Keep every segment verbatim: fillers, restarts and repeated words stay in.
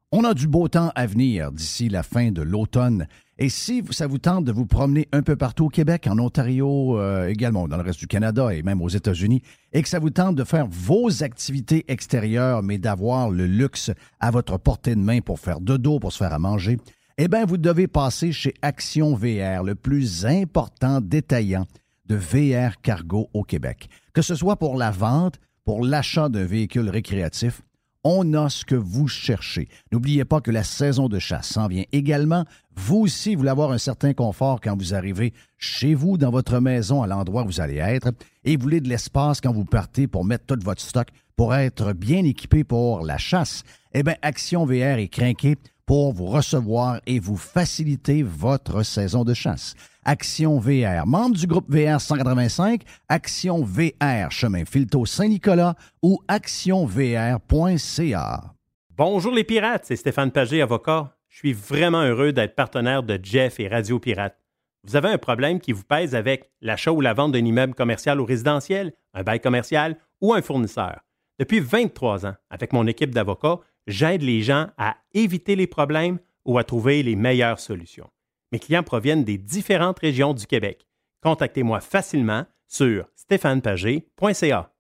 On a du beau temps à venir d'ici la fin de l'automne. Et si ça vous tente de vous promener un peu partout au Québec, en Ontario, euh, également dans le reste du Canada et même aux États-Unis, et que ça vous tente de faire vos activités extérieures, mais d'avoir le luxe à votre portée de main pour faire dodo, pour se faire à manger, eh bien, vous devez passer chez Action V R, le plus important détaillant de V R cargo au Québec. Que ce soit pour la vente, pour l'achat d'un véhicule récréatif, on a ce que vous cherchez. N'oubliez pas que la saison de chasse s'en vient également. Vous aussi, vous voulez avoir un certain confort quand vous arrivez chez vous, dans votre maison, à l'endroit où vous allez être, et vous voulez de l'espace quand vous partez pour mettre tout votre stock, pour être bien équipé pour la chasse. Eh bien, Action V R est crinqué pour vous recevoir et vous faciliter votre saison de chasse. Action V R, membre du groupe V R cent quatre-vingt-cinq, Action V R, chemin Filteau Saint-Nicolas ou action v r point c a. Bonjour les pirates, c'est Stéphane Pagé, avocat. Je suis vraiment heureux d'être partenaire de Jeff et Radio Pirate. Vous avez un problème qui vous pèse avec l'achat ou la vente d'un immeuble commercial ou résidentiel, un bail commercial ou un fournisseur. Depuis vingt-trois ans, avec mon équipe d'avocats, j'aide les gens à éviter les problèmes ou à trouver les meilleures solutions. Mes clients proviennent des différentes régions du Québec. Contactez-moi facilement sur stéphane pagé point c a.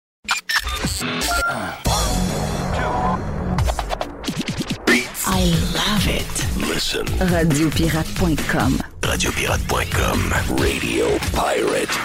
I love it. Listen. radio pirate point com. radio pirate point com. Radio Pirate.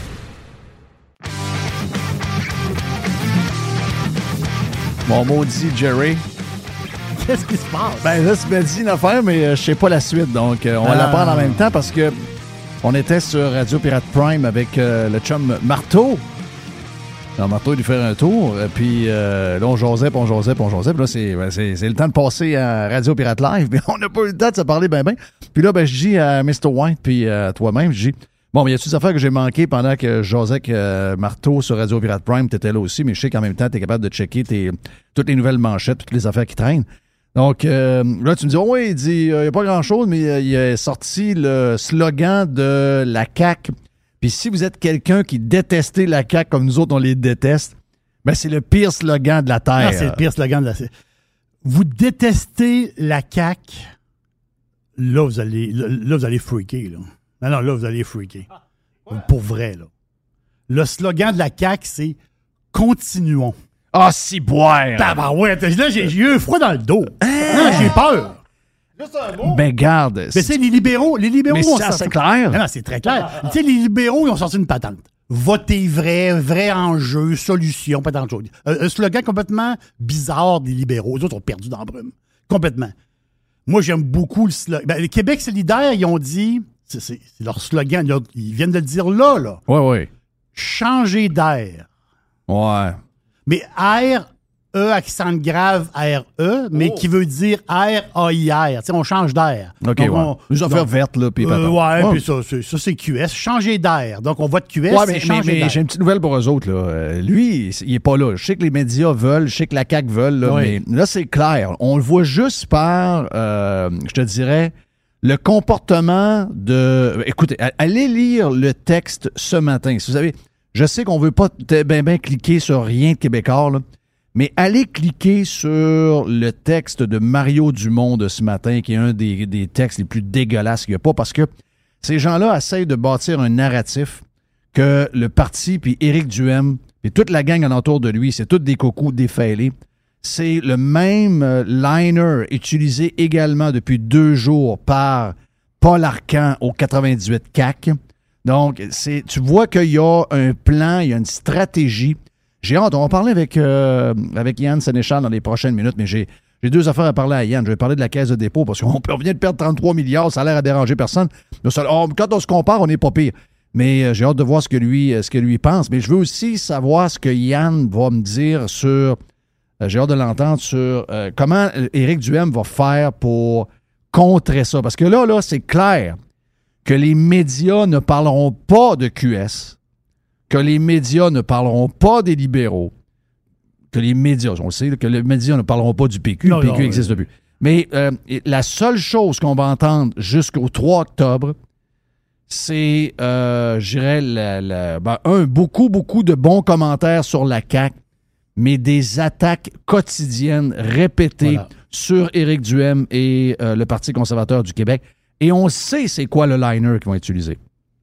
Mon maudit Jerry. Qu'est-ce qui se passe? Ben là, tu m'as dit une affaire, mais euh, je sais pas la suite. Donc, euh, on va Ah. la prendre en même temps parce que on était sur Radio Pirate Prime avec euh, le chum Marteau. Non, Marteau, il lui fait un tour. euh, Puis euh, là, on jasait, puis on jasait, puis on jasait. Puis là, c'est, ben, c'est, c'est le temps de passer à Radio Pirate Live. Mais on n'a pas eu le temps de se parler ben ben. Puis là, ben, je dis à mister White, puis à toi-même, je dis, bon, mais y a-tu des affaires que j'ai manquées pendant que je jasais avec euh, Marteau sur Radio Pirate Prime? T'étais là aussi, mais je sais qu'en même temps, t'es capable de checker tes, toutes les nouvelles manchettes, toutes les affaires qui traînent. Donc, euh, là, tu me dis, oh oui, il dit, il euh, n'y a pas grand-chose, mais euh, il a sorti le slogan de la C A Q. Puis si vous êtes quelqu'un qui détestait la C A Q comme nous autres, on les déteste, ben c'est le pire slogan de la Terre. Ah, c'est le pire slogan de la... Vous détestez la C A Q, là, vous allez, là, là, vous allez freaker, là. Non, non, là, vous allez freaker. Pour vrai, là. Le slogan de la C A Q, c'est « Continuons ». Ah, si boire! Tabarouette! Là, j'ai, j'ai eu un froid dans le dos. Non, j'ai peur. Ben garde. Mais c'est les libéraux. Les libéraux Mais ont c'est sorti... assez clair. Non, non, c'est très clair. Tu sais, les libéraux, ils ont sorti une patente. Votez vrai, vrai enjeu, solution, pas tant de choses. Un, un slogan complètement bizarre des libéraux. Les autres ont perdu dans la brume. Complètement. Moi, j'aime beaucoup le slogan. Ben, le Québec solidaire, ils ont dit, c'est, c'est, c'est leur slogan, là, ils viennent de le dire là, là. Ouais, ouais. Changer d'air. Ouais. Mais R, E, accent grave, R, E, mais Oh. qui veut dire R, A, I, R. Tu sais, on change d'air. OK, Donc, ouais. on- Les affaires donc, vertes, là, puis euh, patente. ouais, Ouais. puis ça, c'est, ça, c'est Q S. Changer d'air. Donc, on vote Q S, Ouais, c'est mais, mais, changer mais d'air. j'ai une petite nouvelle pour eux autres. Là. Euh, lui, il n'est pas là. Je sais que les médias veulent, je sais que la C A Q veulent, là, Oui. mais là, c'est clair. On le voit juste par, euh, je te dirais, le comportement de... Écoutez, allez lire le texte ce matin. Si vous avez... Je sais qu'on ne veut pas bien ben cliquer sur rien de québécois, là, mais allez cliquer sur le texte de Mario Dumont de ce matin, qui est un des, des textes les plus dégueulasses qu'il n'y a pas, parce que ces gens-là essayent de bâtir un narratif que le parti, puis Éric Duhaime, puis toute la gang alentour de lui, c'est tous des cocos défêlés. C'est le même euh, liner utilisé également depuis deux jours par Paul Arcan au quatre-vingt-dix-huit C A Q. Donc, c'est, tu vois qu'il y a un plan, il y a une stratégie. J'ai hâte, on va parler avec, euh, avec Yann Sénéchal dans les prochaines minutes, mais j'ai, j'ai deux affaires à parler à Yann. Je vais parler de la caisse de dépôt parce qu'on on vient de perdre trente-trois milliards, ça a l'air à déranger personne. Mais ça, oh, quand on se compare, on n'est pas pire. Mais euh, j'ai hâte de voir ce que lui, ce que lui pense. Mais je veux aussi savoir ce que Yann va me dire sur... Euh, j'ai hâte de l'entendre sur euh, comment Éric Duhaime va faire pour contrer ça. Parce que là, là, c'est clair que les médias ne parleront pas de Q S, que les médias ne parleront pas des libéraux, que les médias, on le sait, que les médias ne parleront pas du P Q, Non, le P Q non, n'existe plus. Mais euh, la seule chose qu'on va entendre jusqu'au trois octobre, c'est, euh, je dirais, la, la, ben, un, beaucoup, beaucoup de bons commentaires sur la C A Q, mais des attaques quotidiennes répétées Voilà. sur Éric Duhem et euh, le Parti conservateur du Québec. Et on sait c'est quoi le liner qu'ils vont utiliser.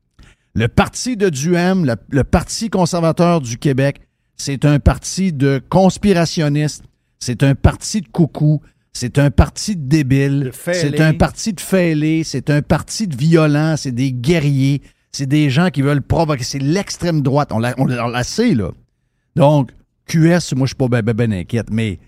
Le parti de Duhem, le, le Parti conservateur du Québec, c'est un parti de conspirationnistes, c'est un parti de coucou, c'est un parti de débiles, c'est un parti de fêlés, c'est un parti de violents, c'est des guerriers, c'est des gens qui veulent provoquer, c'est l'extrême droite, on la, on, on la sait, là. Donc, Q S, moi, je suis pas ben, ben, ben inquiète, mais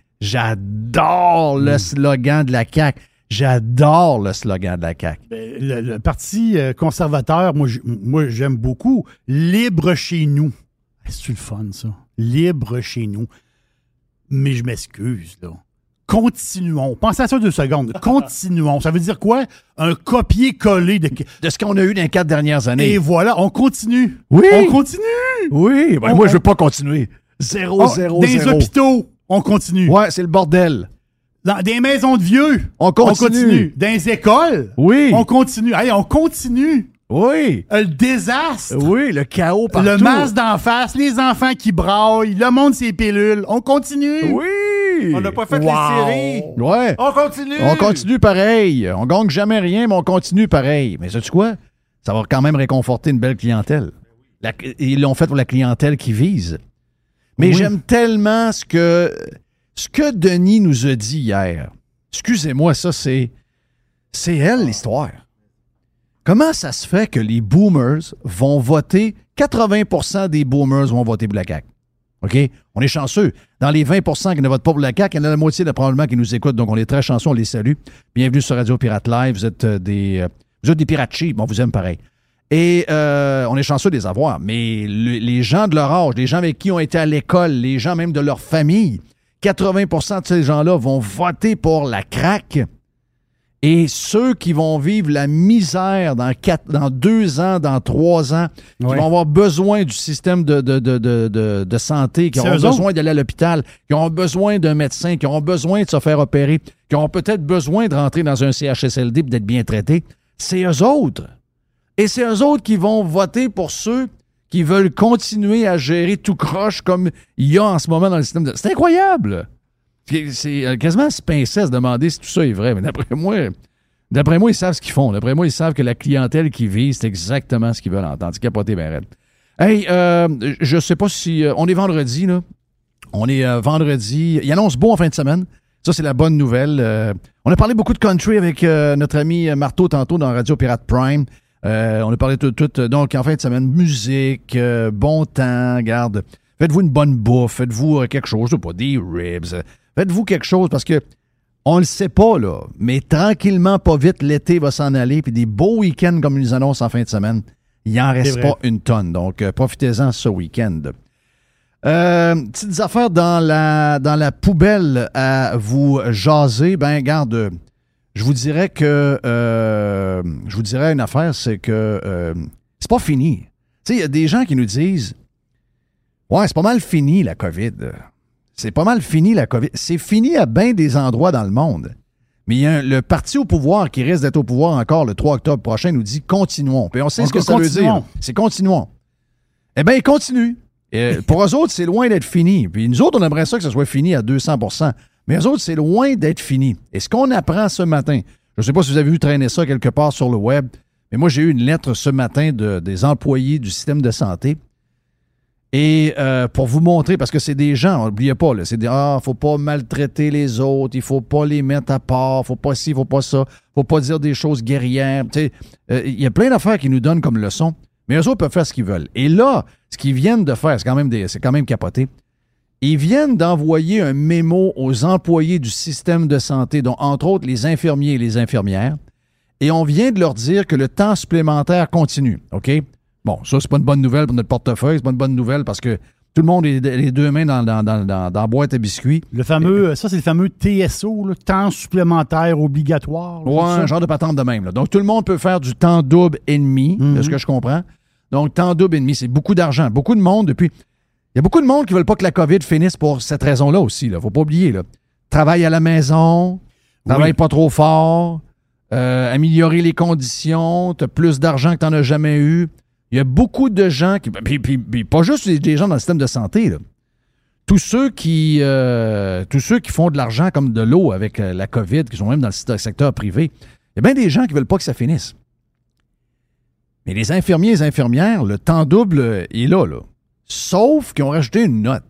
j'adore le mmh. slogan de la C A Q. J'adore le slogan de la C A Q. Le, le Parti conservateur, moi, moi, j'aime beaucoup. Libre chez nous. C'est-tu le fun, ça? Libre chez nous. Mais je m'excuse, là. Continuons. Pensez à ça deux secondes. Continuons. Ça veut dire quoi? Un copier-coller de... De ce qu'on a eu dans les quatre dernières années. Et voilà, on continue. Oui. On continue. Oui. Ben on, moi, je on... veux pas continuer. Zéro, oh, zéro, dans zéro. Dans les hôpitaux, on continue. Ouais, c'est le bordel. Dans des maisons de vieux, on continue. On continue. Dans les écoles, oui. On continue. Hey, on continue. Oui. Le désastre. Oui, le chaos partout. Le masque d'en face, les enfants qui braillent, le monde ses pilules. On continue. Oui. On n'a pas fait wow. les séries. Ouais. On continue. On continue pareil. On gagne jamais rien, mais on continue pareil. Mais sais-tu quoi? Ça va quand même réconforter une belle clientèle. La, ils l'ont fait pour la clientèle qui vise. Mais oui. J'aime tellement ce que, ce que Denis nous a dit hier. Excusez-moi, ça, c'est, c'est elle, l'histoire. Comment ça se fait que les boomers vont voter, quatre-vingts pour cent des boomers vont voter pour la C A Q? OK? On est chanceux. Dans les vingt pour cent qui ne votent pas pour la C A Q, il y en a la moitié là, probablement qui nous écoutent, donc on est très chanceux, on les salue. Bienvenue sur Radio Pirate Live. Vous êtes euh, des, euh, vous êtes des pirates cheap, on vous aime pareil. Et euh, on est chanceux de les avoir. Mais le, les gens de leur âge, les gens avec qui ont été à l'école, les gens même de leur famille, quatre-vingts pour cent de ces gens-là vont voter pour la C A Q. Et ceux qui vont vivre la misère dans, quatre, dans deux ans, dans trois ans, qui ouais. vont avoir besoin du système de, de, de, de, de, de santé, qui c'est auront besoin d'aller à l'hôpital, qui auront besoin d'un médecin, qui auront besoin de se faire opérer, qui auront peut-être besoin de rentrer dans un C H S L D et d'être bien traités, c'est eux autres. Et c'est eux autres qui vont voter pour ceux qui veulent continuer à gérer tout croche comme il y a en ce moment dans le système de... C'est incroyable! C'est quasiment se pincer à se demander si tout ça est vrai. Mais d'après moi, d'après moi, ils savent ce qu'ils font. D'après moi, ils savent que la clientèle qui vise, c'est exactement ce qu'ils veulent entendre. C'est capoté bien raide. Hey, euh, je sais pas si... Euh, on est vendredi, là. On est euh, vendredi. Il annonce beau en fin de semaine. Ça, c'est la bonne nouvelle. Euh, on a parlé beaucoup de country avec euh, notre ami Marteau tantôt dans Radio Pirate Prime. Euh, on a parlé tout, tout. Donc, en fin de semaine, musique, euh, bon temps, garde. Faites-vous une bonne bouffe. Faites-vous euh, quelque chose. Je sais pas, des ribs. Faites-vous quelque chose parce que on le sait pas, là, mais tranquillement, pas vite, l'été va s'en aller, puis des beaux week-ends comme ils nous annoncent en fin de semaine, il n'en reste pas une tonne. Donc, euh, profitez-en ce week-end. Euh, petites affaires dans la, dans la poubelle à vous jaser. Ben, garde, je vous dirais que euh, je vous dirais une affaire, c'est que euh, c'est pas fini. Tu sais, il y a des gens qui nous disent ouais, c'est pas mal fini la COVID. C'est pas mal fini, la COVID. C'est fini à bien des endroits dans le monde. Mais il y a un, le parti au pouvoir qui risque d'être au pouvoir encore le trois octobre prochain nous dit « continuons ». Puis on sait on ce que ça veut dire. C'est « continuons ». Eh bien, ils continuent. Et pour eux autres, c'est loin d'être fini. Puis nous autres, on aimerait ça que ça soit fini à deux cents pour cent. Mais eux autres, c'est loin d'être fini. Et ce qu'on apprend ce matin, je ne sais pas si vous avez vu traîner ça quelque part sur le web, mais moi, j'ai eu une lettre ce matin de, des employés du système de santé. Et euh, pour vous montrer, parce que c'est des gens, n'oubliez pas, là, c'est des « Ah, faut pas maltraiter les autres, il faut pas les mettre à part, faut pas ci, faut pas ça, faut pas dire des choses guerrières. » Tu sais, euh, il y a plein d'affaires qui nous donnent comme leçon, mais eux autres peuvent faire ce qu'ils veulent. Et là, ce qu'ils viennent de faire, c'est quand même, des, c'est quand même capoté. Ils viennent d'envoyer un mémo aux employés du système de santé, dont entre autres les infirmiers et les infirmières, et on vient de leur dire que le temps supplémentaire continue, OK? Bon, ça, c'est pas une bonne nouvelle pour notre portefeuille. C'est pas une bonne nouvelle parce que tout le monde est les deux mains dans, dans, dans, dans, dans la boîte à biscuits. Le fameux, ça, c'est le fameux T S O, le temps supplémentaire obligatoire. Oui, un genre de patente de même. Là. Donc, tout le monde peut faire du temps double et demi, mm-hmm. de ce que je comprends. Donc, temps double et demi, c'est beaucoup d'argent. Beaucoup de monde, depuis... Il y a beaucoup de monde qui ne veulent pas que la COVID finisse pour cette raison-là aussi. Il ne faut pas oublier. Là. Travail à la maison, travaille oui. pas trop fort, euh, améliorer les conditions, tu as plus d'argent que tu n'en as jamais eu. Il y a beaucoup de gens qui... Puis, puis, puis pas juste des gens dans le système de santé. Là. tous ceux qui euh, tous ceux qui font de l'argent comme de l'eau avec euh, la COVID, qui sont même dans le secteur privé, il y a bien des gens qui ne veulent pas que ça finisse. Mais les infirmiers et les infirmières, le temps double est là, là. Sauf qu'ils ont rajouté une note.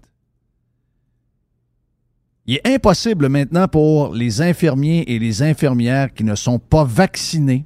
Il est impossible maintenant pour les infirmiers et les infirmières qui ne sont pas vaccinés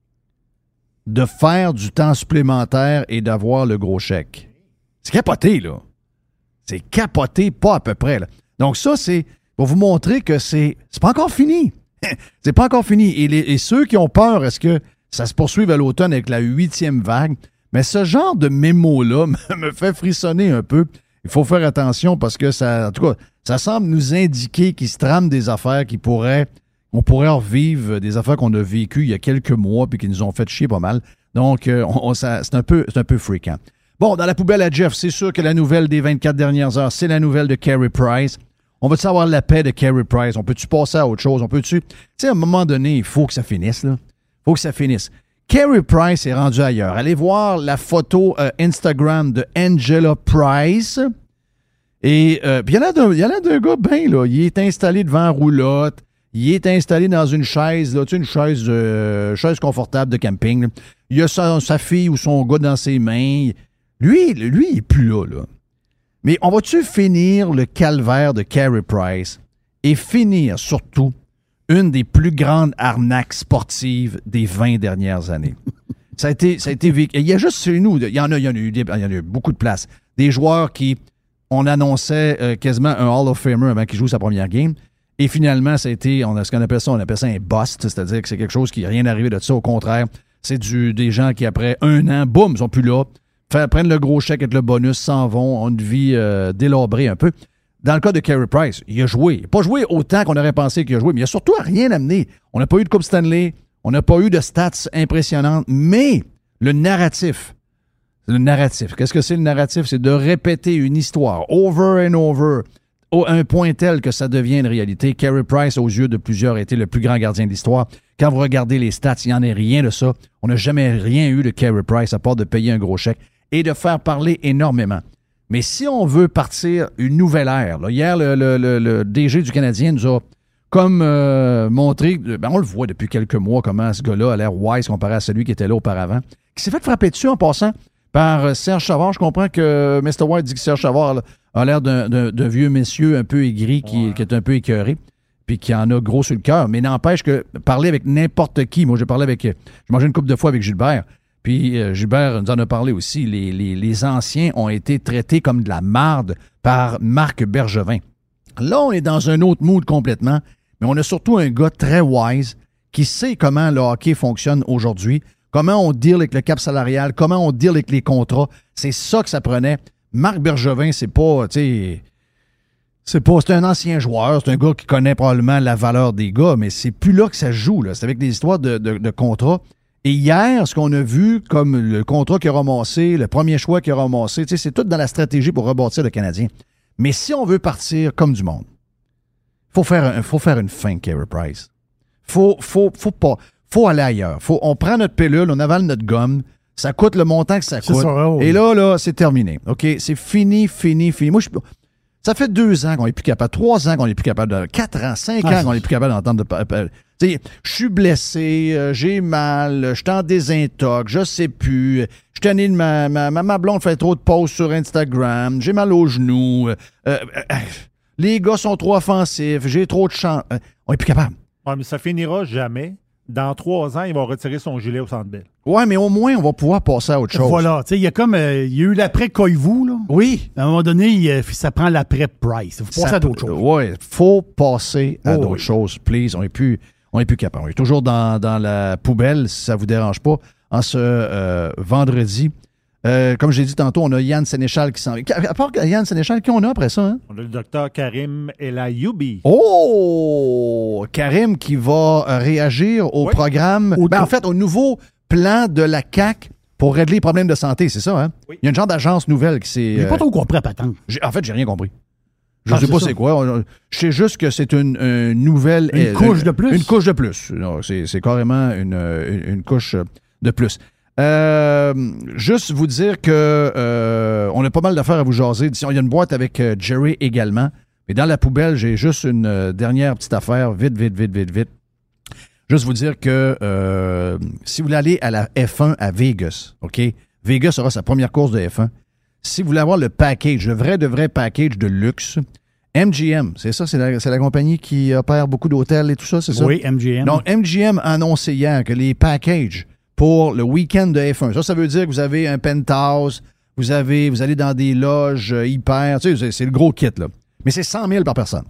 de faire du temps supplémentaire et d'avoir le gros chèque. C'est capoté, là. C'est capoté, pas à peu près, là. Donc ça, c'est pour vous montrer que c'est, c'est pas encore fini. C'est pas encore fini. Et, les, et ceux qui ont peur, est-ce que ça se poursuive à l'automne avec la huitième vague? Mais ce genre de mémo-là me fait frissonner un peu. Il faut faire attention parce que ça, en tout cas, ça semble nous indiquer qu'il se trame des affaires qui pourraient, on pourrait revivre des affaires qu'on a vécues il y a quelques mois puis qui nous ont fait chier pas mal. Donc, euh, on, ça, c'est un peu, c'est un peu fréquent. Bon, dans la poubelle à Jeff, c'est sûr que la nouvelle des vingt-quatre dernières heures, c'est la nouvelle de Carey Price. On va-tu savoir la paix de Carey Price? On peut-tu passer à autre chose? On peut-tu... Tu sais, à un moment donné, il faut que ça finisse, là. Il faut que ça finisse. Carey Price est rendu ailleurs. Allez voir la photo euh, Instagram de Angela Price. Et euh, puis il y en a d'un, il y en a d'un gars bien, là. Il est installé devant la roulotte. Il est installé dans une chaise, là, tu sais, une chaise, euh, chaise confortable de camping, là. Il a sa, sa fille ou son gars dans ses mains. Lui, lui, il est plus là, là. Mais on va-tu finir le calvaire de Carey Price et finir, surtout, une des plus grandes arnaques sportives des vingt dernières années? Ça a été, ça a été vécu. Il y a juste chez nous, il y en a, il y en a eu, il y en a eu beaucoup de places. Des joueurs qui, on annonçait euh, quasiment un Hall of Famer avant qu'il joue sa première game. Et finalement, ça a été, on a ce qu'on appelle ça, on appelle ça un bust, c'est-à-dire que c'est quelque chose qui n'a rien arrivé de ça. Au contraire, c'est du, des gens qui, après un an, boum, ils sont plus là. Faire, prennent le gros chèque avec le bonus, s'en vont, ont une vie euh, délabrée un peu. Dans le cas de Carey Price, il a joué. Il n'a pas joué autant qu'on aurait pensé qu'il a joué, mais il n'a surtout rien amené. On n'a pas eu de Coupe Stanley, on n'a pas eu de stats impressionnantes, mais le narratif, le narratif, qu'est-ce que c'est le narratif? C'est de répéter une histoire, over and over, à un point tel que ça devient une réalité. Carey Price, aux yeux de plusieurs, a été le plus grand gardien de l'histoire. Quand vous regardez les stats, il n'y en a rien de ça. On n'a jamais rien eu de Carey Price à part de payer un gros chèque et de faire parler énormément. Mais si on veut partir une nouvelle ère, là, hier, le, le, le, le D G du Canadien nous a comme euh, montré, ben on le voit depuis quelques mois, comment ce gars-là a l'air wise comparé à celui qui était là auparavant, qui s'est fait frapper dessus en passant par Serge Savard. Je comprends que mister White dit que Serge Savard là, a l'air d'un, d'un, d'un vieux monsieur un peu aigri qui, ouais. qui est un peu écœuré, puis qui en a gros sur le cœur. Mais n'empêche que parler avec n'importe qui, moi j'ai parlé avec, j'ai mangé une couple de fois avec Gilbert, puis euh, Gilbert nous en a parlé aussi, les, les, les anciens ont été traités comme de la marde par Marc Bergevin. Là, on est dans un autre mood complètement, mais on a surtout un gars très wise qui sait comment le hockey fonctionne aujourd'hui, comment on deal avec le cap salarial, comment on deal avec les contrats. C'est ça que ça prenait. Marc Bergevin, c'est pas, tu sais, c'est pas, c'est un ancien joueur, c'est un gars qui connaît probablement la valeur des gars, mais c'est plus là que ça se joue, là. C'est avec des histoires de, de, de contrats. Et hier, ce qu'on a vu comme le contrat qu'il a ramassé, le premier choix qu'il a ramassé, tu sais, c'est tout dans la stratégie pour rebâtir le Canadien. Mais si on veut partir comme du monde, il faut faire, un, faut faire une fin, Carey Price. Faut, faut, faut pas, faut aller ailleurs. Faut, on prend notre pilule, on avale notre gomme, ça coûte le montant que ça coûte. Ça, oui. Et là, là, c'est terminé. OK? C'est fini, fini, fini. Moi, je ça fait deux ans qu'on n'est plus capable, trois ans qu'on n'est plus capable, de, quatre ans, cinq ans ah, qu'on n'est plus capable d'entendre. De, tu sais, je suis blessé, euh, j'ai mal, je suis en désintox, je sais plus, je suis tanné de ma, ma, ma blonde fait trop de posts sur Instagram, j'ai mal aux genoux, euh, euh, euh, les gars sont trop offensifs, j'ai trop de chance. Euh, on n'est plus capable. Ouais, mais ça finira jamais. Dans trois ans, il va retirer son gilet au Centre Bell. Ouais, mais au moins, on va pouvoir passer à autre chose. Voilà. Tu sais, il y a comme, euh, il y a eu l'après Koivu, là. Oui. À un moment donné, il, ça prend l'après Price. Il faut passer ça, à d'autres choses. Oui, il faut passer à oh, d'autres oui. choses, please. On n'est plus, on est plus capable. On est toujours dans, dans la poubelle, si ça ne vous dérange pas, en ce euh, vendredi. Euh, comme j'ai dit tantôt, on a Yann Sénéchal qui s'en vient. À part Yann Sénéchal, qui on a après ça? Hein? On a le docteur Karim Elayoubi. Oh! Karim qui va réagir au oui. programme, au ben, en fait, au nouveau plan de la C A Q pour régler les problèmes de santé, c'est ça, hein? Oui. Il y a une genre d'agence nouvelle qui s'est... J'ai euh, pas trop compris à patente. En fait, j'ai rien compris. Je ne ah, sais pas ça. c'est quoi. Je sais juste que c'est une, une nouvelle... Une euh, couche de plus? Une couche de plus. Non, c'est, c'est carrément une, une, une couche de plus. Euh, juste vous dire que euh, on a pas mal d'affaires à vous jaser. Il y a une boîte avec euh, Jerry également. Mais dans la poubelle, j'ai juste une euh, dernière petite affaire. Vite, vite, vite, vite, vite. Juste vous dire que euh, si vous voulez aller à la F un à Vegas, OK? Vegas aura sa première course de F un. Si vous voulez avoir le package, le vrai de vrai package de luxe, M G M, c'est ça? C'est la, c'est la compagnie qui opère beaucoup d'hôtels et tout ça, c'est ça? Oui, M G M. Donc, M G M a annoncé hier que les packages pour le week-end de F un, ça, ça veut dire que vous avez un penthouse, vous avez, vous allez dans des loges hyper, tu sais, c'est, c'est le gros kit, là. Mais c'est cent mille par personne.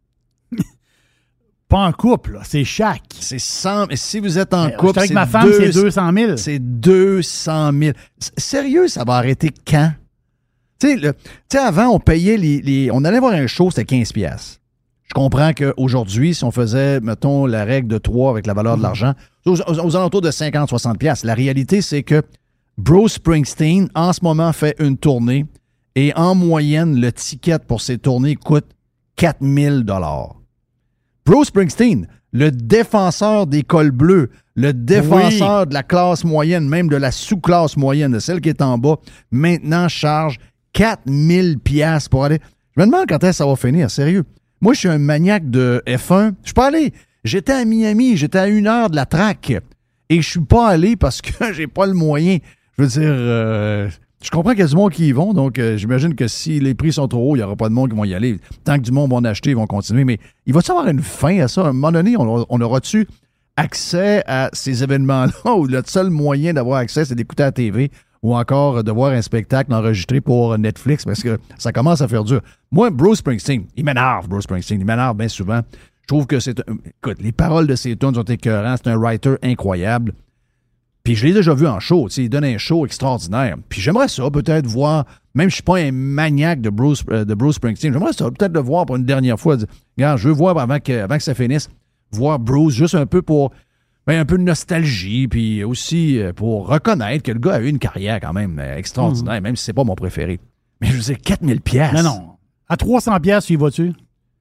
Pas en couple, là. C'est chaque. C'est cent. Et si vous êtes en Euh, couple, avec c'est ma femme, deux- c'est deux cent mille. C'est deux cent mille. S- Sérieux, ça va arrêter quand? Tu sais, le- tu sais, avant, on payait les, les- On allait voir un show, c'était quinze piastres. Je comprends qu'aujourd'hui, si on faisait, mettons, la règle de trois avec la valeur de l'argent, aux, aux- aux alentours de cinquante à soixante piastres. La réalité, c'est que Bruce Springsteen, en ce moment, fait une tournée et en moyenne, le ticket pour ses tournées coûte quatre mille dollars. Bruce Springsteen, le défenseur des cols bleus, le défenseur de la classe moyenne, même de la sous-classe moyenne, de celle qui est en bas, maintenant charge quatre mille piastres pour aller. Je me demande quand est-ce que ça va finir, sérieux. Moi, je suis un maniaque de F un. Je suis pas allé. J'étais à Miami, j'étais à une heure de la track et je suis pas allé parce que j'ai pas le moyen. Je veux dire, euh, je comprends qu'il y a du monde qui y vont, donc euh, j'imagine que si les prix sont trop hauts, il n'y aura pas de monde qui vont y aller. Tant que du monde va en acheter, ils vont continuer. Mais il va-tu avoir une fin à ça? À un moment donné, on, on aura-tu accès à ces événements-là où le seul moyen d'avoir accès, c'est d'écouter à la T V ou encore de voir un spectacle enregistré pour Netflix parce que ça commence à faire dur. Moi, Bruce Springsteen, il m'énerve, Bruce Springsteen. Il m'énerve bien souvent. Je trouve que c'est... un- Écoute, les paroles de ses tunes sont écœurantes. C'est un writer incroyable. Puis je l'ai déjà vu en show. Tu sais, il donne un show extraordinaire. Puis j'aimerais ça peut-être voir, même si je ne suis pas un maniaque de Bruce, euh, de Bruce Springsteen, j'aimerais ça peut-être le voir pour une dernière fois. Dire, regarde, je veux voir avant que, avant que ça finisse, voir Bruce juste un peu pour ben, un peu de nostalgie, puis aussi euh, pour reconnaître que le gars a eu une carrière quand même euh, extraordinaire, même si c'est pas mon préféré. Mais je veux dire, quatre mille piastres. Non, non. À trois cents piastres, tu y vas-tu?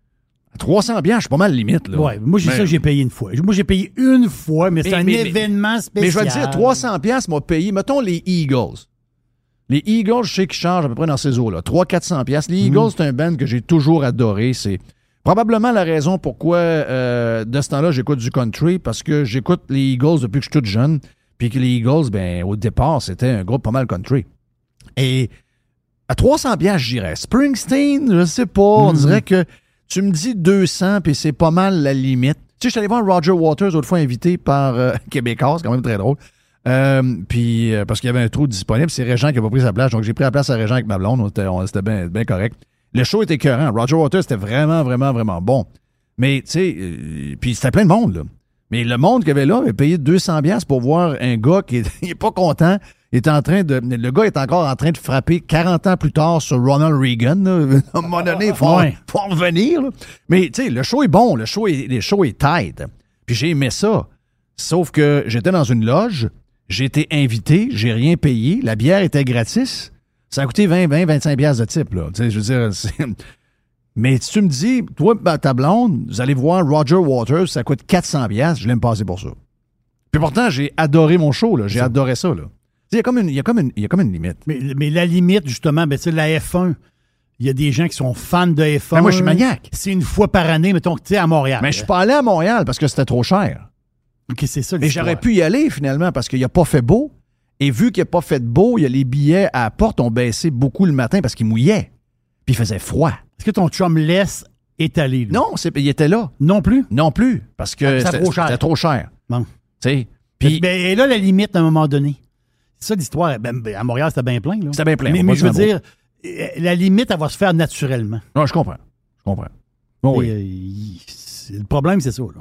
À trois cents piastres, je suis pas mal limite. Là. Ouais, moi, j'ai Mais- ça, j'ai payé une fois. Moi, j'ai payé une fois, mais c'est Mais- un mais- événement spécial. Mais je vais te dire, trois cents piastres m'a payé, mettons les Eagles. Les Eagles, je sais qu'ils chargent à peu près dans ces eaux-là. trois cents à quatre cents piastres. Les Eagles, c'est un band que j'ai toujours adoré. C'est probablement la raison pourquoi, euh, de ce temps-là, j'écoute du country, parce que j'écoute les Eagles depuis que je suis tout jeune. Puis que les Eagles, ben, au départ, c'était un groupe pas mal country. Et à trois cents piastres, j'irais. Springsteen, je sais pas, on dirait que tu me dis deux cents, puis c'est pas mal la limite. Tu sais, je suis allé voir Roger Waters, autrefois invité par euh, Québécois, c'est quand même très drôle. Euh, puis, euh, parce qu'il y avait un trou disponible, c'est Régent qui n'a pas pris sa place, donc j'ai pris la place à Régent avec ma blonde, on était, on- c'était bien bien correct. Le show était écœurant. Roger Waters, c'était vraiment, vraiment, vraiment bon. Mais, tu sais, euh, puis c'était plein de monde, là. Mais le monde qu'il y avait là avait payé deux cents piastres pour voir un gars qui est, il est pas content. Il est en train de. Le gars est encore en train de frapper quarante ans plus tard sur Ronald Reagan. Là. À un moment donné, il faut, Ouais. faut en revenir. Là. Mais tu sais, le show est bon, le show est, le show est tight. Puis j'ai aimé ça. Sauf que j'étais dans une loge, j'ai été invité, j'ai rien payé, la bière était gratis. Ça a coûté vingt, vingt, vingt-cinq piastres de type. Là. Tu sais, je veux dire, c'est- mais si tu me dis, toi, ben, ta blonde, vous allez voir Roger Waters, ça coûte quatre cents piastres, je l'aime passer pour ça. Puis pourtant, j'ai adoré mon show, là. J'ai adoré ça, là. Tu sais, Il y, a comme une- il y, a comme une- il y a comme une limite. Mais, mais la limite, justement, ben, c'est la F un. Il y a des gens qui sont fans de F un. Ben, moi, je suis maniaque. C'est une fois par année, mettons, tu sais, à Montréal. Mais je suis pas allé à Montréal parce que c'était trop cher. OK, c'est ça Mais l'histoire. j'aurais pu y aller, finalement, parce qu'il n'a pas fait beau. Et vu qu'il n'a pas fait beau, il y a les billets à la porte ont baissé beaucoup le matin parce qu'il mouillait. Puis il faisait froid. Est-ce que ton chum laisse étaler, lui? Non, c'est- il était là. Non plus? Non plus. Parce que Ah, c'était c'était trop cher. c'était trop cher. Bon. Tu sais. Puis Ben, et là, la limite, à un moment donné. C'est ça l'histoire. Ben, ben, à Montréal, c'était bien plein. Là. c'était bien plein. Mais, on va mais pas je veux dire dire, euh, la limite, elle va se faire naturellement. non, je comprends. Je comprends. Bon, oui. Et, euh, il- c'est- le problème, c'est ça. Là.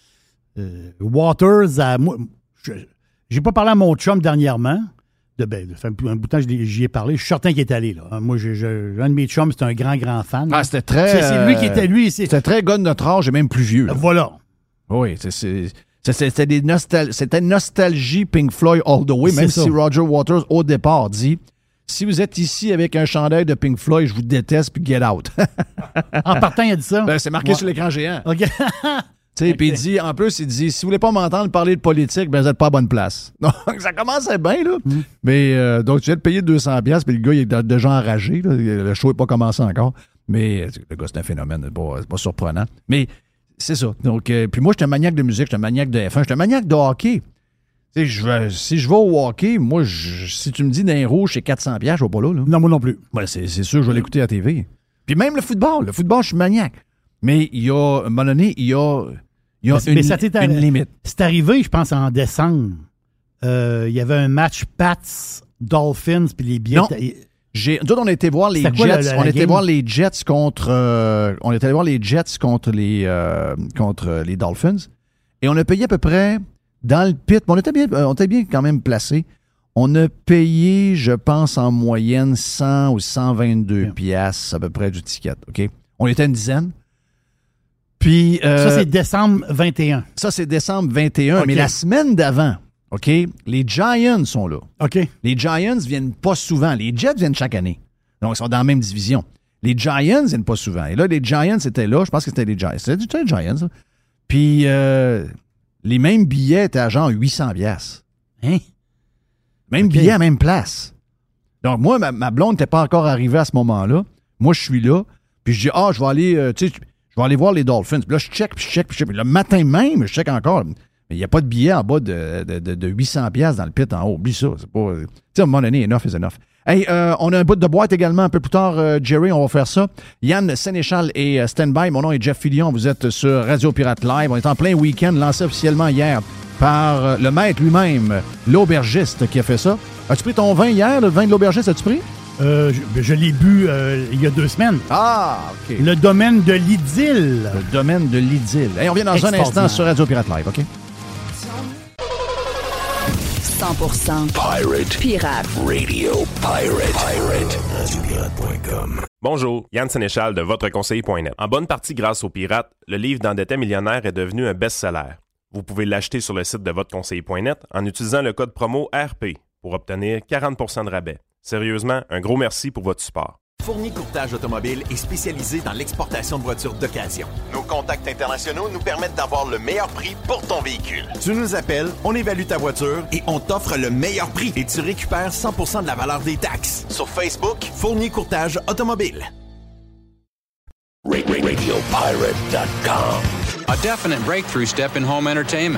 Euh, Waters, à, moi, je- j'ai pas parlé à mon chum dernièrement. De, ben, ça fait un, un bout de temps que je l'ai- j'y ai parlé. Je suis certain qu'il est allé. Là. Moi, j'ai- j'ai- un de mes chums, c'est un grand, grand fan. Ah, c'était très. c'est, c'est lui qui euh, était lui. C'est, C'était très gars de notre âge et même plus vieux. là. voilà. Oui, c'est- c'est- c'est- c'était des nostal- c'était nostalgie Pink Floyd all the way, C'est même ça. si Roger Waters, au départ, dit si vous êtes ici avec un chandail de Pink Floyd, je vous déteste, puis get out. En partant, il a dit ça. Ben, c'est marqué Ouais. sur l'écran géant. OK. Tu sais, puis il dit, en plus, il dit, si vous voulez pas m'entendre parler de politique, ben vous n'êtes pas à bonne place. Donc, ça commençait bien, là. Mm. Mais, euh, donc, tu viens de payer deux cents dollars, puis le gars, il est déjà enragé, là. Le show n'est pas commencé encore. Mais, le gars, c'est un phénomène, c'est pas, c'est pas surprenant. Mais, c'est ça. Donc, euh, puis moi, j'étais un maniaque de musique, j'étais un maniaque de F un, j'étais un maniaque de hockey. Tu sais, je vais, si je vais au hockey, moi, je, si tu me dis d'un rouge, c'est quatre cents dollars, je vais pas là, là. Non, moi non plus. Ouais, c'est, c'est sûr, je vais l'écouter à la T V. Puis même le football. Le football, je suis maniaque. Mais il y a, à un moment donné, il y a... Il y a mais, une, mais ça t'est une limite. C'est arrivé, je pense, en décembre. Euh, il y avait un match Pats, Dolphins, puis les billets. Non. J'ai, nous autres, on a été voir les C'était Jets. quoi, la- la on a été game? voir les Jets contre. Euh, on est allé voir les Jets contre les euh, contre les Dolphins. Et on a payé à peu près dans le pit. On était bien, on était bien quand même placés. On a payé, je pense, en moyenne cent ou cent vingt-deux piastres à peu près du ticket. OK? On était une dizaine. Puis, euh, Ça, c'est décembre vingt et un. ça, c'est décembre vingt et un. OK. Mais la semaine d'avant, OK, les Giants sont là. OK. Les Giants viennent pas souvent. Les Jets viennent chaque année. Donc, ils sont dans la même division. Les Giants viennent pas souvent. Et là, les Giants étaient là. Je pense que c'était les Giants. C'était les Giants. Ça. Puis, euh, les mêmes billets étaient à genre huit cents piastres. Hein? Même OK. billet à même place. Donc, moi, ma, ma blonde n'était pas encore arrivée à ce moment-là. Moi, je suis là. Puis, je dis, ah, je vais aller, euh, tu sais, je vais aller voir les Dolphins. Puis là, je check, puis je check, puis je check. Puis le matin même, je check encore. Mais il n'y a pas de billet en bas de, de, de, de huit cents piastres dans le pit en haut. Oublie ça. C'est pas. Tu sais, à un moment donné, enough is enough. Hey, euh, on a un bout de boîte également un peu plus tard, euh, Jerry, on va faire ça. Yann Sénéchal et euh, Standby. Mon nom est Jeff Fillion. Vous êtes sur Radio Pirate Live. On est en plein week-end, lancé officiellement hier par euh, le maître lui-même, l'aubergiste qui a fait ça. As-tu pris ton vin hier, le vin de l'aubergiste, as-tu pris? Euh, je, je l'ai bu euh, il y a deux semaines. Ah, OK. Le domaine de l'Idylle. Le domaine de l'idylle. Hey, on vient dans un instant Extraordinaire. sur Radio Pirate Live, OK? cent pour cent Pirate pirate. Radio. Pirate. Pirate. radio pirate point com. Bonjour, Yann Sénéchal de votre conseiller point net. En bonne partie grâce aux pirates, le livre d'Endetté millionnaire est devenu un best-seller. Vous pouvez l'acheter sur le site de votre conseiller point net en utilisant le code promo R P pour obtenir quarante pour cent de rabais. Sérieusement, un gros merci pour votre support. Fournier Courtage Automobile est spécialisé dans l'exportation de voitures d'occasion. Nos contacts internationaux nous permettent d'avoir le meilleur prix pour ton véhicule. Tu nous appelles, on évalue ta voiture et on t'offre le meilleur prix et tu récupères cent pour cent de la valeur des taxes. Sur Facebook, Fournier Courtage Automobile. radio pirate dot com. A definite breakthrough step in home entertainment.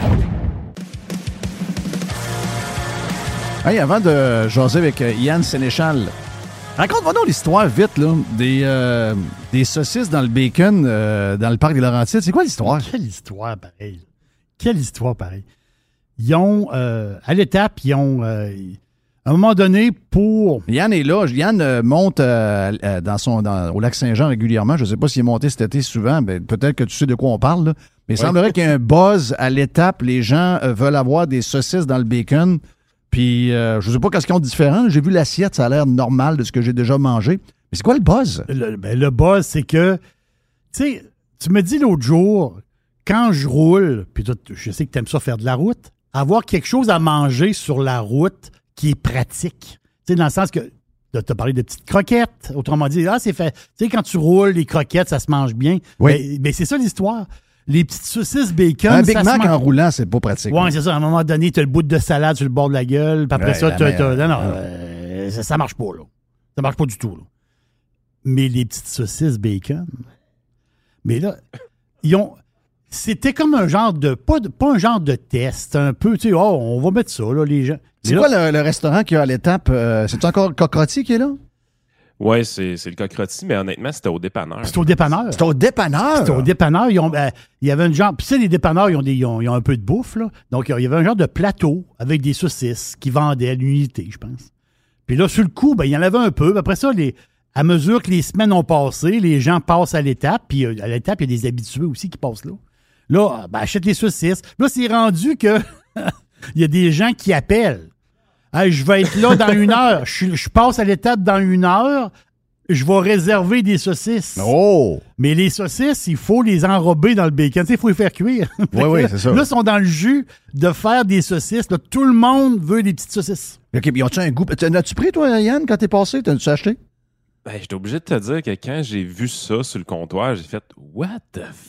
Hey, avant de jaser avec euh, Yann Sénéchal, raconte-moi donc l'histoire vite là, des, euh, des saucisses dans le bacon euh, dans le parc des Laurentides. C'est quoi l'histoire? Quelle histoire pareille. Quelle histoire pareille. Ils ont, euh, à l'étape, ils ont, euh, à un moment donné, pour... Yann est là. Yann euh, monte euh, euh, dans son, dans, au lac Saint-Jean régulièrement. Je ne sais pas s'il est monté cet été souvent. Ben, peut-être que tu sais de quoi on parle. Là. Mais il Ouais. semblerait qu'il y ait un buzz à l'étape. Les gens euh, veulent avoir des saucisses dans le bacon. Puis, euh, je sais pas qu'est-ce qu'ils ont de différent. J'ai vu l'assiette, ça a l'air normal de ce que j'ai déjà mangé. Mais c'est quoi le buzz? Le, ben, le buzz, c'est que, tu sais, tu me dis l'autre jour, quand je roule, puis toi, je sais que tu aimes ça faire de la route, avoir quelque chose à manger sur la route qui est pratique. Tu sais, dans le sens que tu as parlé de petites croquettes. Autrement dit, ah, c'est fait. Tu sais, quand tu roules, les croquettes, ça se mange bien. Oui. Mais, mais c'est ça l'histoire. Les petites saucisses bacon. Un Big ça Mac se mange... en roulant, c'est pas pratique. Oui, c'est ça. À un moment donné, tu as le bout de salade sur le bord de la gueule, puis après Ouais, ça, la tu as. merde. Non, non, euh, ça, ça marche pas, là. Ça marche pas du tout, là. Mais les petites saucisses bacon. Mais là, ils ont. C'était comme un genre de. Pas, de, pas un genre de test, un peu, tu sais, oh, on va mettre ça, là, les gens. C'est Mais quoi là, le, le restaurant qu'il y a à l'étape? Euh, c'est encore Cocotti qui est là? Ouais, c'est, c'est le coq-rôti, mais honnêtement, c'était au dépanneur. c'est au dépanneur. C'est au dépanneur. C'était au dépanneur. Ils ont, ben, il y avait une genre. Puis, tu sais, les dépanneurs, ils ont, des, ils, ont, ils ont un peu de bouffe, là. Donc, il y avait un genre de plateau avec des saucisses qui vendaient à l'unité, je pense. Puis là, sur le coup, ben, il y en avait un peu. Puis après ça, les, à mesure que les semaines ont passé, les gens passent à l'étape. Puis euh, à l'étape, il y a des habitués aussi qui passent là. Là, ben, achète les saucisses. Là, c'est rendu que il y a des gens qui appellent. Hey, je vais être là dans une heure. Je, je passe à l'étape dans une heure. Je vais réserver des saucisses. Oh! Mais les saucisses, il faut les enrober dans le bacon. Tu sais, il faut les faire cuire. Oui, oui, c'est ça. Là, ils sont dans le jus de faire des saucisses. Là, tout le monde veut des petites saucisses. OK, puis ont-tu un goût? T'en as-tu pris, toi, Yann, quand t'es passé? T'as-tu acheté? Ben, j'étais obligé de te dire que quand j'ai vu ça sur le comptoir, j'ai fait « What the fuck? »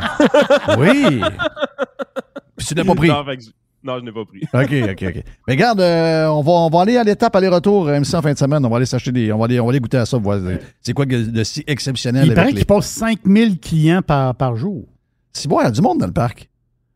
Oui! Puis tu n'as pas pris? Non, fait que je... non, je n'ai pas pris. OK, OK, OK. Mais regarde, euh, on, va, on va aller à l'étape aller-retour M C en fin de semaine. On va aller s'acheter des... On va aller, on va aller goûter à ça, voir c'est quoi de, de si exceptionnel. Il avec paraît les... qu'il passe cinq mille clients par, par jour. C'est bon, il y a du monde dans le parc.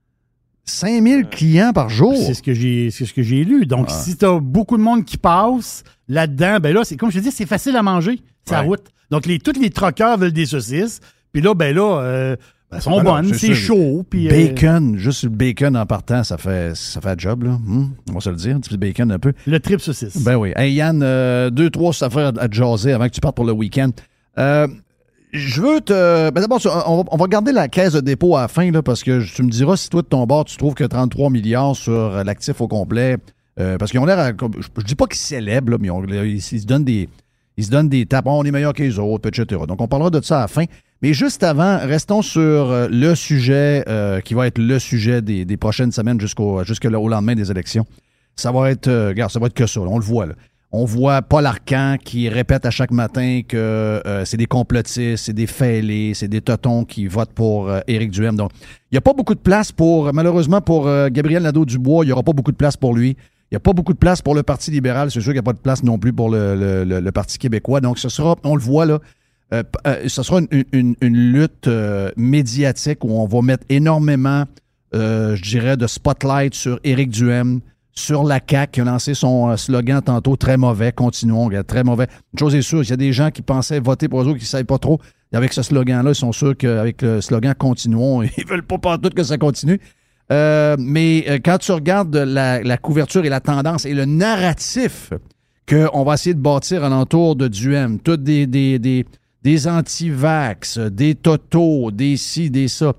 cinq mille clients par jour. C'est ce que j'ai, c'est ce que j'ai lu. Donc, ah. si tu as beaucoup de monde qui passe là-dedans, ben là, c'est comme je te dis, c'est facile à manger. C'est ouais. la route. Donc, les, tous les troqueurs veulent des saucisses. Puis là, ben là, euh, elles sont Alors, bonnes, c'est, c'est chaud. Puis, bacon, euh... juste le bacon en partant, ça fait, ça fait un job, là. Hum, on va se le dire, un petit peu de bacon un peu. Le trip saucisse. Ben oui. Hey Yann, euh, deux, trois affaires à jaser avant que tu partes pour le week-end. Euh, Je veux te... Ben d'abord, on va, on va garder la caisse de dépôt à la fin, là, parce que tu me diras si toi, de ton bord, tu trouves que trente-trois milliards sur l'actif au complet, euh, parce qu'ils ont l'air... À, je, je dis pas qu'ils célèbrent, là, mais on, ils, ils, se donnent des, ils se donnent des tapes. Oh, on est meilleur que les autres, et cetera. Donc, on parlera de ça à la fin. Mais juste avant, restons sur le sujet euh, qui va être le sujet des, des prochaines semaines jusqu'au, jusqu'au lendemain des élections. Ça va être... Euh, regarde, ça va être que ça, là, on le voit, là. On voit Paul Arcand qui répète à chaque matin que euh, c'est des complotistes, c'est des fêlés, c'est des totons qui votent pour euh, Éric Duhem. Donc, il n'y a pas beaucoup de place pour, malheureusement, pour euh, Gabriel Nadeau-Dubois, il n'y aura pas beaucoup de place pour lui. Il n'y a pas beaucoup de place pour le Parti libéral. C'est sûr qu'il n'y a pas de place non plus pour le, le, le, le Parti québécois. Donc, ce sera, on le voit là, euh, euh, ce sera une, une, une lutte euh, médiatique où on va mettre énormément, euh, je dirais, de spotlight sur Éric Duhem, sur la C A Q qui a lancé son slogan tantôt, très mauvais, continuons, très mauvais. Une chose est sûre, il y a des gens qui pensaient voter pour eux autres qui ne savaient pas trop. Et avec ce slogan-là, ils sont sûrs qu'avec le slogan continuons, ils ne veulent pas partout que ça continue. Euh, mais euh, quand tu regardes la, la couverture et la tendance et le narratif qu'on va essayer de bâtir alentour de Duhem, tous des, des, des, des anti-vax, des totos, des ci, des ça,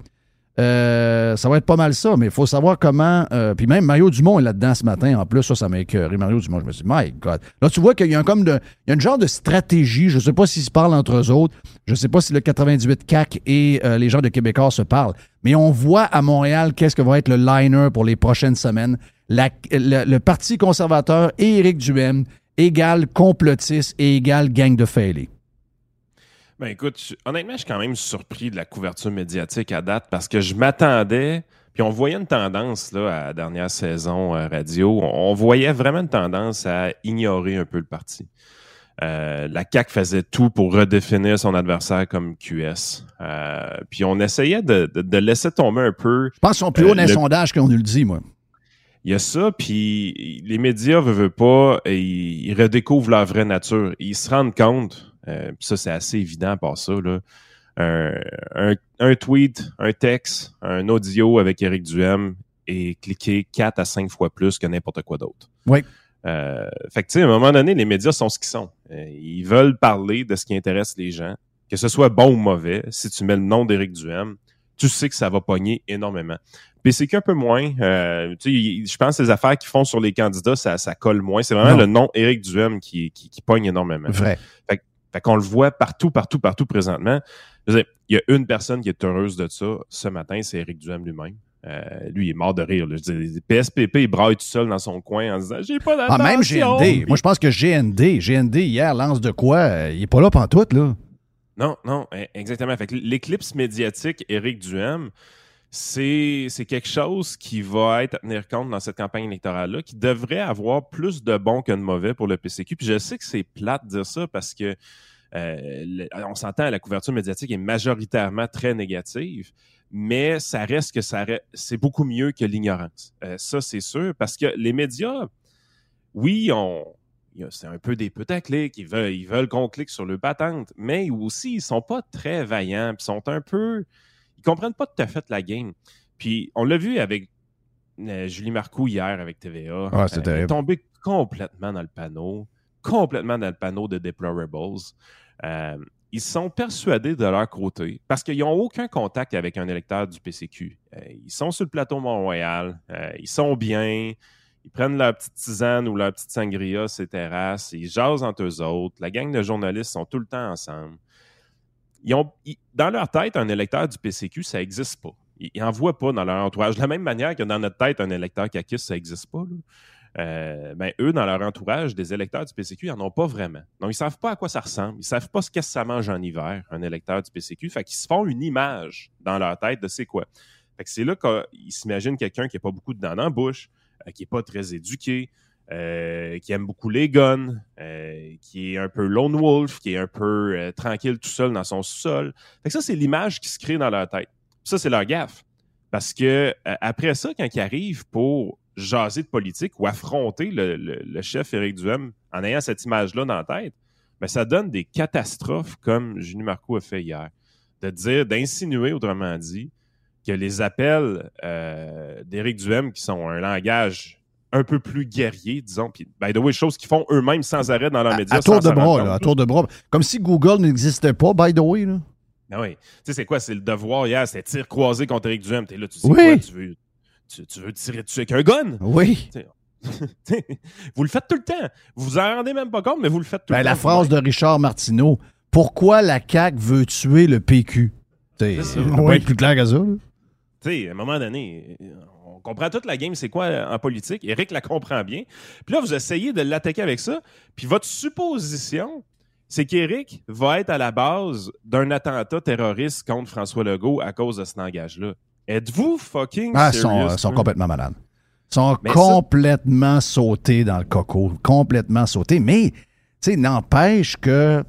Euh, ça va être pas mal ça, mais il faut savoir comment... Euh, puis même Mario Dumont est là-dedans ce matin. En plus, ça, ça m'a écœuré. Mario Dumont, je me suis dit, my God. Là, tu vois qu'il y a un, comme de, il y a une genre de stratégie. Je ne sais pas s'ils se parlent entre eux autres. Je ne sais pas si le quatre-vingt-dix-huit C A Q et euh, les gens de Québécois se parlent. Mais on voit à Montréal qu'est-ce que va être le liner pour les prochaines semaines. La, le, le Parti conservateur et Éric Duhem égale complotiste et égale gang de fêlés. Ben écoute, je, honnêtement, je suis quand même surpris de la couverture médiatique à date parce que je m'attendais, puis on voyait une tendance là, à la dernière saison euh, radio, on, on voyait vraiment une tendance à ignorer un peu le parti. Euh, la C A Q faisait tout pour redéfinir son adversaire comme Q S. Euh, puis on essayait de, de, de laisser tomber un peu... Je pense qu'ils sont plus hauts euh, dans les sondages qu'on nous le dit, moi. Il y a ça, puis les médias veulent, veulent pas, ils, ils redécouvrent leur vraie nature. Ils se rendent compte... Euh, ça, c'est assez évident par ça. Là. Un, un, un tweet, un texte, un audio avec Éric Duhem est cliqué quatre à cinq fois plus que n'importe quoi d'autre. Oui. Euh, fait que, tu sais, à un moment donné, les médias sont ce qu'ils sont. Euh, ils veulent parler de ce qui intéresse les gens, que ce soit bon ou mauvais. Si tu mets le nom d'Éric Duhem, tu sais que ça va pogner énormément. P C Q un peu moins. Euh, tu sais, je pense que les affaires qu'ils font sur les candidats, ça, ça colle moins. C'est vraiment non. le nom Éric Duhem qui, qui, qui pogne énormément. Vrai. Fait que, Fait qu'on le voit partout, partout, partout présentement. Je veux dire, il y a une personne qui est heureuse de ça ce matin, c'est Éric Duhem lui-même. Euh, lui, il est mort de rire. Là. Je veux dire, P S P P, il braille tout seul dans son coin en disant « J'ai pas d'attention! » Ah, même G N D. Moi, je pense que G N D, G N D hier lance de quoi? Il est pas là pantoute, là. Non, non, exactement. Fait que l'éclipse médiatique Éric Duhem, c'est, c'est quelque chose qui va être à tenir compte dans cette campagne électorale-là, qui devrait avoir plus de bons que de mauvais pour le P C Q. Puis je sais que c'est plate de dire ça parce que euh, le, on s'entend, la couverture médiatique est majoritairement très négative, mais ça reste que ça reste, c'est beaucoup mieux que l'ignorance. Euh, ça, c'est sûr, parce que les médias, oui, on, c'est un peu des putaclics, ils veulent, ils veulent qu'on clique sur le patente, mais aussi, ils sont pas très vaillants, puis sont un peu... Ils comprennent pas tout à fait la game. Puis, on l'a vu avec euh, Julie Marcoux hier avec T V A. Ah, c'est euh, elle est tombée complètement dans le panneau, complètement dans le panneau de Deplorables. Euh, ils sont persuadés de leur côté parce qu'ils n'ont aucun contact avec un électeur du P C Q. Euh, ils sont sur le plateau Mont-Royal, euh, ils sont bien, ils prennent leur petite tisane ou leur petite sangria sur les terrasses, ils jasent entre eux autres. La gang de journalistes sont tout le temps ensemble. Ils ont, ils, dans leur tête, un électeur du P C Q, ça n'existe pas. Ils n'en voient pas dans leur entourage. De la même manière que dans notre tête, un électeur caquiste, ça n'existe pas. euh, ben, eux, dans leur entourage, des électeurs du P C Q, ils n'en ont pas vraiment. Donc, ils ne savent pas à quoi ça ressemble. Ils ne savent pas ce qu'est-ce que ça mange en hiver, un électeur du P C Q. Fait qu'ils se font une image dans leur tête de c'est quoi. Fait que c'est là qu'ils s'imaginent quelqu'un qui n'a pas beaucoup de dents dans la bouche, euh, qui n'est pas très éduqué, euh, qui aime beaucoup les guns, euh, qui est un peu lone wolf, qui est un peu euh, tranquille tout seul dans son sol. Fait que ça, c'est l'image qui se crée dans leur tête. Ça, c'est leur gaffe. Parce que euh, après ça, quand ils arrivent pour jaser de politique ou affronter le, le, le chef Éric Duhem en ayant cette image-là dans la tête, ben, ça donne des catastrophes comme Julie Marcoux a fait hier. De dire, d'insinuer, autrement dit, que les appels euh, d'Éric Duhem, qui sont un langage un peu plus guerrier, disons, puis by the way, choses qu'ils font eux-mêmes sans arrêt dans leurs à, médias. À tour de bras, là, à tour de bras. Comme si Google n'existait pas, by the way. Là. Ah oui. Tu sais, c'est quoi? C'est le devoir hier, c'était tir croisé contre Éric Duhem. T'es là, tu dis oui. quoi? Tu veux, tu, tu veux tirer dessus avec un gun? Oui. Vous le faites tout le temps. Vous vous en rendez même pas compte, mais vous le faites tout ben, le la temps. La phrase de Richard Martineau, pourquoi la C A Q veut tuer le P Q? C'est ça. Ça peut être plus clair que ça. Tu sais, à un moment donné, on comprend toute la game, c'est quoi en politique. Éric la comprend bien. Puis là, vous essayez de l'attaquer avec ça. Puis votre supposition, c'est qu'Éric va être à la base d'un attentat terroriste contre François Legault à cause de cet langage-là. Êtes-vous fucking ah, serious? Ils sont, sont complètement malades. Ils sont mais complètement ça... sautés dans le coco. Complètement sautés. Mais, tu sais, n'empêche que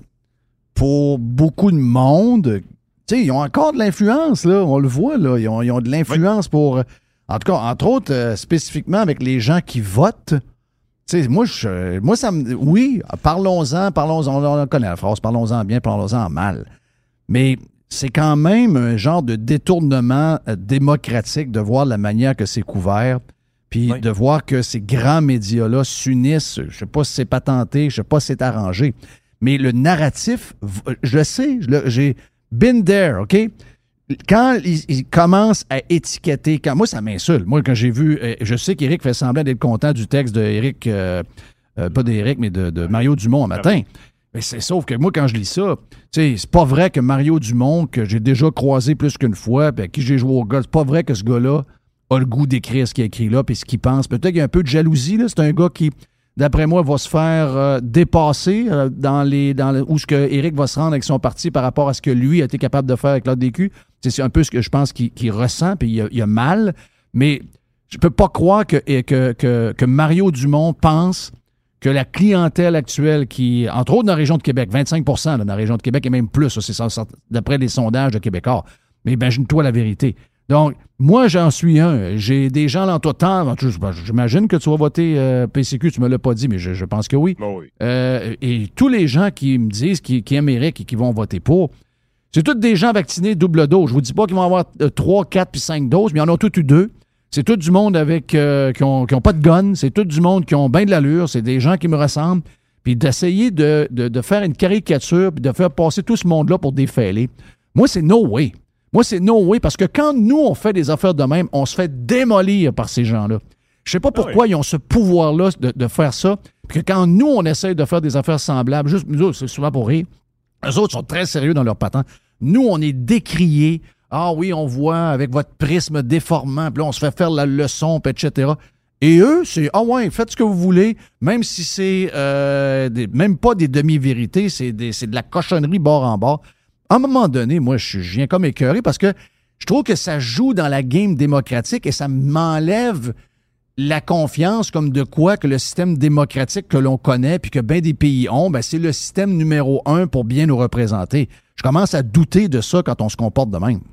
pour beaucoup de monde, tu sais, ils ont encore de l'influence, là. On le voit, là. Ils ont, ils ont de l'influence oui. pour... En tout cas, entre autres, euh, spécifiquement avec les gens qui votent. Tu sais, moi, je, moi, ça me... Oui, parlons-en, parlons-en, on connaît la phrase, parlons-en bien, parlons-en mal. Mais c'est quand même un genre de détournement euh, démocratique de voir la manière que c'est couvert, puis oui. de voir que ces grands médias-là s'unissent. Je sais pas si c'est patenté, je sais pas si c'est arrangé. Mais le narratif, je le sais, je le, j'ai been there, OK? Quand ils, ils commencent à étiqueter, quand, moi, ça m'insulte. Moi, quand j'ai vu, je sais qu'Éric fait semblant d'être content du texte d'Éric, euh, euh, pas d'Éric, mais de, de Mario Dumont un matin. Mais c'est sauf que moi, quand je lis ça, tu sais, c'est pas vrai que Mario Dumont, que j'ai déjà croisé plus qu'une fois, puis à qui j'ai joué au golf, c'est pas vrai que ce gars-là a le goût d'écrire ce qu'il a écrit là, puis ce qu'il pense. Peut-être qu'il y a un peu de jalousie, là. C'est un gars qui, d'après moi, va se faire euh, dépasser euh, dans les, dans le, où ce que Éric va se rendre avec son parti par rapport à ce que lui a été capable de faire avec l'A D Q. C'est un peu ce que je pense qu'il, qu'il ressent, puis il a, il a mal. Mais je peux pas croire que, que, que, que Mario Dumont pense que la clientèle actuelle qui, entre autres dans la région de Québec, vingt-cinq pour cent là, dans la région de Québec et même plus, ça, c'est ça, d'après les sondages de Québécois. Mais imagine-toi la vérité. Donc, moi, j'en suis un. J'ai des gens dans tout temps. J'imagine que tu vas voter euh, P C Q, tu me l'as pas dit, mais je, je pense que oui. Oh oui. Euh, et tous les gens qui me disent, qui, qui aiment Éric et qui vont voter pour, c'est tous des gens vaccinés double dose. Je vous dis pas qu'ils vont avoir trois, quatre puis cinq doses, mais ils en ont tous eu deux. C'est tout du monde avec euh, qui ont, qui ont pas de gun. C'est tout du monde qui ont bien de l'allure. C'est des gens qui me ressemblent. Puis d'essayer de, de, de faire une caricature puis de faire passer tout ce monde-là pour des fêlés. Moi, c'est no way. Moi, c'est no way parce que quand nous, on fait des affaires de même, on se fait démolir par ces gens-là. Je sais pas pourquoi oui. ils ont ce pouvoir-là de, de faire ça. Puis que quand nous, on essaie de faire des affaires semblables, juste nous autres, c'est souvent pour rire. Eux autres sont très sérieux dans leur patent. Nous, on est décriés. Ah oui, on voit avec votre prisme déformant, puis là, on se fait faire la leçon, puis et cetera. Et eux, c'est « Ah ouais, faites ce que vous voulez », même si c'est euh, des, même pas des demi-vérités, c'est, des, c'est de la cochonnerie bord en bord. À un moment donné, moi, je, je viens comme écœuré parce que je trouve que ça joue dans la game démocratique et ça m'enlève la confiance comme de quoi que le système démocratique que l'on connaît puis que bien des pays ont, ben c'est le système numéro un pour bien nous représenter. Je commence à douter de ça quand on se comporte de même.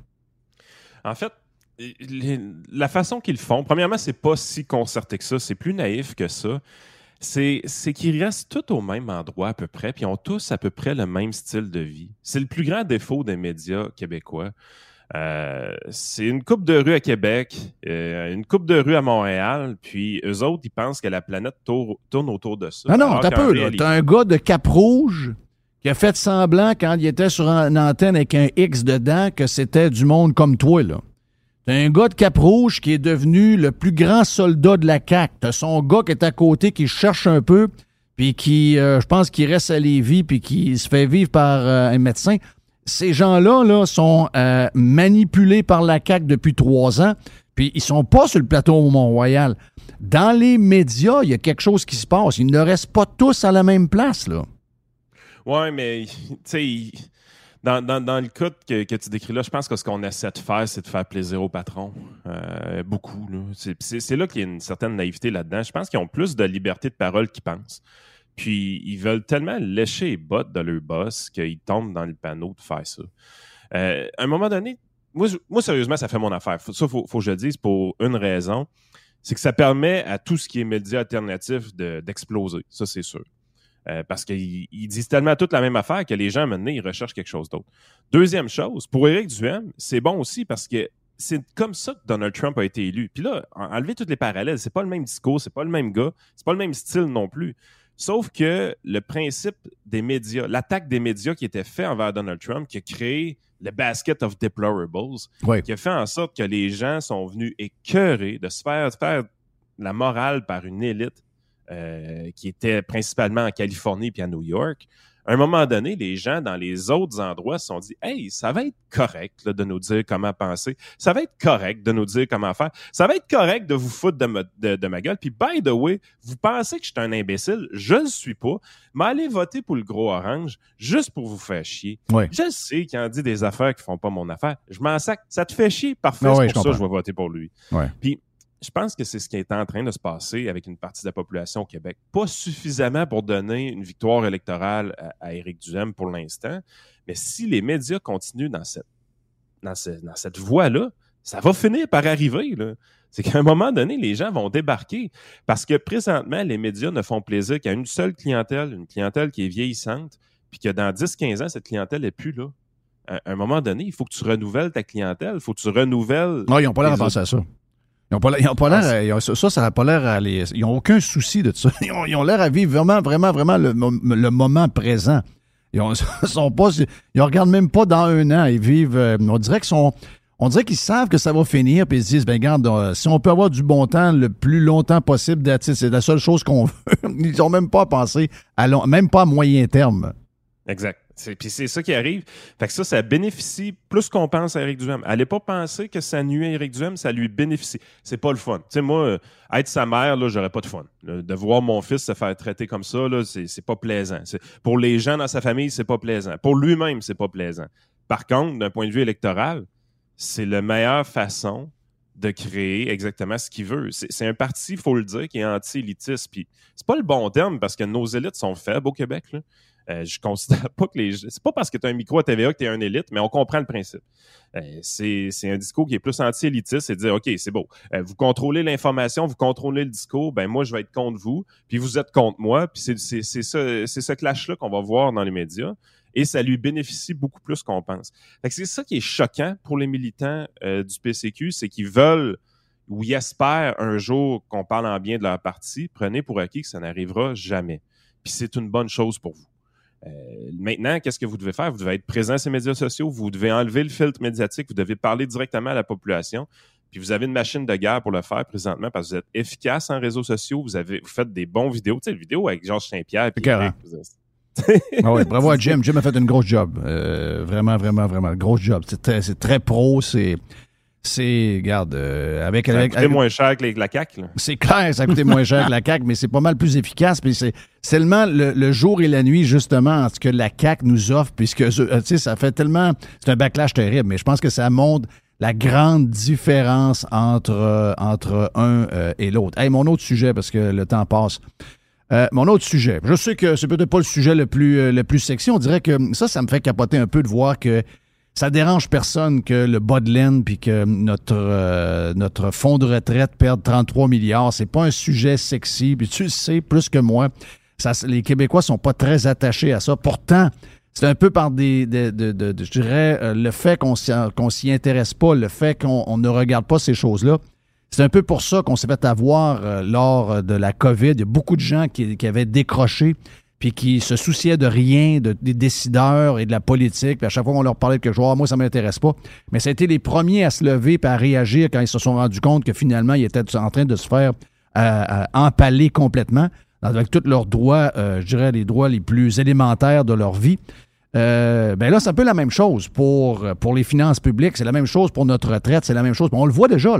En fait, les, la façon qu'ils font, premièrement, c'est pas si concerté que ça, c'est plus naïf que ça. C'est, c'est qu'ils restent tous au même endroit à peu près, puis ils ont tous à peu près le même style de vie. C'est le plus grand défaut des médias québécois. Euh, c'est une coupe de rue à Québec, euh, une coupe de rue à Montréal, puis eux autres, ils pensent que la planète tourne, tourne autour de ça. Non, non, t'as peu, là. T'as un gars de Cap-Rouge qui a fait semblant, quand il était sur une antenne avec un X dedans, que c'était du monde comme toi, là. T'as un gars de Cap-Rouge qui est devenu le plus grand soldat de la C A Q. T'as son gars qui est à côté, qui cherche un peu, puis qui, euh, je pense, qu'il reste à Lévis, puis qui se fait vivre par euh, un médecin. Ces gens-là là, sont euh, manipulés par la C A Q depuis trois ans, puis ils sont pas sur le plateau au Mont-Royal. dans les médias, il y a quelque chose qui se passe. Ils ne restent pas tous à la même place, là. Oui, mais, tu sais, dans, dans, dans le cas que, que tu décris là, je pense que ce qu'on essaie de faire, c'est de faire plaisir au patron. Euh, beaucoup, là. C'est, c'est, c'est là qu'il y a une certaine naïveté là-dedans. Je pense qu'ils ont plus de liberté de parole qu'ils pensent. Puis, ils veulent tellement lécher les bottes de leur boss qu'ils tombent dans le panneau de faire ça. Euh, à un moment donné, moi, moi, sérieusement, ça fait mon affaire. Ça, il faut, faut que je le dise pour une raison. C'est que ça permet à tout ce qui est médias alternatifs de, d'exploser. Ça, c'est sûr. Euh, parce qu'ils ils disent tellement toute la même affaire que les gens, maintenant, ils recherchent quelque chose d'autre. Deuxième chose, pour Éric Duhaime, c'est bon aussi parce que c'est comme ça que Donald Trump a été élu. Puis là, enlever tous les parallèles, c'est pas le même discours, c'est pas le même gars, c'est pas le même style non plus. Sauf que le principe des médias, l'attaque des médias qui était fait envers Donald Trump, qui a créé le basket of deplorables, oui. qui a fait en sorte que les gens sont venus écœurés de se faire, de faire la morale par une élite euh, qui était principalement en Californie puis à New York. À un moment donné, les gens dans les autres endroits se sont dit « Hey, ça va être correct là, de nous dire comment penser. Ça va être correct de nous dire comment faire. Ça va être correct de vous foutre de, me, de, de ma gueule. Puis, by the way, vous pensez que je suis un imbécile? Je ne le suis pas. Mais allez voter pour le gros orange juste pour vous faire chier. Oui. Je sais qu'il en dit des affaires qui font pas mon affaire. Je m'en sac. Ça te fait chier? Parfait. Ah c'est oui, pour je ça que je vais voter pour lui. Oui. Puis, je pense que c'est ce qui est en train de se passer avec une partie de la population au Québec. Pas suffisamment pour donner une victoire électorale à, à Éric Duhaime pour l'instant, mais si les médias continuent dans cette, dans ce, dans cette voie-là, ça va finir par arriver, là. C'est qu'à un moment donné, les gens vont débarquer parce que présentement, les médias ne font plaisir qu'à une seule clientèle, une clientèle qui est vieillissante, puis que dans dix à quinze ans, cette clientèle n'est plus là. À un moment donné, il faut que tu renouvelles ta clientèle, il faut que tu renouvelles... Non, ils n'ont pas l'air à penser à ça. Ils ont pas, ils ont pas l'air, ils ont, ça, ça n'a pas l'air à les. Ils n'ont aucun souci de ça. Ils ont, ils ont l'air à vivre vraiment, vraiment, vraiment le, le moment présent. Ils ont, sont pas, ils regardent même pas dans un an. Ils vivent. On dirait qu'ils sont. On dirait qu'ils savent que ça va finir, puis ils se disent, ben regarde, si on peut avoir du bon temps le plus longtemps possible, c'est la seule chose qu'on veut. Ils n'ont même pas pensé à long, même pas à moyen terme. Exact. C'est, puis c'est ça qui arrive. Fait que ça, ça bénéficie plus qu'on pense à Éric Duhaime. Allez pas penser que ça nuit à Éric Duhaime, ça lui bénéficie. C'est pas le fun. Tu sais, moi, euh, être sa mère, là, j'aurais pas de fun. Là, de voir mon fils se faire traiter comme ça, là, c'est, c'est pas plaisant. C'est, pour les gens dans sa famille, c'est pas plaisant. Pour lui-même, c'est pas plaisant. Par contre, d'un point de vue électoral, c'est la meilleure façon de créer exactement ce qu'il veut. C'est, c'est un parti, il faut le dire, qui est anti-élitiste. Puis c'est pas le bon terme parce que nos élites sont faibles au Québec, là. Euh, je considère pas que les... C'est pas parce que tu as un micro à T V A que tu es un élite, mais on comprend le principe. Euh, c'est, c'est un discours qui est plus anti-élitiste, c'est de dire, OK, c'est beau. Euh, vous contrôlez l'information, vous contrôlez le discours, ben moi, je vais être contre vous, puis vous êtes contre moi, puis c'est, c'est, c'est, ça, c'est ce clash-là qu'on va voir dans les médias, et ça lui bénéficie beaucoup plus qu'on pense. Fait que c'est ça qui est choquant pour les militants euh, du P C Q, c'est qu'ils veulent ou ils espèrent un jour qu'on parle en bien de leur parti. Prenez pour acquis que ça n'arrivera jamais. Puis c'est une bonne chose pour vous. Euh, maintenant, qu'est-ce que vous devez faire? Vous devez être présent sur les médias sociaux, vous devez enlever le filtre médiatique, vous devez parler directement à la population, puis vous avez une machine de guerre pour le faire présentement parce que vous êtes efficace en réseaux sociaux, vous, avez, vous faites des bons vidéos. Tu sais, le vidéo avec Georges Saint-Pierre. C'est carré. Ah ouais, bravo à Jim. Jim a fait une grosse job. Euh, vraiment, vraiment, vraiment. Grosse job. C'est très, c'est très pro, c'est... C'est, regarde, euh, avec... Ça a avec, coûté avec, moins cher que la C A Q. Là. C'est clair, ça a coûté moins cher que la C A Q, mais c'est pas mal plus efficace. Puis c'est seulement le, le jour et la nuit, justement, en ce que la C A Q nous offre, puisque, tu sais, ça fait tellement... C'est un backlash terrible, mais je pense que ça montre la grande différence entre, euh, entre un euh, et l'autre. Hey, mon autre sujet, parce que le temps passe. Euh, mon autre sujet. Je sais que c'est peut-être pas le sujet le plus, euh, le plus sexy. On dirait que ça, ça me fait capoter un peu de voir que ça dérange personne que le bas de laine puis que notre, euh, notre fonds de retraite perde trente-trois milliards. C'est pas un sujet sexy. Puis tu le sais plus que moi, ça, les Québécois sont pas très attachés à ça. Pourtant, c'est un peu par des, de, de, de, de je dirais, euh, le fait qu'on s'y, qu'on s'y intéresse pas, le fait qu'on on ne regarde pas ces choses-là. C'est un peu pour ça qu'on s'est fait avoir euh, lors de la COVID. Il y a beaucoup de gens qui, qui avaient décroché puis qui se souciaient de rien, de, des décideurs et de la politique. Puis à chaque fois qu'on leur parlait de quelque chose, ah, moi, ça ne m'intéresse pas. Mais ça a été les premiers à se lever et à réagir quand ils se sont rendus compte que finalement, ils étaient en train de se faire euh, euh, empaler complètement avec tous leurs droits, euh, je dirais, les droits les plus élémentaires de leur vie. Euh, ben là, c'est un peu la même chose pour, pour les finances publiques. C'est la même chose pour notre retraite. C'est la même chose. On le voit déjà, là.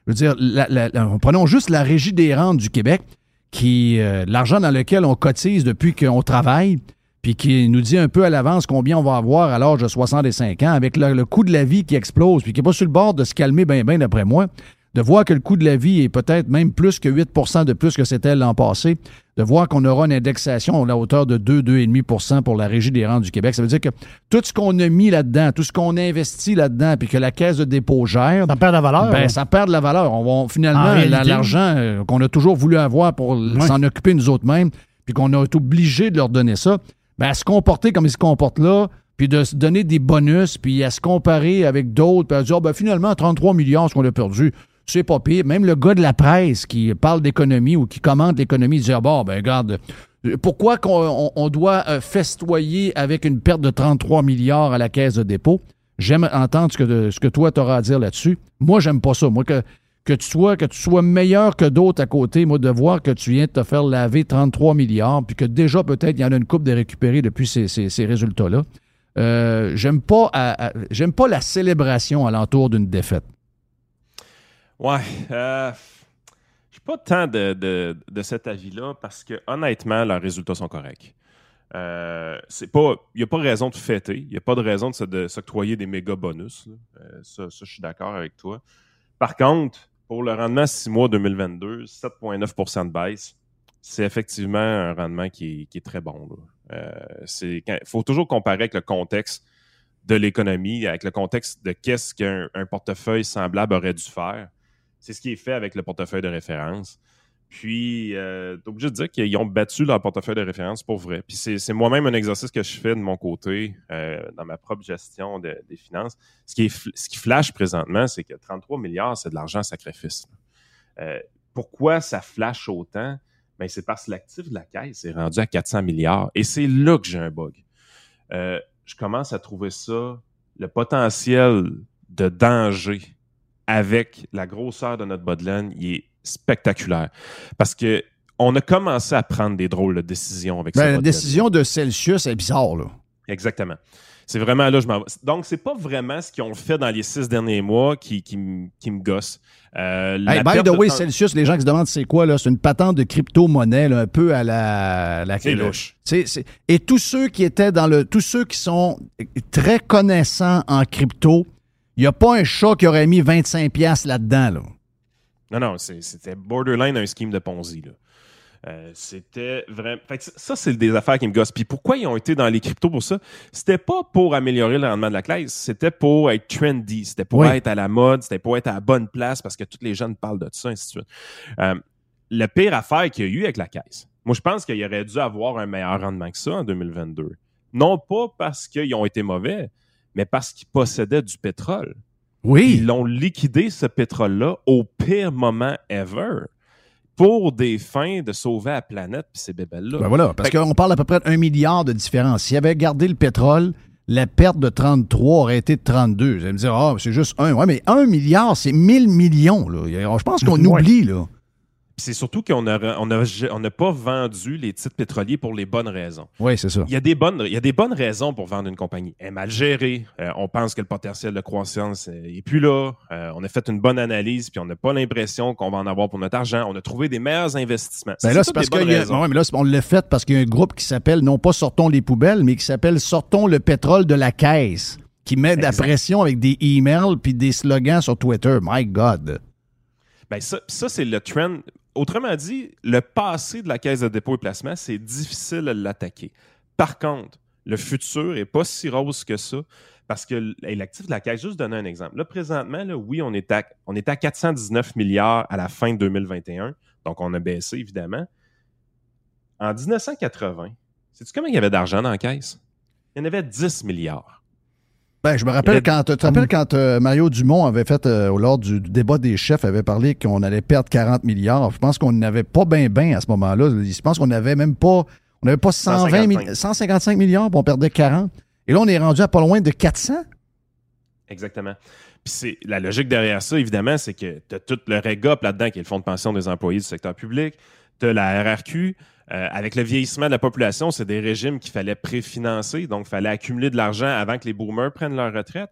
Je veux dire, la, la, la, prenons juste la Régie des rentes du Québec, qui euh, l'argent dans lequel on cotise depuis qu'on travaille, puis qui nous dit un peu à l'avance combien on va avoir à l'âge de soixante-cinq ans, avec le, le coût de la vie qui explose, puis qui n'est pas sur le bord de se calmer bien, bien d'après moi, de voir que le coût de la vie est peut-être même plus que huit pour cent de plus que c'était l'an passé, de voir qu'on aura une indexation à la hauteur de deux à deux virgule cinq pour cent pour la Régie des rentes du Québec. Ça veut dire que tout ce qu'on a mis là-dedans, tout ce qu'on a investi là-dedans, puis que la Caisse de dépôt gère... Ça perd de la valeur. Ben, hein? ça perd de la valeur. On va, finalement, la, l'argent euh, qu'on a toujours voulu avoir pour ouais. s'en occuper nous autres mêmes, puis qu'on a été obligé de leur donner ça, ben, à se comporter comme ils se comportent là, puis de se donner des bonus, puis à se comparer avec d'autres, puis à dire, oh, ben, finalement, trente-trois milliards, ce qu'on a perdu, c'est pas pire. Même le gars de la presse qui parle d'économie ou qui commente l'économie, il dit, ah, bon, ben, regarde, pourquoi qu'on, on, on doit euh, festoyer avec une perte de trente-trois milliards à la Caisse de dépôt? J'aime entendre ce que, ce que toi, tu auras à dire là-dessus. Moi, j'aime pas ça. Moi, que, que, tu sois, que tu sois meilleur que d'autres à côté, moi, de voir que tu viens de te faire laver trente-trois milliards, puis que déjà, peut-être, il y en a une coupe de récupérer depuis ces, ces, ces résultats-là. Euh, j'aime pas, à, à, j'aime pas la célébration alentour d'une défaite. Ouais. Euh, je suis pas tant de, de, de cet avis-là parce que, honnêtement, leurs résultats sont corrects. Euh, c'est pas, il n'y a pas raison de fêter. Il n'y a pas de raison de, de s'octroyer des méga bonus. Euh, ça, ça, je suis d'accord avec toi. Par contre, pour le rendement six mois deux mille vingt-deux, sept virgule neuf pour cent de baisse, c'est effectivement un rendement qui est, qui est très bon. Il euh, faut toujours comparer avec le contexte de l'économie, avec le contexte de qu'est-ce qu'un un portefeuille semblable aurait dû faire. C'est ce qui est fait avec le portefeuille de référence. Puis, euh, t'es obligé de dire qu'ils ont battu leur portefeuille de référence pour vrai. Puis, c'est, c'est moi-même un exercice que je fais de mon côté euh, dans ma propre gestion de, des finances. Ce qui, est, ce qui flash présentement, c'est que trente-trois milliards, c'est de l'argent à sacrifice. Euh, pourquoi ça flash autant? Ben, c'est parce que l'actif de la caisse est rendu à quatre cents milliards. Et c'est là que j'ai un bug. Euh, je commence à trouver ça, le potentiel de danger avec la grosseur de notre bas de laine, il est spectaculaire. Parce que on a commencé à prendre des drôles de décisions avec ça. Ben, la décision de Celsius est bizarre, là. Exactement. C'est vraiment là, je m'en vais. Donc, c'est pas vraiment ce qu'ils ont fait dans les six derniers mois qui, qui, m- qui me gosse. Euh, hey, by the way, temps... Celsius, les gens qui se demandent c'est quoi, là, c'est une patente de crypto-monnaie, là, un peu à la... la c'est louche. C'est, c'est... Et tous ceux qui étaient dans le... Tous ceux qui sont très connaissants en crypto, il n'y a pas un chat qui aurait mis vingt-cinq piastres là-dedans, là. Non, non, c'est, c'était borderline un scheme de Ponzi, là. Euh, c'était vraiment... Fait que ça, c'est des affaires qui me gossent. Puis pourquoi ils ont été dans les cryptos pour ça? C'était pas pour améliorer le rendement de la classe, c'était pour être trendy, c'était pour oui. être à la mode, c'était pour être à la bonne place parce que tous les jeunes parlent de ça, ainsi de suite. Euh, la pire affaire qu'il y a eu avec la caisse, moi, je pense qu'il aurait dû avoir un meilleur rendement que ça en deux mille vingt-deux. Non pas parce qu'ils ont été mauvais, mais parce qu'ils possédaient du pétrole. Oui. Ils l'ont liquidé, ce pétrole-là, au pire moment ever. Pour des fins de sauver la planète puis ces bébelles-là. Ben voilà, parce fait... qu'on parle à peu près d'un milliard de différence. S'il avait gardé le pétrole, la perte de trente-trois aurait été de trente-deux. Vous allez me dire, ah, oh, c'est juste un. Oui, mais un milliard, c'est mille millions. Là. Je pense qu'on ouais. oublie, là. Puis c'est surtout qu'on n'a on a, on a pas vendu les titres pétroliers pour les bonnes raisons. Oui, c'est ça. Il y a des bonnes, il y a des bonnes raisons pour vendre une compagnie. Elle est mal gérée. Euh, on pense que le potentiel de croissance n'est plus là. Euh, on a fait une bonne analyse, puis on n'a pas l'impression qu'on va en avoir pour notre argent. On a trouvé des meilleurs investissements. Ben là, c'est parce qu'il y a, ouais, mais là, on l'a fait parce qu'il y a un groupe qui s'appelle, non pas Sortons les poubelles, mais qui s'appelle Sortons le pétrole de la caisse, qui met de la pression avec des emails puis des slogans sur Twitter. My God! Ben ça, ça c'est le trend... Autrement dit, le passé de la caisse de dépôt et placement, c'est difficile à l'attaquer. Par contre, le futur n'est pas si rose que ça parce que l'actif de la caisse, juste donner un exemple. Là, présentement, là, oui, on est, à, on est à quatre cent dix-neuf milliards à la fin de deux mille vingt et un, donc on a baissé, évidemment. En dix-neuf cent quatre-vingts, sais-tu combien il y avait d'argent dans la caisse? Il y en avait dix milliards. Ben, je me rappelle avait... quand, tu te rappelles quand euh, Mario Dumont avait fait, euh, lors du, du débat des chefs, avait parlé qu'on allait perdre quarante milliards. Je pense qu'on n'avait pas bien bien à ce moment-là. Je pense qu'on n'avait même pas, on n'avait pas cent vingt, cent cinquante-cinq milliards, puis on perdait quarante. Et là, on est rendu à pas loin de quatre cents. Exactement. Puis c'est, la logique derrière ça, évidemment, c'est que tu as tout le régop là-dedans, qui est le fonds de pension des employés du secteur public. Tu as la R R Q. Euh, avec le vieillissement de la population, c'est des régimes qu'il fallait préfinancer, donc il fallait accumuler de l'argent avant que les boomers prennent leur retraite.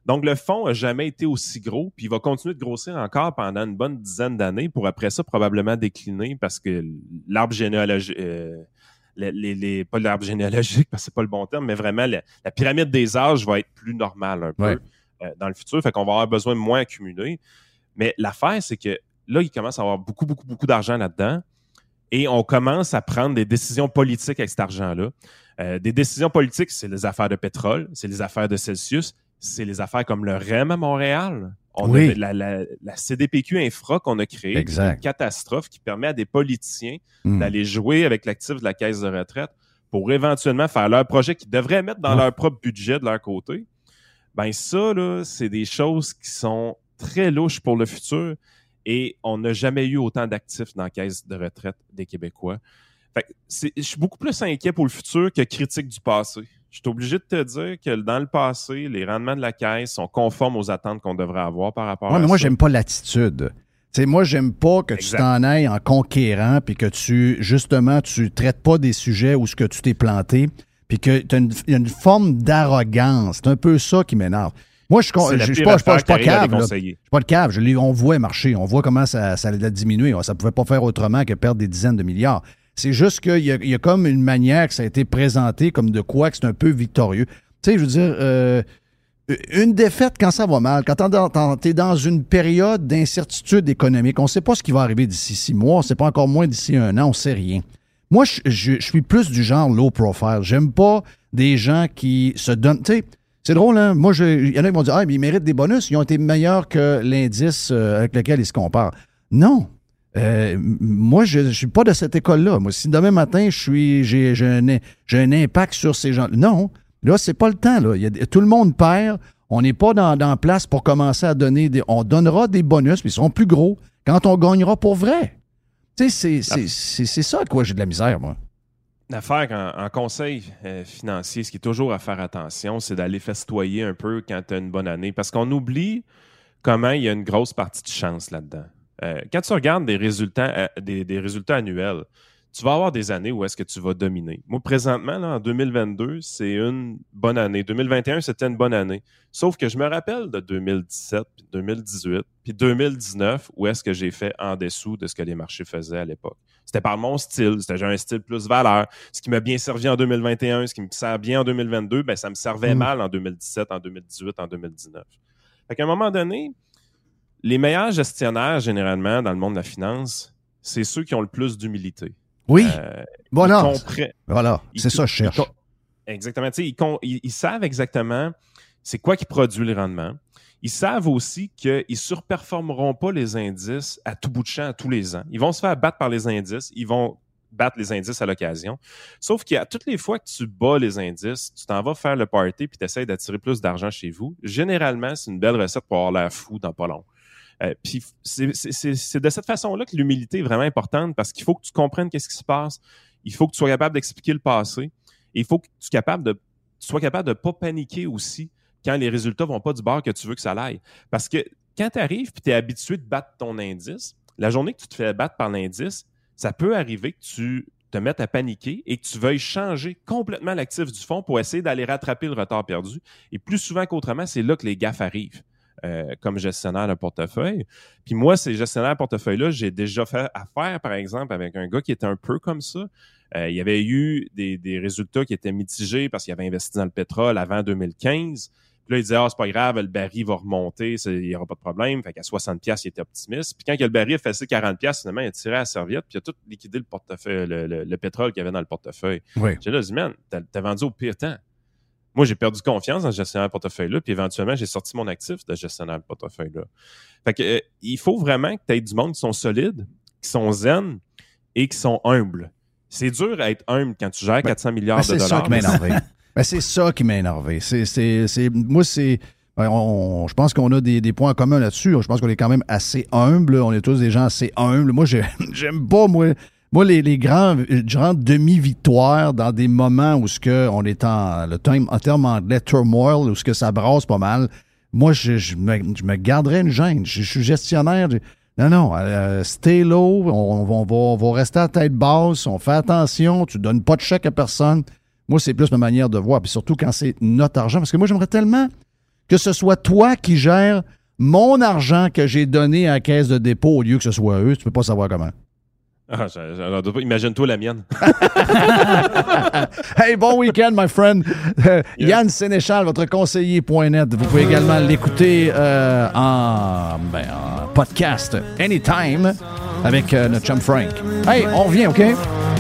Donc, le fonds n'a jamais été aussi gros, puis il va continuer de grossir encore pendant une bonne dizaine d'années pour après ça probablement décliner parce que l'arbre généalogique, euh, les, les, les, pas l'arbre généalogique parce que c'est pas le bon terme, mais vraiment la, la pyramide des âges va être plus normale un peu ouais. euh, dans le futur, fait qu'on va avoir besoin de moins accumuler. Mais l'affaire, c'est que là, il commence à avoir beaucoup, beaucoup, beaucoup d'argent là-dedans et on commence à prendre des décisions politiques avec cet argent-là. Euh, des décisions politiques, c'est les affaires de pétrole, c'est les affaires de Celsius, c'est les affaires comme le R E M à Montréal. On oui. a la, la, la C D P Q Infra qu'on a créée, exact. Une catastrophe qui permet à des politiciens mm. d'aller jouer avec l'actif de la caisse de retraite pour éventuellement faire leur projet qu'ils devraient mettre dans ouais. leur propre budget de leur côté. Ben ça, là, c'est des choses qui sont très louches pour le futur et on n'a jamais eu autant d'actifs dans la caisse de retraite des Québécois. Fait que c'est, je suis beaucoup plus inquiet pour le futur que critique du passé. Je suis obligé de te dire que dans le passé, les rendements de la caisse sont conformes aux attentes qu'on devrait avoir par rapport ouais, à mais moi, ça. j'aime pas l'attitude. T'sais, moi, j'aime pas que exact. Tu t'en ailles en conquérant puis que tu, justement, tu traites pas des sujets où ce que tu t'es planté puis qu'il y a une forme d'arrogance. C'est un peu ça qui m'énerve. Moi, je ne suis pas, pas, pas cave. Je suis pas de cave. Je on voit marcher. On voit comment ça, ça a diminué. Ça ne pouvait pas faire autrement que perdre des dizaines de milliards. C'est juste qu'il y a, il y a comme une manière que ça a été présenté comme de quoi que c'est un peu victorieux. Tu sais, je veux dire, euh, une défaite quand ça va mal, quand tu es dans une période d'incertitude économique, on ne sait pas ce qui va arriver d'ici six mois, on ne sait pas encore moins d'ici un an, on ne sait rien. Moi, je, je, je suis plus du genre low profile. J'aime pas des gens qui se donnent... Tu sais, c'est drôle, hein? Moi, il y en a qui vont dire « Ah, mais ils méritent des bonus, ils ont été meilleurs que l'indice euh, avec lequel ils se comparent. » Non. Euh, moi, je ne suis pas de cette école-là. Moi, si demain matin, je suis, j'ai, j'ai, un, j'ai un impact sur ces gens... Non, là, c'est pas le temps. Là. Il y a, tout le monde perd. On n'est pas dans, dans place pour commencer à donner... Des, on donnera des bonus, mais ils seront plus gros quand on gagnera pour vrai. Tu sais, c'est, c'est, c'est, c'est ça à quoi j'ai de la misère, moi. L'affaire en, en conseil euh, financier, ce qui est toujours à faire attention, c'est d'aller festoyer un peu quand tu as une bonne année. Parce qu'on oublie comment il y a une grosse partie de chance là-dedans. Euh, quand tu regardes des résultats, euh, des, des résultats annuels, tu vas avoir des années où est-ce que tu vas dominer. Moi, présentement, là, en deux mille vingt-deux, c'est une bonne année. deux mille vingt et un, c'était une bonne année. Sauf que je me rappelle de deux mille dix-sept, puis deux mille dix-huit, puis deux mille dix-neuf, où est-ce que j'ai fait en dessous de ce que les marchés faisaient à l'époque. C'était par mon style. C'était un style plus valeur. Ce qui m'a bien servi en deux mille vingt et un, ce qui me sert bien en deux mille vingt-deux, ben, ça me servait mmh. mal en deux mille dix-sept, en deux mille dix-huit, en deux mille dix-neuf. Fait qu'à un moment donné, les meilleurs gestionnaires, généralement, dans le monde de la finance, c'est ceux qui ont le plus d'humilité. Oui, euh, voilà. Comprennent, voilà, c'est ils, ça que je cherche. Ils, exactement. Ils, ils, ils savent exactement c'est quoi qui produit les rendements. Ils savent aussi qu'ils ne surperformeront pas les indices à tout bout de champ, à tous les ans. Ils vont se faire battre par les indices. Ils vont battre les indices à l'occasion. Sauf qu'à toutes les fois que tu bats les indices, tu t'en vas faire le party puis tu essaies d'attirer plus d'argent chez vous. Généralement, c'est une belle recette pour avoir l'air fou dans pas long. Euh, puis c'est, c'est, c'est de cette façon-là que l'humilité est vraiment importante parce qu'il faut que tu comprennes qu'est-ce qui se passe. Il faut que tu sois capable d'expliquer le passé. Et il faut que tu sois capable de, tu sois capable de ne pas paniquer aussi quand les résultats ne vont pas du bord que tu veux que ça aille. Parce que quand tu arrives et tu es habitué de battre ton indice, la journée que tu te fais battre par l'indice, ça peut arriver que tu te mettes à paniquer et que tu veuilles changer complètement l'actif du fonds pour essayer d'aller rattraper le retard perdu. Et plus souvent qu'autrement, c'est là que les gaffes arrivent. Euh, comme gestionnaire de portefeuille. Puis moi, ces gestionnaires de portefeuille-là, j'ai déjà fait affaire, par exemple, avec un gars qui était un peu comme ça. Euh, il y avait eu des, des résultats qui étaient mitigés parce qu'il avait investi dans le pétrole avant deux mille quinze. Puis là, il disait « Ah, c'est pas grave, le baril va remonter, il n'y aura pas de problème. » Fait qu'à soixante dollars, il était optimiste. Puis quand le baril a fait quarante dollars, finalement, il a tiré à la serviette puis il a tout liquidé le portefeuille, le, le, le pétrole qu'il y avait dans le portefeuille. Oui. J'ai là, dit « Man, t'as, t'as vendu au pire temps. » Moi, j'ai perdu confiance dans ce gestionnaire de portefeuille-là, puis éventuellement, j'ai sorti mon actif de ce gestionnaire de portefeuille-là. Fait que, euh, il faut vraiment que tu aies du monde qui sont solides, qui sont zen et qui sont humbles. C'est dur à être humble quand tu gères ben, quatre cents milliards ben de dollars. C'est ça qui m'a énervé. ben, c'est ça qui m'a énervé. C'est, c'est, c'est, moi, c'est... On, on, je pense qu'on a des, des points en commun là-dessus. Je pense qu'on est quand même assez humbles. On est tous des gens assez humbles. Moi, j'ai, j'aime pas, moi... Moi, les, les grands, grands demi-victoires dans des moments où ce que on est en le terme, en terme anglais turmoil, où ce que ça brasse pas mal, moi, je, je, me, je me garderais une gêne. Je, je suis gestionnaire. Je, non, non, euh, stay low, on, on, va, on va rester à tête basse, on fait attention, tu donnes pas de chèque à personne. Moi, c'est plus ma manière de voir. Puis surtout quand c'est notre argent. Parce que moi, j'aimerais tellement que ce soit toi qui gères mon argent que j'ai donné à la caisse de dépôt au lieu que ce soit eux? Tu peux pas savoir comment. Ah, imagine-toi la mienne. Hey, bon week-end, my friend. Euh, yeah. Yann Sénéchal, votre conseiller point net. Vous pouvez également l'écouter euh, en, ben, en podcast anytime avec euh, notre chum Frank. Hey, on revient, OK?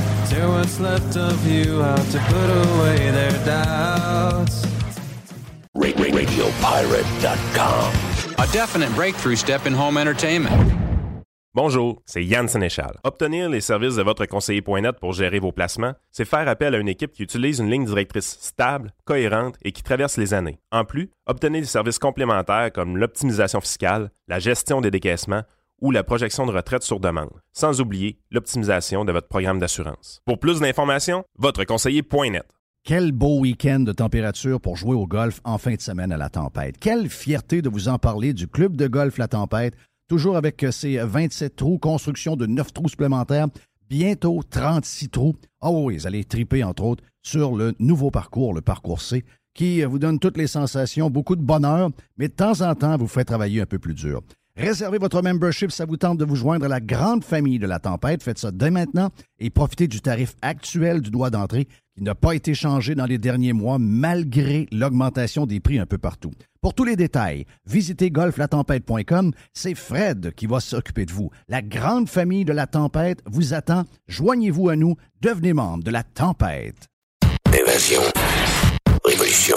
radio pirate dot com. A definite breakthrough step in home entertainment. Bonjour, c'est Yann Sénéchal. Obtenir les services de votre conseiller point net pour gérer vos placements, c'est faire appel à une équipe qui utilise une ligne directrice stable, cohérente et qui traverse les années. En plus, obtenez des services complémentaires comme l'optimisation fiscale, la gestion des décaissements ou la projection de retraite sur demande, sans oublier l'optimisation de votre programme d'assurance. Pour plus d'informations, votre conseiller point net. Quel beau week-end de température pour jouer au golf en fin de semaine à la Tempête. Quelle fierté de vous en parler du club de golf La Tempête, toujours avec ses vingt-sept trous, construction de neuf trous supplémentaires, bientôt trente-six trous. Ah oh oui, vous allez triper, entre autres, sur le nouveau parcours, le parcours C, qui vous donne toutes les sensations, beaucoup de bonheur, mais de temps en temps, vous fait travailler un peu plus dur. Réservez votre membership, ça vous tente de vous joindre à la grande famille de La Tempête. Faites ça dès maintenant et profitez du tarif actuel du droit d'entrée qui n'a pas été changé dans les derniers mois malgré l'augmentation des prix un peu partout. Pour tous les détails, visitez golf la tempête point com. C'est Fred qui va s'occuper de vous. La grande famille de La Tempête vous attend. Joignez-vous à nous. Devenez membre de La Tempête. Évasion. Révolution.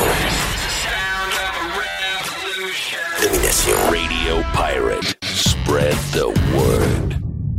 Domination. Radio Pirate. Spread the word.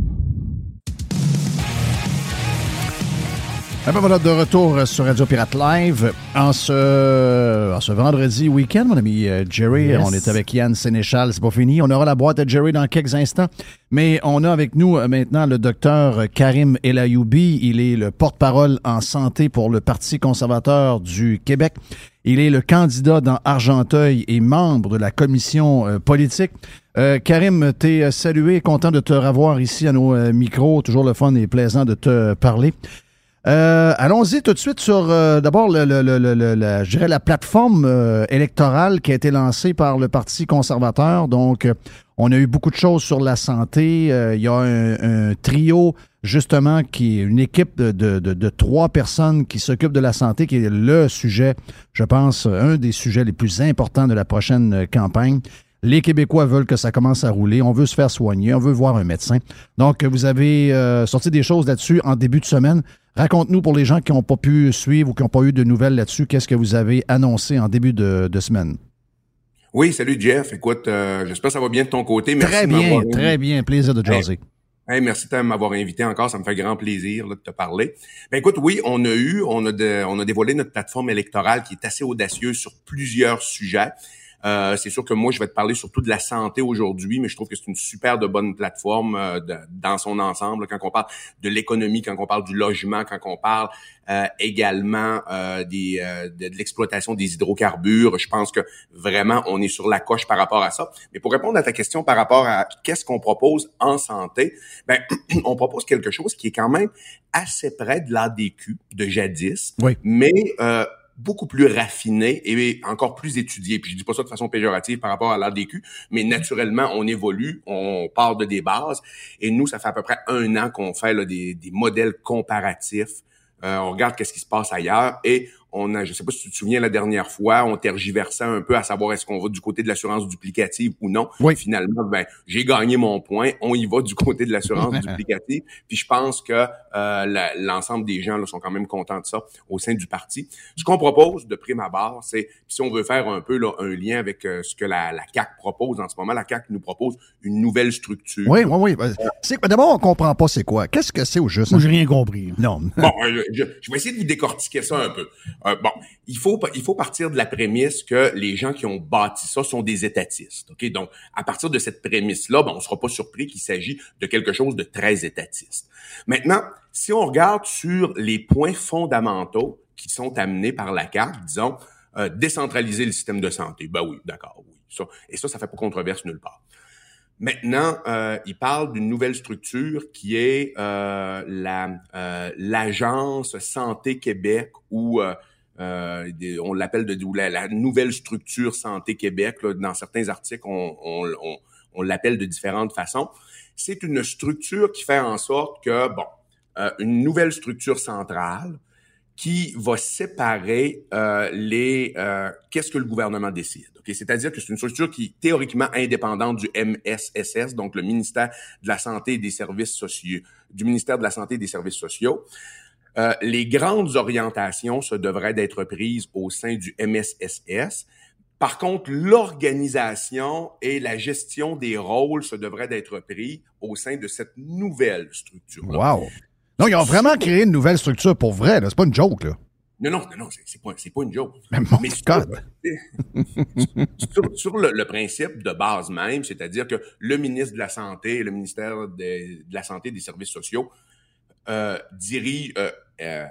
Eh bien, voilà, de retour sur Radio Pirate Live en ce, en ce vendredi week-end, mon ami Jerry. Yes. On est avec Yann Sénéchal, c'est pas fini. On aura la boîte à Jerry dans quelques instants. Mais on a avec nous maintenant le docteur Karim El Ayoubi. Il est le porte-parole en santé pour le Parti conservateur du Québec. Il est le candidat dans Argenteuil et membre de la commission euh, politique. Euh, Karim, t'es salué, content de te revoir ici à nos euh, micros. Toujours le fun et plaisant de te parler. Euh, allons-y tout de suite sur euh, d'abord le, le, le, le, le, je dirais la plateforme euh, électorale qui a été lancée par le Parti conservateur. Donc, euh, on a eu beaucoup de choses sur la santé. Il euh, y a un, un trio, justement, qui est une équipe de, de, de, de trois personnes qui s'occupent de la santé, qui est le sujet, je pense, un des sujets les plus importants de la prochaine campagne. Les Québécois veulent que ça commence à rouler. On veut se faire soigner. On veut voir un médecin. Donc, vous avez euh, sorti des choses là-dessus en début de semaine. Raconte-nous pour les gens qui n'ont pas pu suivre ou qui n'ont pas eu de nouvelles là-dessus, qu'est-ce que vous avez annoncé en début de, de semaine? Oui, salut Jeff. Écoute, euh, j'espère que ça va bien de ton côté. Merci très bien, très bien. Plaisir de jaser. Hey, hey, merci de m'avoir invité encore. Ça me fait grand plaisir là, de te parler. Ben écoute, oui, on a eu, on a, de, on a dévoilé notre plateforme électorale qui est assez audacieuse sur plusieurs sujets. Euh, c'est sûr que moi, je vais te parler surtout de la santé aujourd'hui, mais je trouve que c'est une super de bonne plateforme euh, de, dans son ensemble. Quand on parle de l'économie, quand on parle du logement, quand on parle euh, également euh, des, euh, de, de l'exploitation des hydrocarbures, je pense que vraiment, on est sur la coche par rapport à ça. Mais pour répondre à ta question par rapport à qu'est-ce qu'on propose en santé, ben on propose quelque chose qui est quand même assez près de l'A D Q de jadis, oui. mais euh, beaucoup plus raffiné et encore plus étudié. Puis je dis pas ça de façon péjorative par rapport à l'A D Q, mais naturellement, on évolue, on part de des bases. Et nous, ça fait à peu près un an qu'on fait là, des, des modèles comparatifs. Euh, on regarde qu'est-ce qui se passe ailleurs et on a, je sais pas si tu te souviens la dernière fois, on tergiversait un peu à savoir est-ce qu'on va du côté de l'assurance duplicative ou non. Oui. Finalement, ben j'ai gagné mon point. On y va du côté de l'assurance duplicative. Puis je pense que euh, la, l'ensemble des gens là sont quand même contents de ça au sein du parti. Ce qu'on propose de prime abord, c'est si on veut faire un peu là un lien avec euh, ce que la, la C A Q propose en ce moment. La C A Q nous propose une nouvelle structure. Oui, oui, oui. C'est, d'abord, on comprend pas c'est quoi. Qu'est-ce que c'est au juste? Moi, j'ai rien compris. Non. Bon, euh, je, je vais essayer de vous décortiquer ça un peu. Euh, bon, il faut il faut partir de la prémisse que les gens qui ont bâti ça sont des étatistes. Ok, donc à partir de cette prémisse-là, ben, on sera pas surpris qu'il s'agit de quelque chose de très étatiste. Maintenant, si on regarde sur les points fondamentaux qui sont amenés par la C A Q, disons euh, décentraliser le système de santé. Ben oui, d'accord, oui. Ça, et ça, ça fait pas controverse nulle part. Maintenant, euh, il parle d'une nouvelle structure qui est euh, la euh, l'Agence Santé Québec ou euh, euh, des, on l'appelle de, de la, la nouvelle structure Santé Québec. Là, dans certains articles, on, on, on, on l'appelle de différentes façons. C'est une structure qui fait en sorte que, bon, euh, une nouvelle structure centrale qui va séparer euh, les euh, qu'est-ce que le gouvernement décide. Okay? C'est-à-dire que c'est une structure qui est théoriquement indépendante du M S S S, donc le ministère de la Santé et des Services sociaux, du ministère de la Santé et des Services sociaux. Euh, les grandes orientations, ça devrait être prises au sein du M S S S. Par contre, l'organisation et la gestion des rôles, ça devrait être pris au sein de cette nouvelle structure-là. Wow! Non, ils ont vraiment créé une nouvelle structure pour vrai, là. C'est pas une joke, là. Non, non, non, non, c'est, c'est, pas, c'est pas une joke. Mais, mon Mais sur, sur, sur le, le principe de base même, c'est-à-dire que le ministre de la Santé et le ministère de, de la Santé et des Services sociaux euh, dirigent, euh, euh,